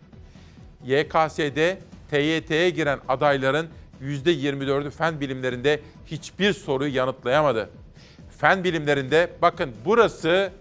Y K S'de T Y T'ye giren adayların yüzde yirmi dördü fen bilimlerinde hiçbir soruyu yanıtlayamadı. Fen bilimlerinde bakın burası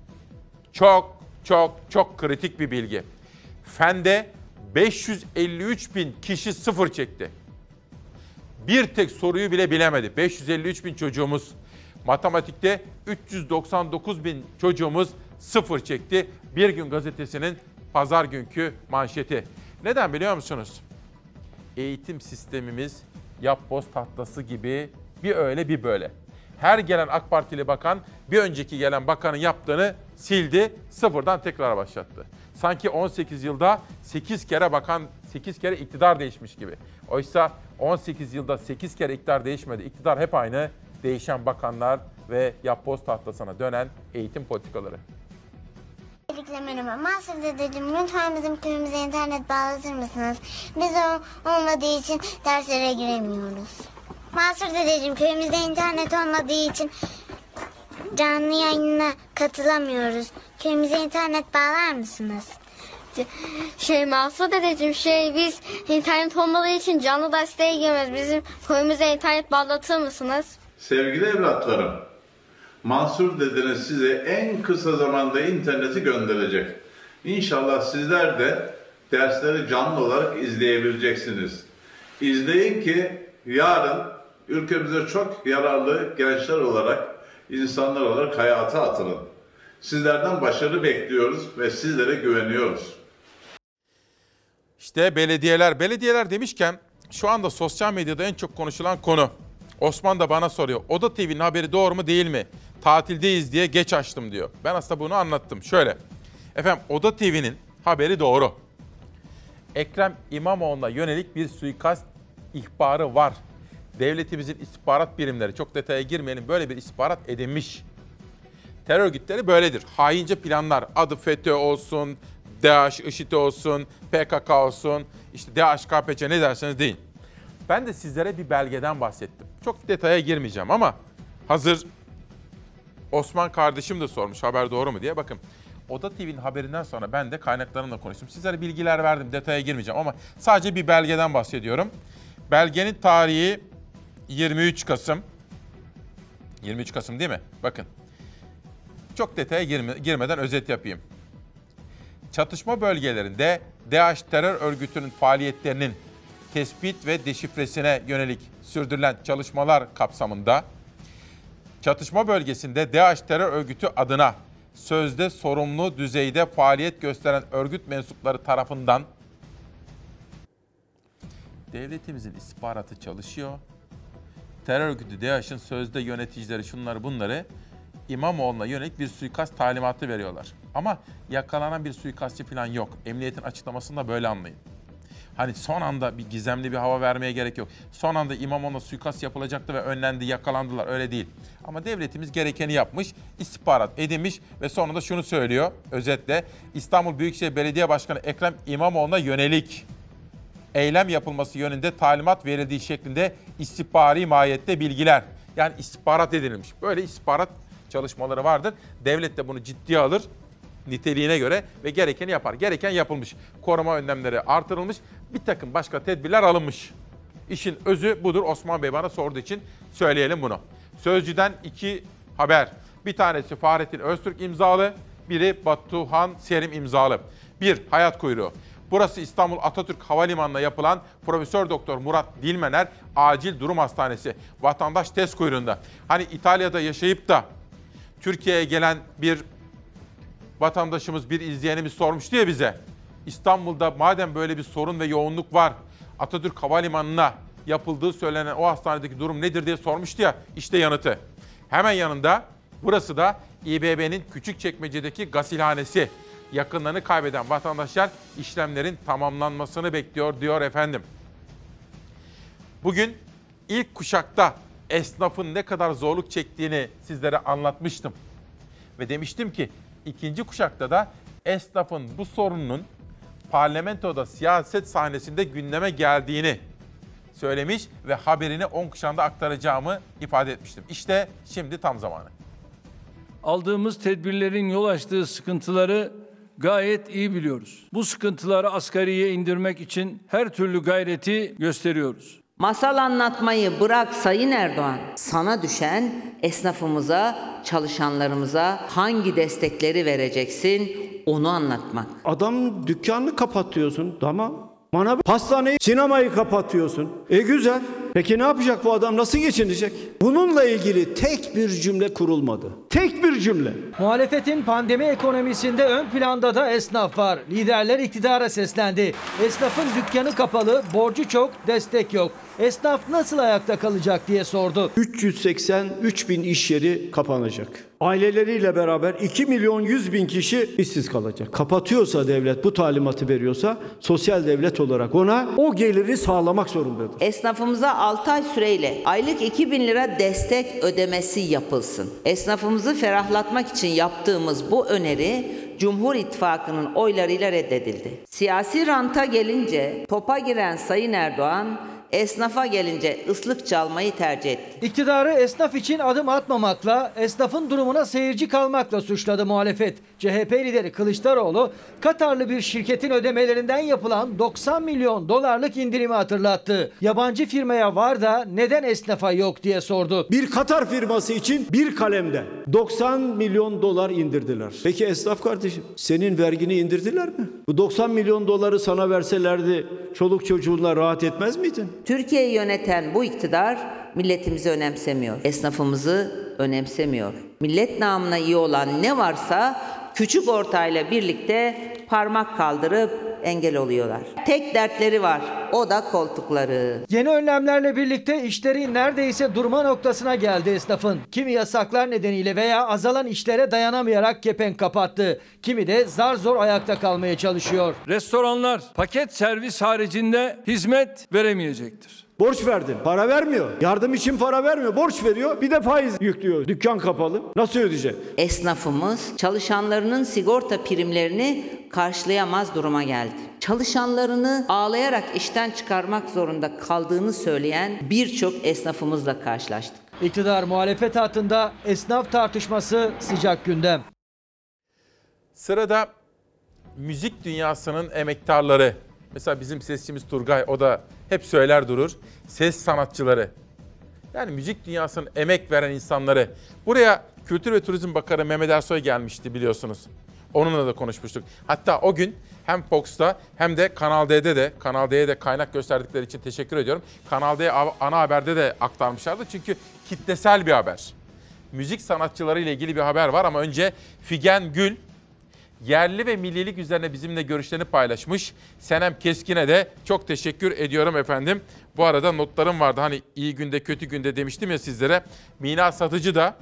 çok çok çok kritik bir bilgi. Fende beş yüz elli üç bin kişi sıfır çekti. Bir tek soruyu bile bilemedi. beş yüz elli üç bin çocuğumuz. Matematikte üç yüz doksan dokuz bin çocuğumuz sıfır çekti. Bir Gün Gazetesi'nin pazar günkü manşeti. Neden biliyor musunuz? Eğitim sistemimiz yapboz tahtası gibi bir öyle bir böyle. Her gelen AK Partili bakan bir önceki gelen bakanın yaptığını sildi, sıfırdan tekrar başlattı. Sanki on sekiz yılda sekiz kere bakan, sekiz kere iktidar değişmiş gibi. Oysa on sekiz yılda sekiz kere iktidar değişmedi. İktidar hep aynı, değişen bakanlar ve yapboz tahtasına dönen eğitim politikaları. Öncelikle merhaba. Mansur dedeciğim, lütfen bizim köyümüze internet bağlatır mısınız? Biz o olmadığı için derslere giremiyoruz. Mansur dedeciğim, köyümüzde internet olmadığı için canlı yayına katılamıyoruz. Köyümüze internet bağlar mısınız? Şey Mansur dedeciğim, şey biz internet olmadığı için canlı derslere giremiyoruz. Bizim köyümüze internet bağlatır mısınız? Sevgili evlatlarım, Mansur dedeniz size en kısa zamanda interneti gönderecek. İnşallah sizler de dersleri canlı olarak izleyebileceksiniz. İzleyin ki yarın ülkemize çok yararlı gençler olarak, insanlar olarak hayata atılın. Sizlerden başarı bekliyoruz ve sizlere güveniyoruz. İşte belediyeler, belediyeler demişken şu anda sosyal medyada en çok konuşulan konu. Osman da bana soruyor. Oda T V'nin haberi doğru mu değil mi? Tatildeyiz diye geç açtım diyor. Ben aslında bunu anlattım. Şöyle. Efendim Oda T V'nin haberi doğru. Ekrem İmamoğlu'na yönelik bir suikast ihbarı var. Devletimizin istihbarat birimleri, çok detaya girmeyelim, böyle bir istihbarat edinmiş. Terör örgütleri böyledir. Haince planlar, adı FETÖ olsun, DAEŞ, IŞİD olsun, P K K olsun, işte DAEŞ, K P C ne derseniz deyin. Ben de sizlere bir belgeden bahsettim. Çok detaya girmeyeceğim ama hazır Osman kardeşim de sormuş haber doğru mu diye. Bakın Oda T V'nin haberinden sonra ben de kaynaklarımla konuştum. Sizlere bilgiler verdim, detaya girmeyeceğim ama sadece bir belgeden bahsediyorum. Belgenin tarihi yirmi üç Kasım. yirmi üç Kasım değil mi? Bakın. Çok detaya girme, girmeden özet yapayım. Çatışma bölgelerinde DAEŞ terör örgütünün faaliyetlerinin tespit ve deşifresine yönelik sürdürülen çalışmalar kapsamında çatışma bölgesinde DAEŞ terör örgütü adına sözde sorumlu düzeyde faaliyet gösteren örgüt mensupları tarafından devletimizin istihbaratı çalışıyor. Terör örgütü DAEŞ'in sözde yöneticileri şunları bunları İmamoğlu'na yönelik bir suikast talimatı veriyorlar. Ama yakalanan bir suikastçı falan yok. Emniyetin açıklamasında böyle anlayın. Hani son anda bir gizemli bir hava vermeye gerek yok. Son anda İmamoğlu'na suikast yapılacaktı ve önlendi, yakalandılar. Öyle değil. Ama devletimiz gerekeni yapmış, istihbarat edinmiş ve sonunda şunu söylüyor. Özetle İstanbul Büyükşehir Belediye Başkanı Ekrem İmamoğlu'na yönelik eylem yapılması yönünde talimat verildiği şeklinde istihbari mahiyette bilgiler. Yani istihbarat edinilmiş. Böyle istihbarat çalışmaları vardır. Devlet de bunu ciddiye alır niteliğine göre ve gerekeni yapar. Gereken yapılmış. Koruma önlemleri artırılmış. Bir takım başka tedbirler alınmış. İşin özü budur. Osman Bey bana sorduğu için söyleyelim bunu. Sözcü'den iki haber. Bir tanesi Fahrettin Öztürk imzalı, biri Batuhan Serim imzalı. Bir, hayat kuyruğu. Burası İstanbul Atatürk Havalimanı'na yapılan Profesör Doktor Murat Dilmener Acil Durum Hastanesi. Vatandaş test kuyruğunda. Hani İtalya'da yaşayıp da Türkiye'ye gelen bir vatandaşımız, bir izleyenimiz sormuştu ya bize. İstanbul'da madem böyle bir sorun ve yoğunluk var, Atatürk Havalimanı'na yapıldığı söylenen o hastanedeki durum nedir diye sormuştu ya. İşte yanıtı. Hemen yanında burası da İBB'nin Küçükçekmece'deki gasilhanesi. Yakınlarını kaybeden vatandaşlar işlemlerin tamamlanmasını bekliyor diyor efendim. Bugün ilk kuşakta esnafın ne kadar zorluk çektiğini sizlere anlatmıştım. Ve demiştim ki ikinci kuşakta da esnafın bu sorunun parlamentoda siyaset sahnesinde gündeme geldiğini söylemiş ve haberini on kuşağında aktaracağımı ifade etmiştim. İşte şimdi tam zamanı. Aldığımız tedbirlerin yol açtığı sıkıntıları gayet iyi biliyoruz. Bu sıkıntıları asgariye indirmek için her türlü gayreti gösteriyoruz. Masal anlatmayı bırak Sayın Erdoğan. Sana düşen esnafımıza, çalışanlarımıza hangi destekleri vereceksin onu anlatmak. Adam dükkanını kapatıyorsun, tamam. Manav pastaneyi, sinemayı kapatıyorsun. E güzel. Peki ne yapacak bu adam? Nasıl geçinecek? Bununla ilgili tek bir cümle kurulmadı. Tek bir cümle. Muhalefetin pandemi ekonomisinde ön planda da esnaf var. Liderler iktidara seslendi. Esnafın dükkanı kapalı, borcu çok, destek yok. Esnaf nasıl ayakta kalacak diye sordu. üç yüz seksen üç bin iş yeri kapanacak. Aileleriyle beraber iki milyon yüz bin kişi işsiz kalacak. Kapatıyorsa devlet, bu talimatı veriyorsa sosyal devlet olarak ona o geliri sağlamak zorundadır. Esnafımıza altı ay süreyle aylık iki bin lira destek ödemesi yapılsın. Esnafımızı ferahlatmak için yaptığımız bu öneri Cumhur İttifakı'nın oylarıyla reddedildi. Siyasi ranta gelince topa giren Sayın Erdoğan, esnafa gelince ıslık çalmayı tercih etti. İktidarı esnaf için adım atmamakla, esnafın durumuna seyirci kalmakla suçladı muhalefet. C H P lideri Kılıçdaroğlu, Katarlı bir şirketin ödemelerinden yapılan doksan milyon dolarlık indirimi hatırlattı. Yabancı firmaya var da neden esnafa yok diye sordu. Bir Katar firması için bir kalemde doksan milyon dolar indirdiler. Peki esnaf kardeşim, senin vergini indirdiler mi? Bu doksan milyon doları sana verselerdi çoluk çocuğunla rahat etmez miydin? Türkiye'yi yöneten bu iktidar milletimizi önemsemiyor. Esnafımızı önemsemiyor. Millet namına iyi olan ne varsa küçük ortayla birlikte parmak kaldırıp engel oluyorlar. Tek dertleri var, o da koltukları. Yeni önlemlerle birlikte işleri neredeyse durma noktasına geldi esnafın. Kimi yasaklar nedeniyle veya azalan işlere dayanamayarak kepenk kapattı. Kimi de zar zor ayakta kalmaya çalışıyor. Restoranlar paket servis haricinde hizmet veremeyecektir. Borç verdin, para vermiyor. Yardım için para vermiyor, borç veriyor. Bir de faiz yüklüyor. Dükkan kapalı. Nasıl ödeyecek? Esnafımız çalışanlarının sigorta primlerini karşılayamaz duruma geldi. Çalışanlarını ağlayarak işten çıkarmak zorunda kaldığını söyleyen birçok esnafımızla karşılaştık. İktidar muhalefet hattında esnaf tartışması sıcak gündem. Sırada müzik dünyasının emektarları. Mesela bizim sesçimiz Turgay, o da hep söyler durur. Ses sanatçıları. Yani müzik dünyasının emek veren insanları. Buraya Kültür ve Turizm Bakanı Mehmet Ersoy gelmişti biliyorsunuz. Onunla da konuşmuştuk. Hatta o gün hem Fox'ta hem de Kanal D'de de, Kanal D'ye de kaynak gösterdikleri için teşekkür ediyorum. Kanal D ana haberde de aktarmışlardı çünkü kitlesel bir haber. Müzik sanatçıları ile ilgili bir haber var ama önce Figen Gül yerli ve millilik üzerine bizimle görüşlerini paylaşmış. Senem Keskin'e de çok teşekkür ediyorum efendim. Bu arada notlarım vardı. Hani iyi günde kötü günde demiştim ya sizlere. Mina Satıcı da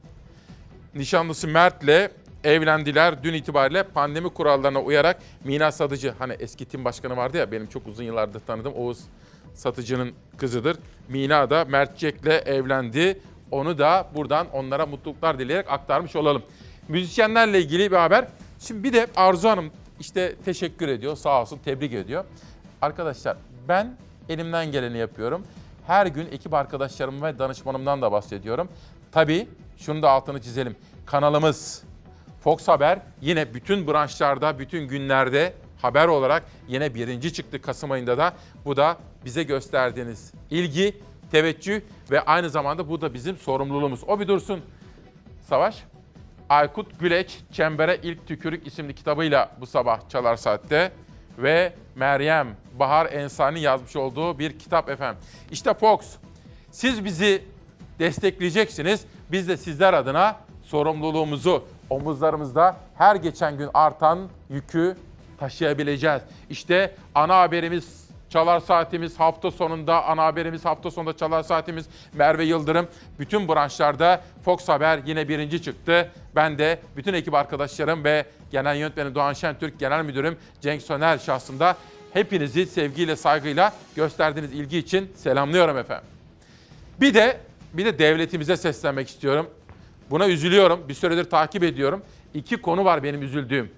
nişanlısı Mert'le evlendiler. Dün itibariyle pandemi kurallarına uyarak Mina Satıcı, hani eski tim başkanı vardı ya, benim çok uzun yıllardır tanıdığım Oğuz Satıcı'nın kızıdır. Mina da Mert Cek'le evlendi. Onu da buradan onlara mutluluklar dileyerek aktarmış olalım. Müzisyenlerle ilgili bir haber. Şimdi bir de Arzu Hanım işte teşekkür ediyor, sağ olsun, tebrik ediyor. Arkadaşlar ben elimden geleni yapıyorum. Her gün ekip arkadaşlarım ve danışmanımdan da bahsediyorum. Tabii şunu da altını çizelim. Kanalımız Fox Haber yine bütün branşlarda, bütün günlerde haber olarak yine birinci çıktı Kasım ayında da. Bu da bize gösterdiğiniz ilgi, teveccüh ve aynı zamanda bu da bizim sorumluluğumuz. O bir dursun Savaş. Aykut Güleç, Çembere İlk Tükürük isimli kitabıyla bu sabah Çalar Saat'te ve Meryem Bahar Ensani yazmış olduğu bir kitap efendim. İşte Fox, siz bizi destekleyeceksiniz. Biz de sizler adına sorumluluğumuzu omuzlarımızda her geçen gün artan yükü taşıyabileceğiz. İşte ana haberimiz Çalar Saatimiz hafta sonunda, ana haberimiz hafta sonunda Çalar Saatimiz Merve Yıldırım. Bütün branşlarda Fox Haber yine birinci çıktı. Ben de bütün ekip arkadaşlarım ve genel yönetmenim Doğan Şentürk, genel müdürüm Cenk Soner şahsında hepinizi sevgiyle, saygıyla gösterdiğiniz ilgi için selamlıyorum efendim. Bir de bir de devletimize seslenmek istiyorum. Buna üzülüyorum. Bir süredir takip ediyorum. İki konu var benim üzüldüğüm.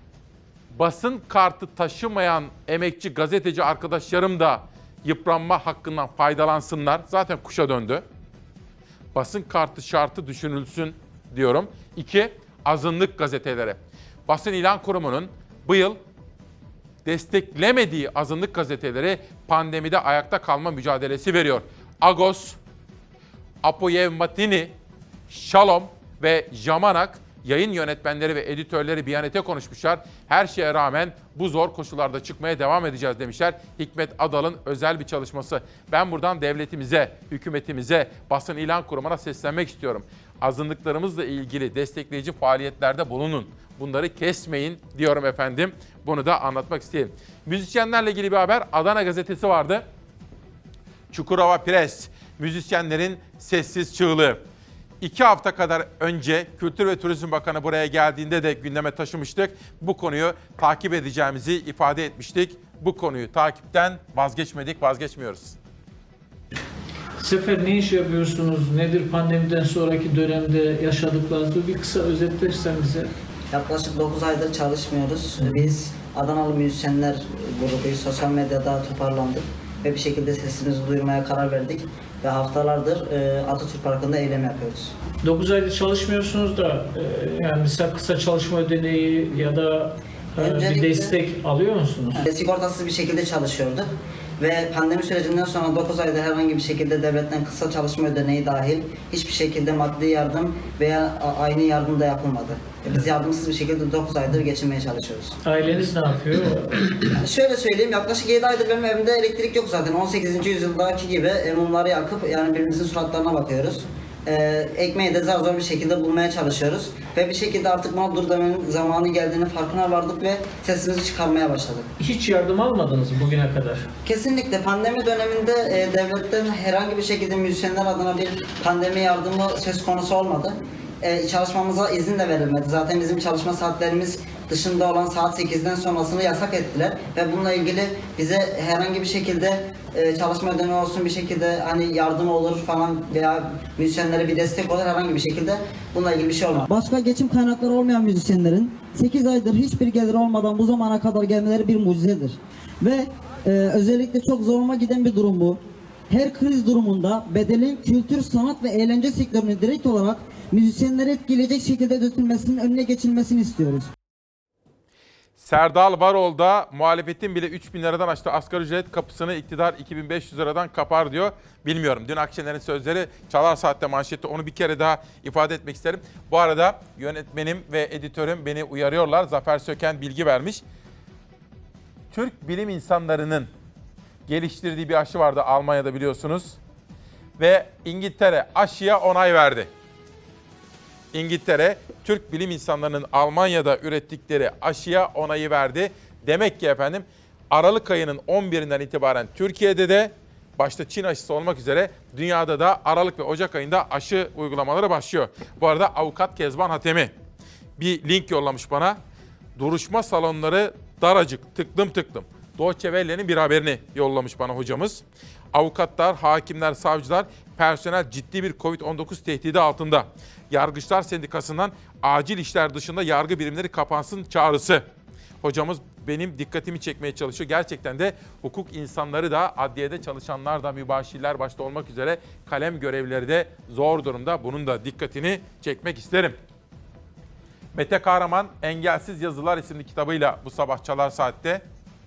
Basın kartı taşımayan emekçi gazeteci arkadaşlarım da yıpranma hakkından faydalansınlar. Zaten kuşa döndü. Basın kartı şartı düşünülsün diyorum. İki, azınlık gazetelere. Basın İlan Kurumu'nun bu yıl desteklemediği azınlık gazeteleri pandemide ayakta kalma mücadelesi veriyor. Agos, Apoyevmatini, Shalom ve Jamanak yayın yönetmenleri ve editörleri Biyanet'e konuşmuşlar. Her şeye rağmen bu zor koşullarda çıkmaya devam edeceğiz demişler. Hikmet Adal'ın özel bir çalışması. Ben buradan devletimize, hükümetimize, basın ilan kurumuna seslenmek istiyorum. Azınlıklarımızla ilgili destekleyici faaliyetlerde bulunun. Bunları kesmeyin diyorum efendim. Bunu da anlatmak istedim. Müzisyenlerle ilgili bir haber. Adana gazetesi vardı. Çukurova Pres, müzisyenlerin sessiz çığlığı. İki hafta kadar önce Kültür ve Turizm Bakanı buraya geldiğinde de gündeme taşımıştık. Bu konuyu takip edeceğimizi ifade etmiştik. Bu konuyu takipten vazgeçmedik, vazgeçmiyoruz. Sefer ne iş yapıyorsunuz? Nedir pandemiden sonraki dönemde yaşadıklarınızı bir kısa özetlersen bize. Yaklaşık dokuz aydır çalışmıyoruz. Biz Adanalı müzisyenler grubuyuz. Sosyal medyada toparlandık ve bir şekilde sesimizi duyurmaya karar verdik. Ve haftalardır e, Atatürk Parkı'nda eylem yapıyoruz. dokuz aydır çalışmıyorsunuz da e, yani mesela kısa çalışma ödeneği ya da e, bir destek alıyor musunuz? E, sigortasız bir şekilde çalışıyorduk. Ve pandemi sürecinden sonra dokuz ayda herhangi bir şekilde devletten kısa çalışma ödeneği dahil hiçbir şekilde maddi yardım veya aynı yardım da yapılmadı. Biz yardımsız bir şekilde dokuz aydır geçinmeye çalışıyoruz. Aileniz ne yapıyor? Yani şöyle söyleyeyim, yaklaşık yedi aydır benim evimde elektrik yok zaten. on sekizinci yüzyıldaki gibi mumları yakıp yani birbirimizin suratlarına bakıyoruz. Ee, ekmeği de zar zor bir şekilde bulmaya çalışıyoruz. Ve bir şekilde artık buna dur demenin zamanı geldiğini farkına vardık ve sesimizi çıkarmaya başladık. Hiç yardım almadınız mı bugüne kadar? Kesinlikle. Pandemi döneminde e, devletten herhangi bir şekilde müzisyenler adına bir pandemi yardımı söz konusu olmadı. E, çalışmamıza izin de verilmedi. Zaten bizim çalışma saatlerimiz dışında olan saat sekizden sonrasını yasak ettiler ve bununla ilgili bize herhangi bir şekilde e, çalışma ödeneği olsun, bir şekilde hani yardım olur falan veya müzisyenlere bir destek olur, herhangi bir şekilde bununla ilgili bir şey olmadı. Başka geçim kaynakları olmayan müzisyenlerin sekiz aydır hiçbir gelir olmadan bu zamana kadar gelmeleri bir mucizedir. Ve e, özellikle çok zoruma giden bir durum bu. Her kriz durumunda bedelin kültür, sanat ve eğlence sektörünü direkt olarak müzisyenleri etkileyecek şekilde ödetilmesinin önüne geçilmesini istiyoruz. Serdal Varol da muhalefetin bile üç bin liradan açtı asgari ücret kapısını iktidar iki bin beş yüz liradan kapar diyor. Bilmiyorum. Dün Akşener'in sözleri Çalar Saat'te manşette, onu bir kere daha ifade etmek isterim. Bu arada yönetmenim ve editörüm beni uyarıyorlar. Zafer Söken bilgi vermiş. Türk bilim insanlarının geliştirdiği bir aşı vardı Almanya'da, biliyorsunuz. Ve İngiltere aşıya onay verdi. İngiltere, Türk bilim insanlarının Almanya'da ürettikleri aşıya onayı verdi. Demek ki efendim Aralık ayının on birinden itibaren Türkiye'de de başta Çin aşısı olmak üzere dünyada da Aralık ve Ocak ayında aşı uygulamaları başlıyor. Bu arada avukat Kezban Hatemi bir link yollamış bana. Duruşma salonları daracık, tıklım tıklım. Deutsche Welle'nin bir haberini yollamış bana hocamız. Avukatlar, hakimler, savcılar, personel ciddi bir kovid on dokuz tehdidi altında. Yargıçlar Sendikası'ndan acil işler dışında yargı birimleri kapansın çağrısı. Hocamız benim dikkatimi çekmeye çalışıyor. Gerçekten de hukuk insanları da, adliyede çalışanlar da, mübaşirler başta olmak üzere kalem görevlileri de zor durumda. Bunun da dikkatini çekmek isterim. Mete Kahraman Engelsiz Yazılar isimli kitabıyla bu sabah Çalar Saat'te.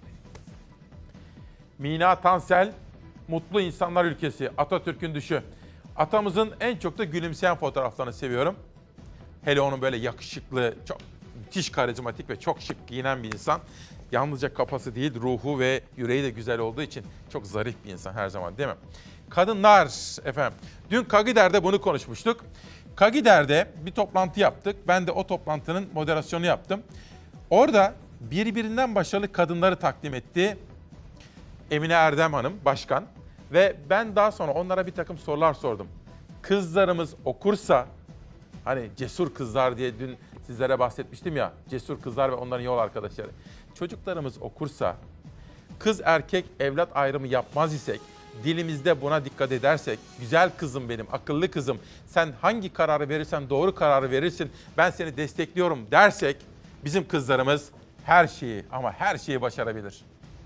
Mina Tansel, Mutlu İnsanlar Ülkesi, Atatürk'ün düşü. Atamızın en çok da gülümseyen fotoğraflarını seviyorum. Hele onun böyle yakışıklı, çok müthiş karizmatik ve çok şık giyinen bir insan. Yalnızca kafası değil, ruhu ve yüreği de güzel olduğu için çok zarif bir insan her zaman, değil mi? Kadınlar efendim. Dün Kagider'de bunu konuşmuştuk. Kagider'de bir toplantı yaptık. Ben de o toplantının moderasyonu yaptım. Orada birbirinden başarılı kadınları takdim etti Emine Erdem Hanım, başkan. Ve ben daha sonra onlara bir takım sorular sordum. Kızlarımız okursa, hani cesur kızlar diye dün sizlere bahsetmiştim ya, cesur kızlar ve onların yol arkadaşları. Çocuklarımız okursa, kız erkek evlat ayrımı yapmaz isek, dilimizde buna dikkat edersek, güzel kızım benim, akıllı kızım, sen hangi kararı verirsen doğru kararı verirsin, ben seni destekliyorum dersek, bizim kızlarımız her şeyi ama her şeyi başarabilir.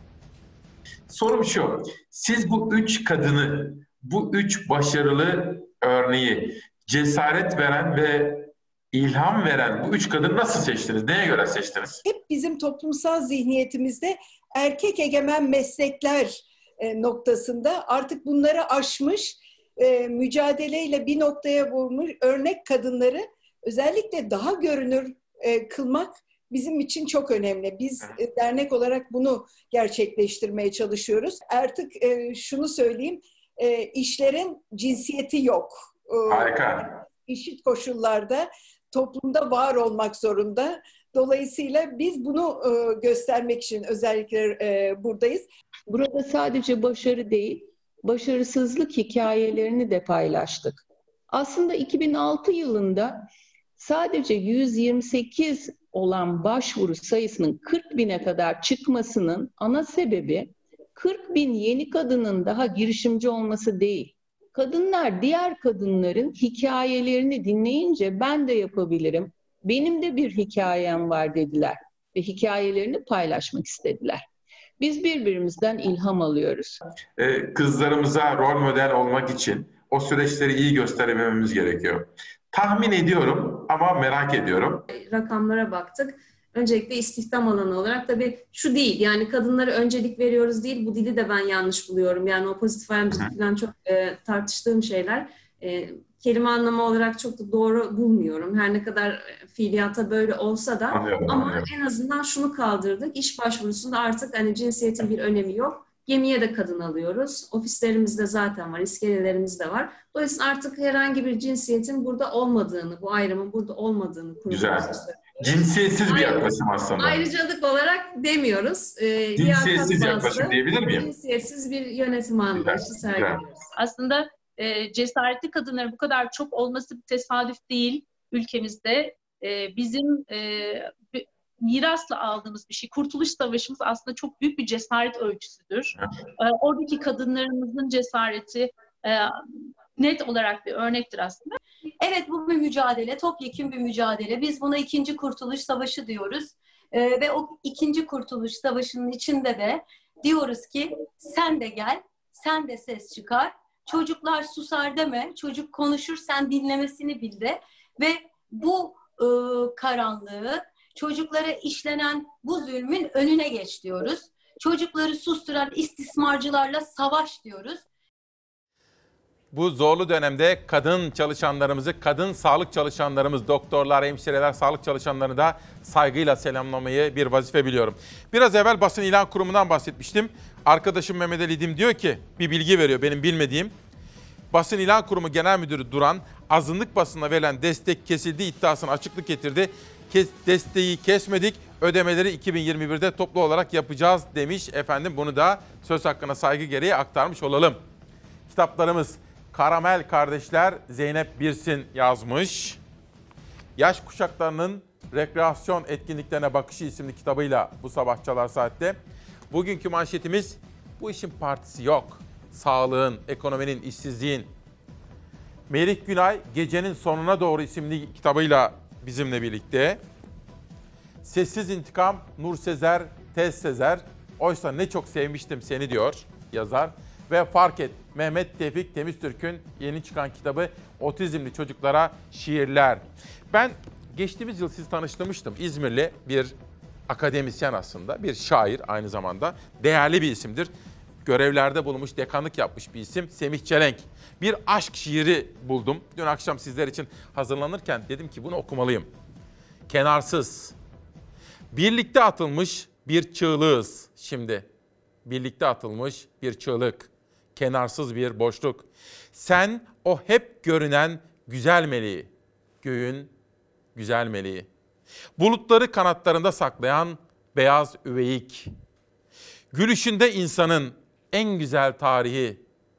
Sorum şu, siz bu üç kadını, bu üç başarılı örneği cesaret veren ve ilham veren bu üç kadını nasıl seçtiniz? Neye göre seçtiniz? Hep bizim toplumsal zihniyetimizde erkek egemen meslekler e, noktasında artık bunları aşmış, e, mücadeleyle bir noktaya vurmuş örnek kadınları özellikle daha görünür e, kılmak bizim için çok önemli. Biz e, dernek olarak bunu gerçekleştirmeye çalışıyoruz. Artık e, şunu söyleyeyim, e, işlerin cinsiyeti yok. E, Harika. Eşit koşullarda toplumda var olmak zorunda. Dolayısıyla biz bunu e, göstermek için özellikle e, buradayız. Burada sadece başarı değil, başarısızlık hikayelerini de paylaştık. Aslında iki bin altı yılında sadece yüz yirmi sekiz olan başvuru sayısının kırk bine kadar çıkmasının ana sebebi kırk bin yeni kadının daha girişimci olması değil. Kadınlar diğer kadınların hikayelerini dinleyince ben de yapabilirim, benim de bir hikayem var dediler ve hikayelerini paylaşmak istediler. Biz birbirimizden ilham alıyoruz. Ee, kızlarımıza rol model olmak için o süreçleri iyi gösterebilmemiz gerekiyor. Tahmin ediyorum ama merak ediyorum. Rakamlara baktık. Öncelikle istihdam alanı olarak tabii şu değil, yani kadınlara öncelik veriyoruz değil, bu dili de ben yanlış buluyorum. Yani o pozitif ayrımcılık falan çok e, tartıştığım şeyler. E, kelime anlamı olarak çok da doğru bulmuyorum. Her ne kadar fiiliyata böyle olsa da Anlıyorum, ama anlıyorum. en azından şunu kaldırdık. İş başvurusunda artık hani cinsiyetin bir önemi yok. Gemiye de kadın alıyoruz. Ofislerimizde zaten var, iskelelerimizde var. Dolayısıyla artık herhangi bir cinsiyetin burada olmadığını, bu ayrımın burada olmadığını Güzel. Cinsiyetsiz bir yaklaşım aslında. Ayrıcalık olarak demiyoruz. Ee, Cinsiyetsiz yaklaşım diyebilir miyim? Cinsiyetsiz bir yönetim anlayışı sergiliyoruz. Aslında e, cesaretli kadınların bu kadar çok olması bir tesadüf değil ülkemizde. E, bizim e, mirasla aldığımız bir şey. Kurtuluş Savaşımız aslında çok büyük bir cesaret öyküsüdür. E, oradaki kadınlarımızın cesareti e, net olarak bir örnektir aslında. Evet, bu bir mücadele, topyekün bir mücadele. Biz buna ikinci Kurtuluş Savaşı diyoruz. Ee, ve o ikinci Kurtuluş Savaşı'nın içinde de diyoruz ki sen de gel, sen de ses çıkar. Çocuklar susar deme, çocuk konuşur, sen dinlemesini bil de. Ve bu e, karanlığı Çocuklara işlenen bu zulmün önüne geç diyoruz. Çocukları susturan istismarcılarla savaş diyoruz. Bu zorlu dönemde kadın çalışanlarımızı, kadın sağlık çalışanlarımız, doktorlar, hemşireler, sağlık çalışanlarını da saygıyla selamlamayı bir vazife biliyorum. Biraz evvel basın ilan kurumundan bahsetmiştim. Arkadaşım Mehmet Ali Didim diyor ki, bir bilgi veriyor benim bilmediğim. Basın İlan Kurumu Genel Müdürü Duran, azınlık basına verilen destek kesildiği iddiasına açıklık getirdi. Kes, desteği kesmedik, ödemeleri iki bin yirmi birde toplu olarak yapacağız demiş. Efendim bunu da söz hakkına saygı gereği aktarmış olalım. Kitaplarımız Karamel Kardeşler Zeynep Birsin yazmış. Yaş kuşaklarının rekreasyon etkinliklerine bakışı isimli kitabıyla bu sabah Çalar Saat'te. Bugünkü manşetimiz bu işin partisi yok. Sağlığın, ekonominin, işsizliğin. Melih Günay Gecenin Sonuna Doğru isimli kitabıyla bizimle birlikte. Sessiz İntikam Nur Sezer, Tez Sezer. Oysa ne çok sevmiştim seni diyor yazar. Ve Fark Et Mehmet Tevfik Temiztürk'ün yeni çıkan kitabı Otizmli Çocuklara Şiirler. Ben geçtiğimiz yıl sizi tanıştırmıştım. İzmirli bir akademisyen aslında, bir şair aynı zamanda. Değerli bir isimdir. Görevlerde bulunmuş, dekanlık yapmış bir isim Semih Çelenk. Bir aşk şiiri buldum. Dün akşam sizler için hazırlanırken dedim ki bunu okumalıyım. Kenarsız. Birlikte atılmış bir çığlığız şimdi. Birlikte atılmış bir çığlık. Kenarsız bir boşluk. Sen o hep görünen güzel meleği. Göğün güzel meleği. Bulutları kanatlarında saklayan beyaz üveyik. Gülüşünde insanın en güzel tarihi.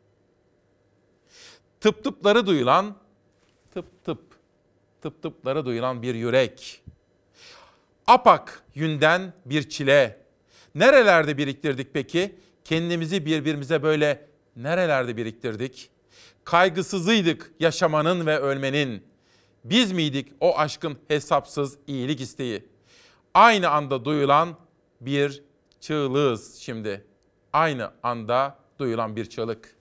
Tıp tıpları duyulan, tıp tıp, tıp tıpları duyulan bir yürek. Apak yünden bir çile. Nerelerde biriktirdik peki? Kendimizi birbirimize böyle nerelerde biriktirdik? Kaygısızıydık yaşamanın ve ölmenin. Biz miydik o aşkın hesapsız iyilik isteği? Aynı anda duyulan bir çığlığız şimdi. Aynı anda duyulan bir çığlık.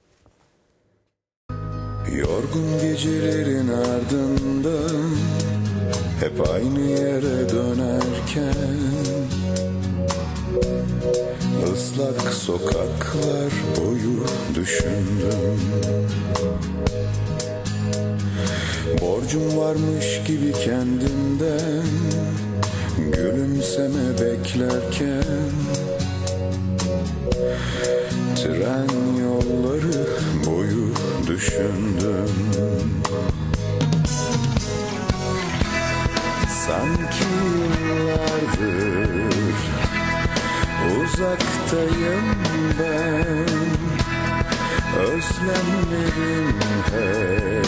Yorgun gecelerin ardından hep aynı yere dönerken ıslak sokaklar boyu düşündüm. Borcum varmış gibi kendimden gülümseme beklerken tren yolları boyu düşündüm. Sanki yıllardır uzaktayım ben, özlemlerim hep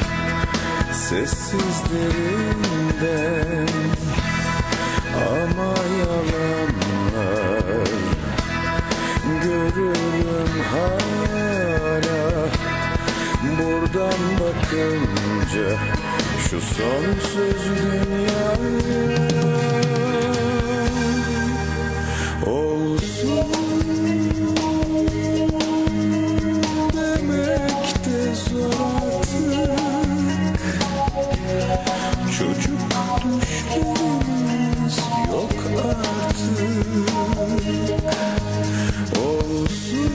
sessizlerinden, ama yalanlar görürüm hala buradan bakınca şu sonsuz dünyaya. Olsun demek de zor artık, çocuk düşlerimiz yok artık. Olsun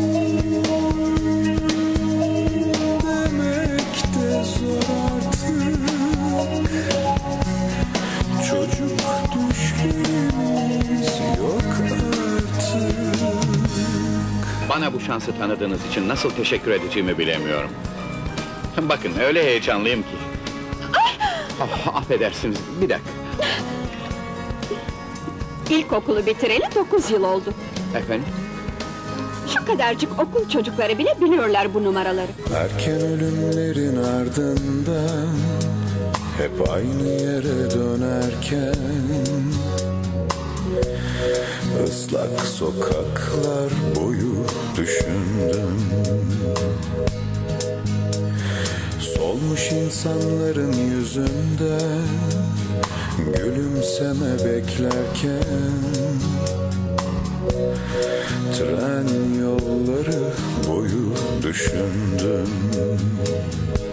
demek de zor artık, çocuk düşlerimiz yok artık. Bana bu şansı tanıdığınız için nasıl teşekkür edeceğimi bilemiyorum. Bakın öyle heyecanlıyım ki. Oh, affedersiniz, bir dakika. İlkokulu bitireli dokuz yıl oldu. Efendim? Şu kadarcık okul çocukları bile biliyorlar bu numaraları. Erken ölümlerin ardından hep aynı yere dönerken ıslak sokaklar boyu düşündüm. Solmuş insanların yüzünden gülümseme beklerken tren yolları boyu düşündüm.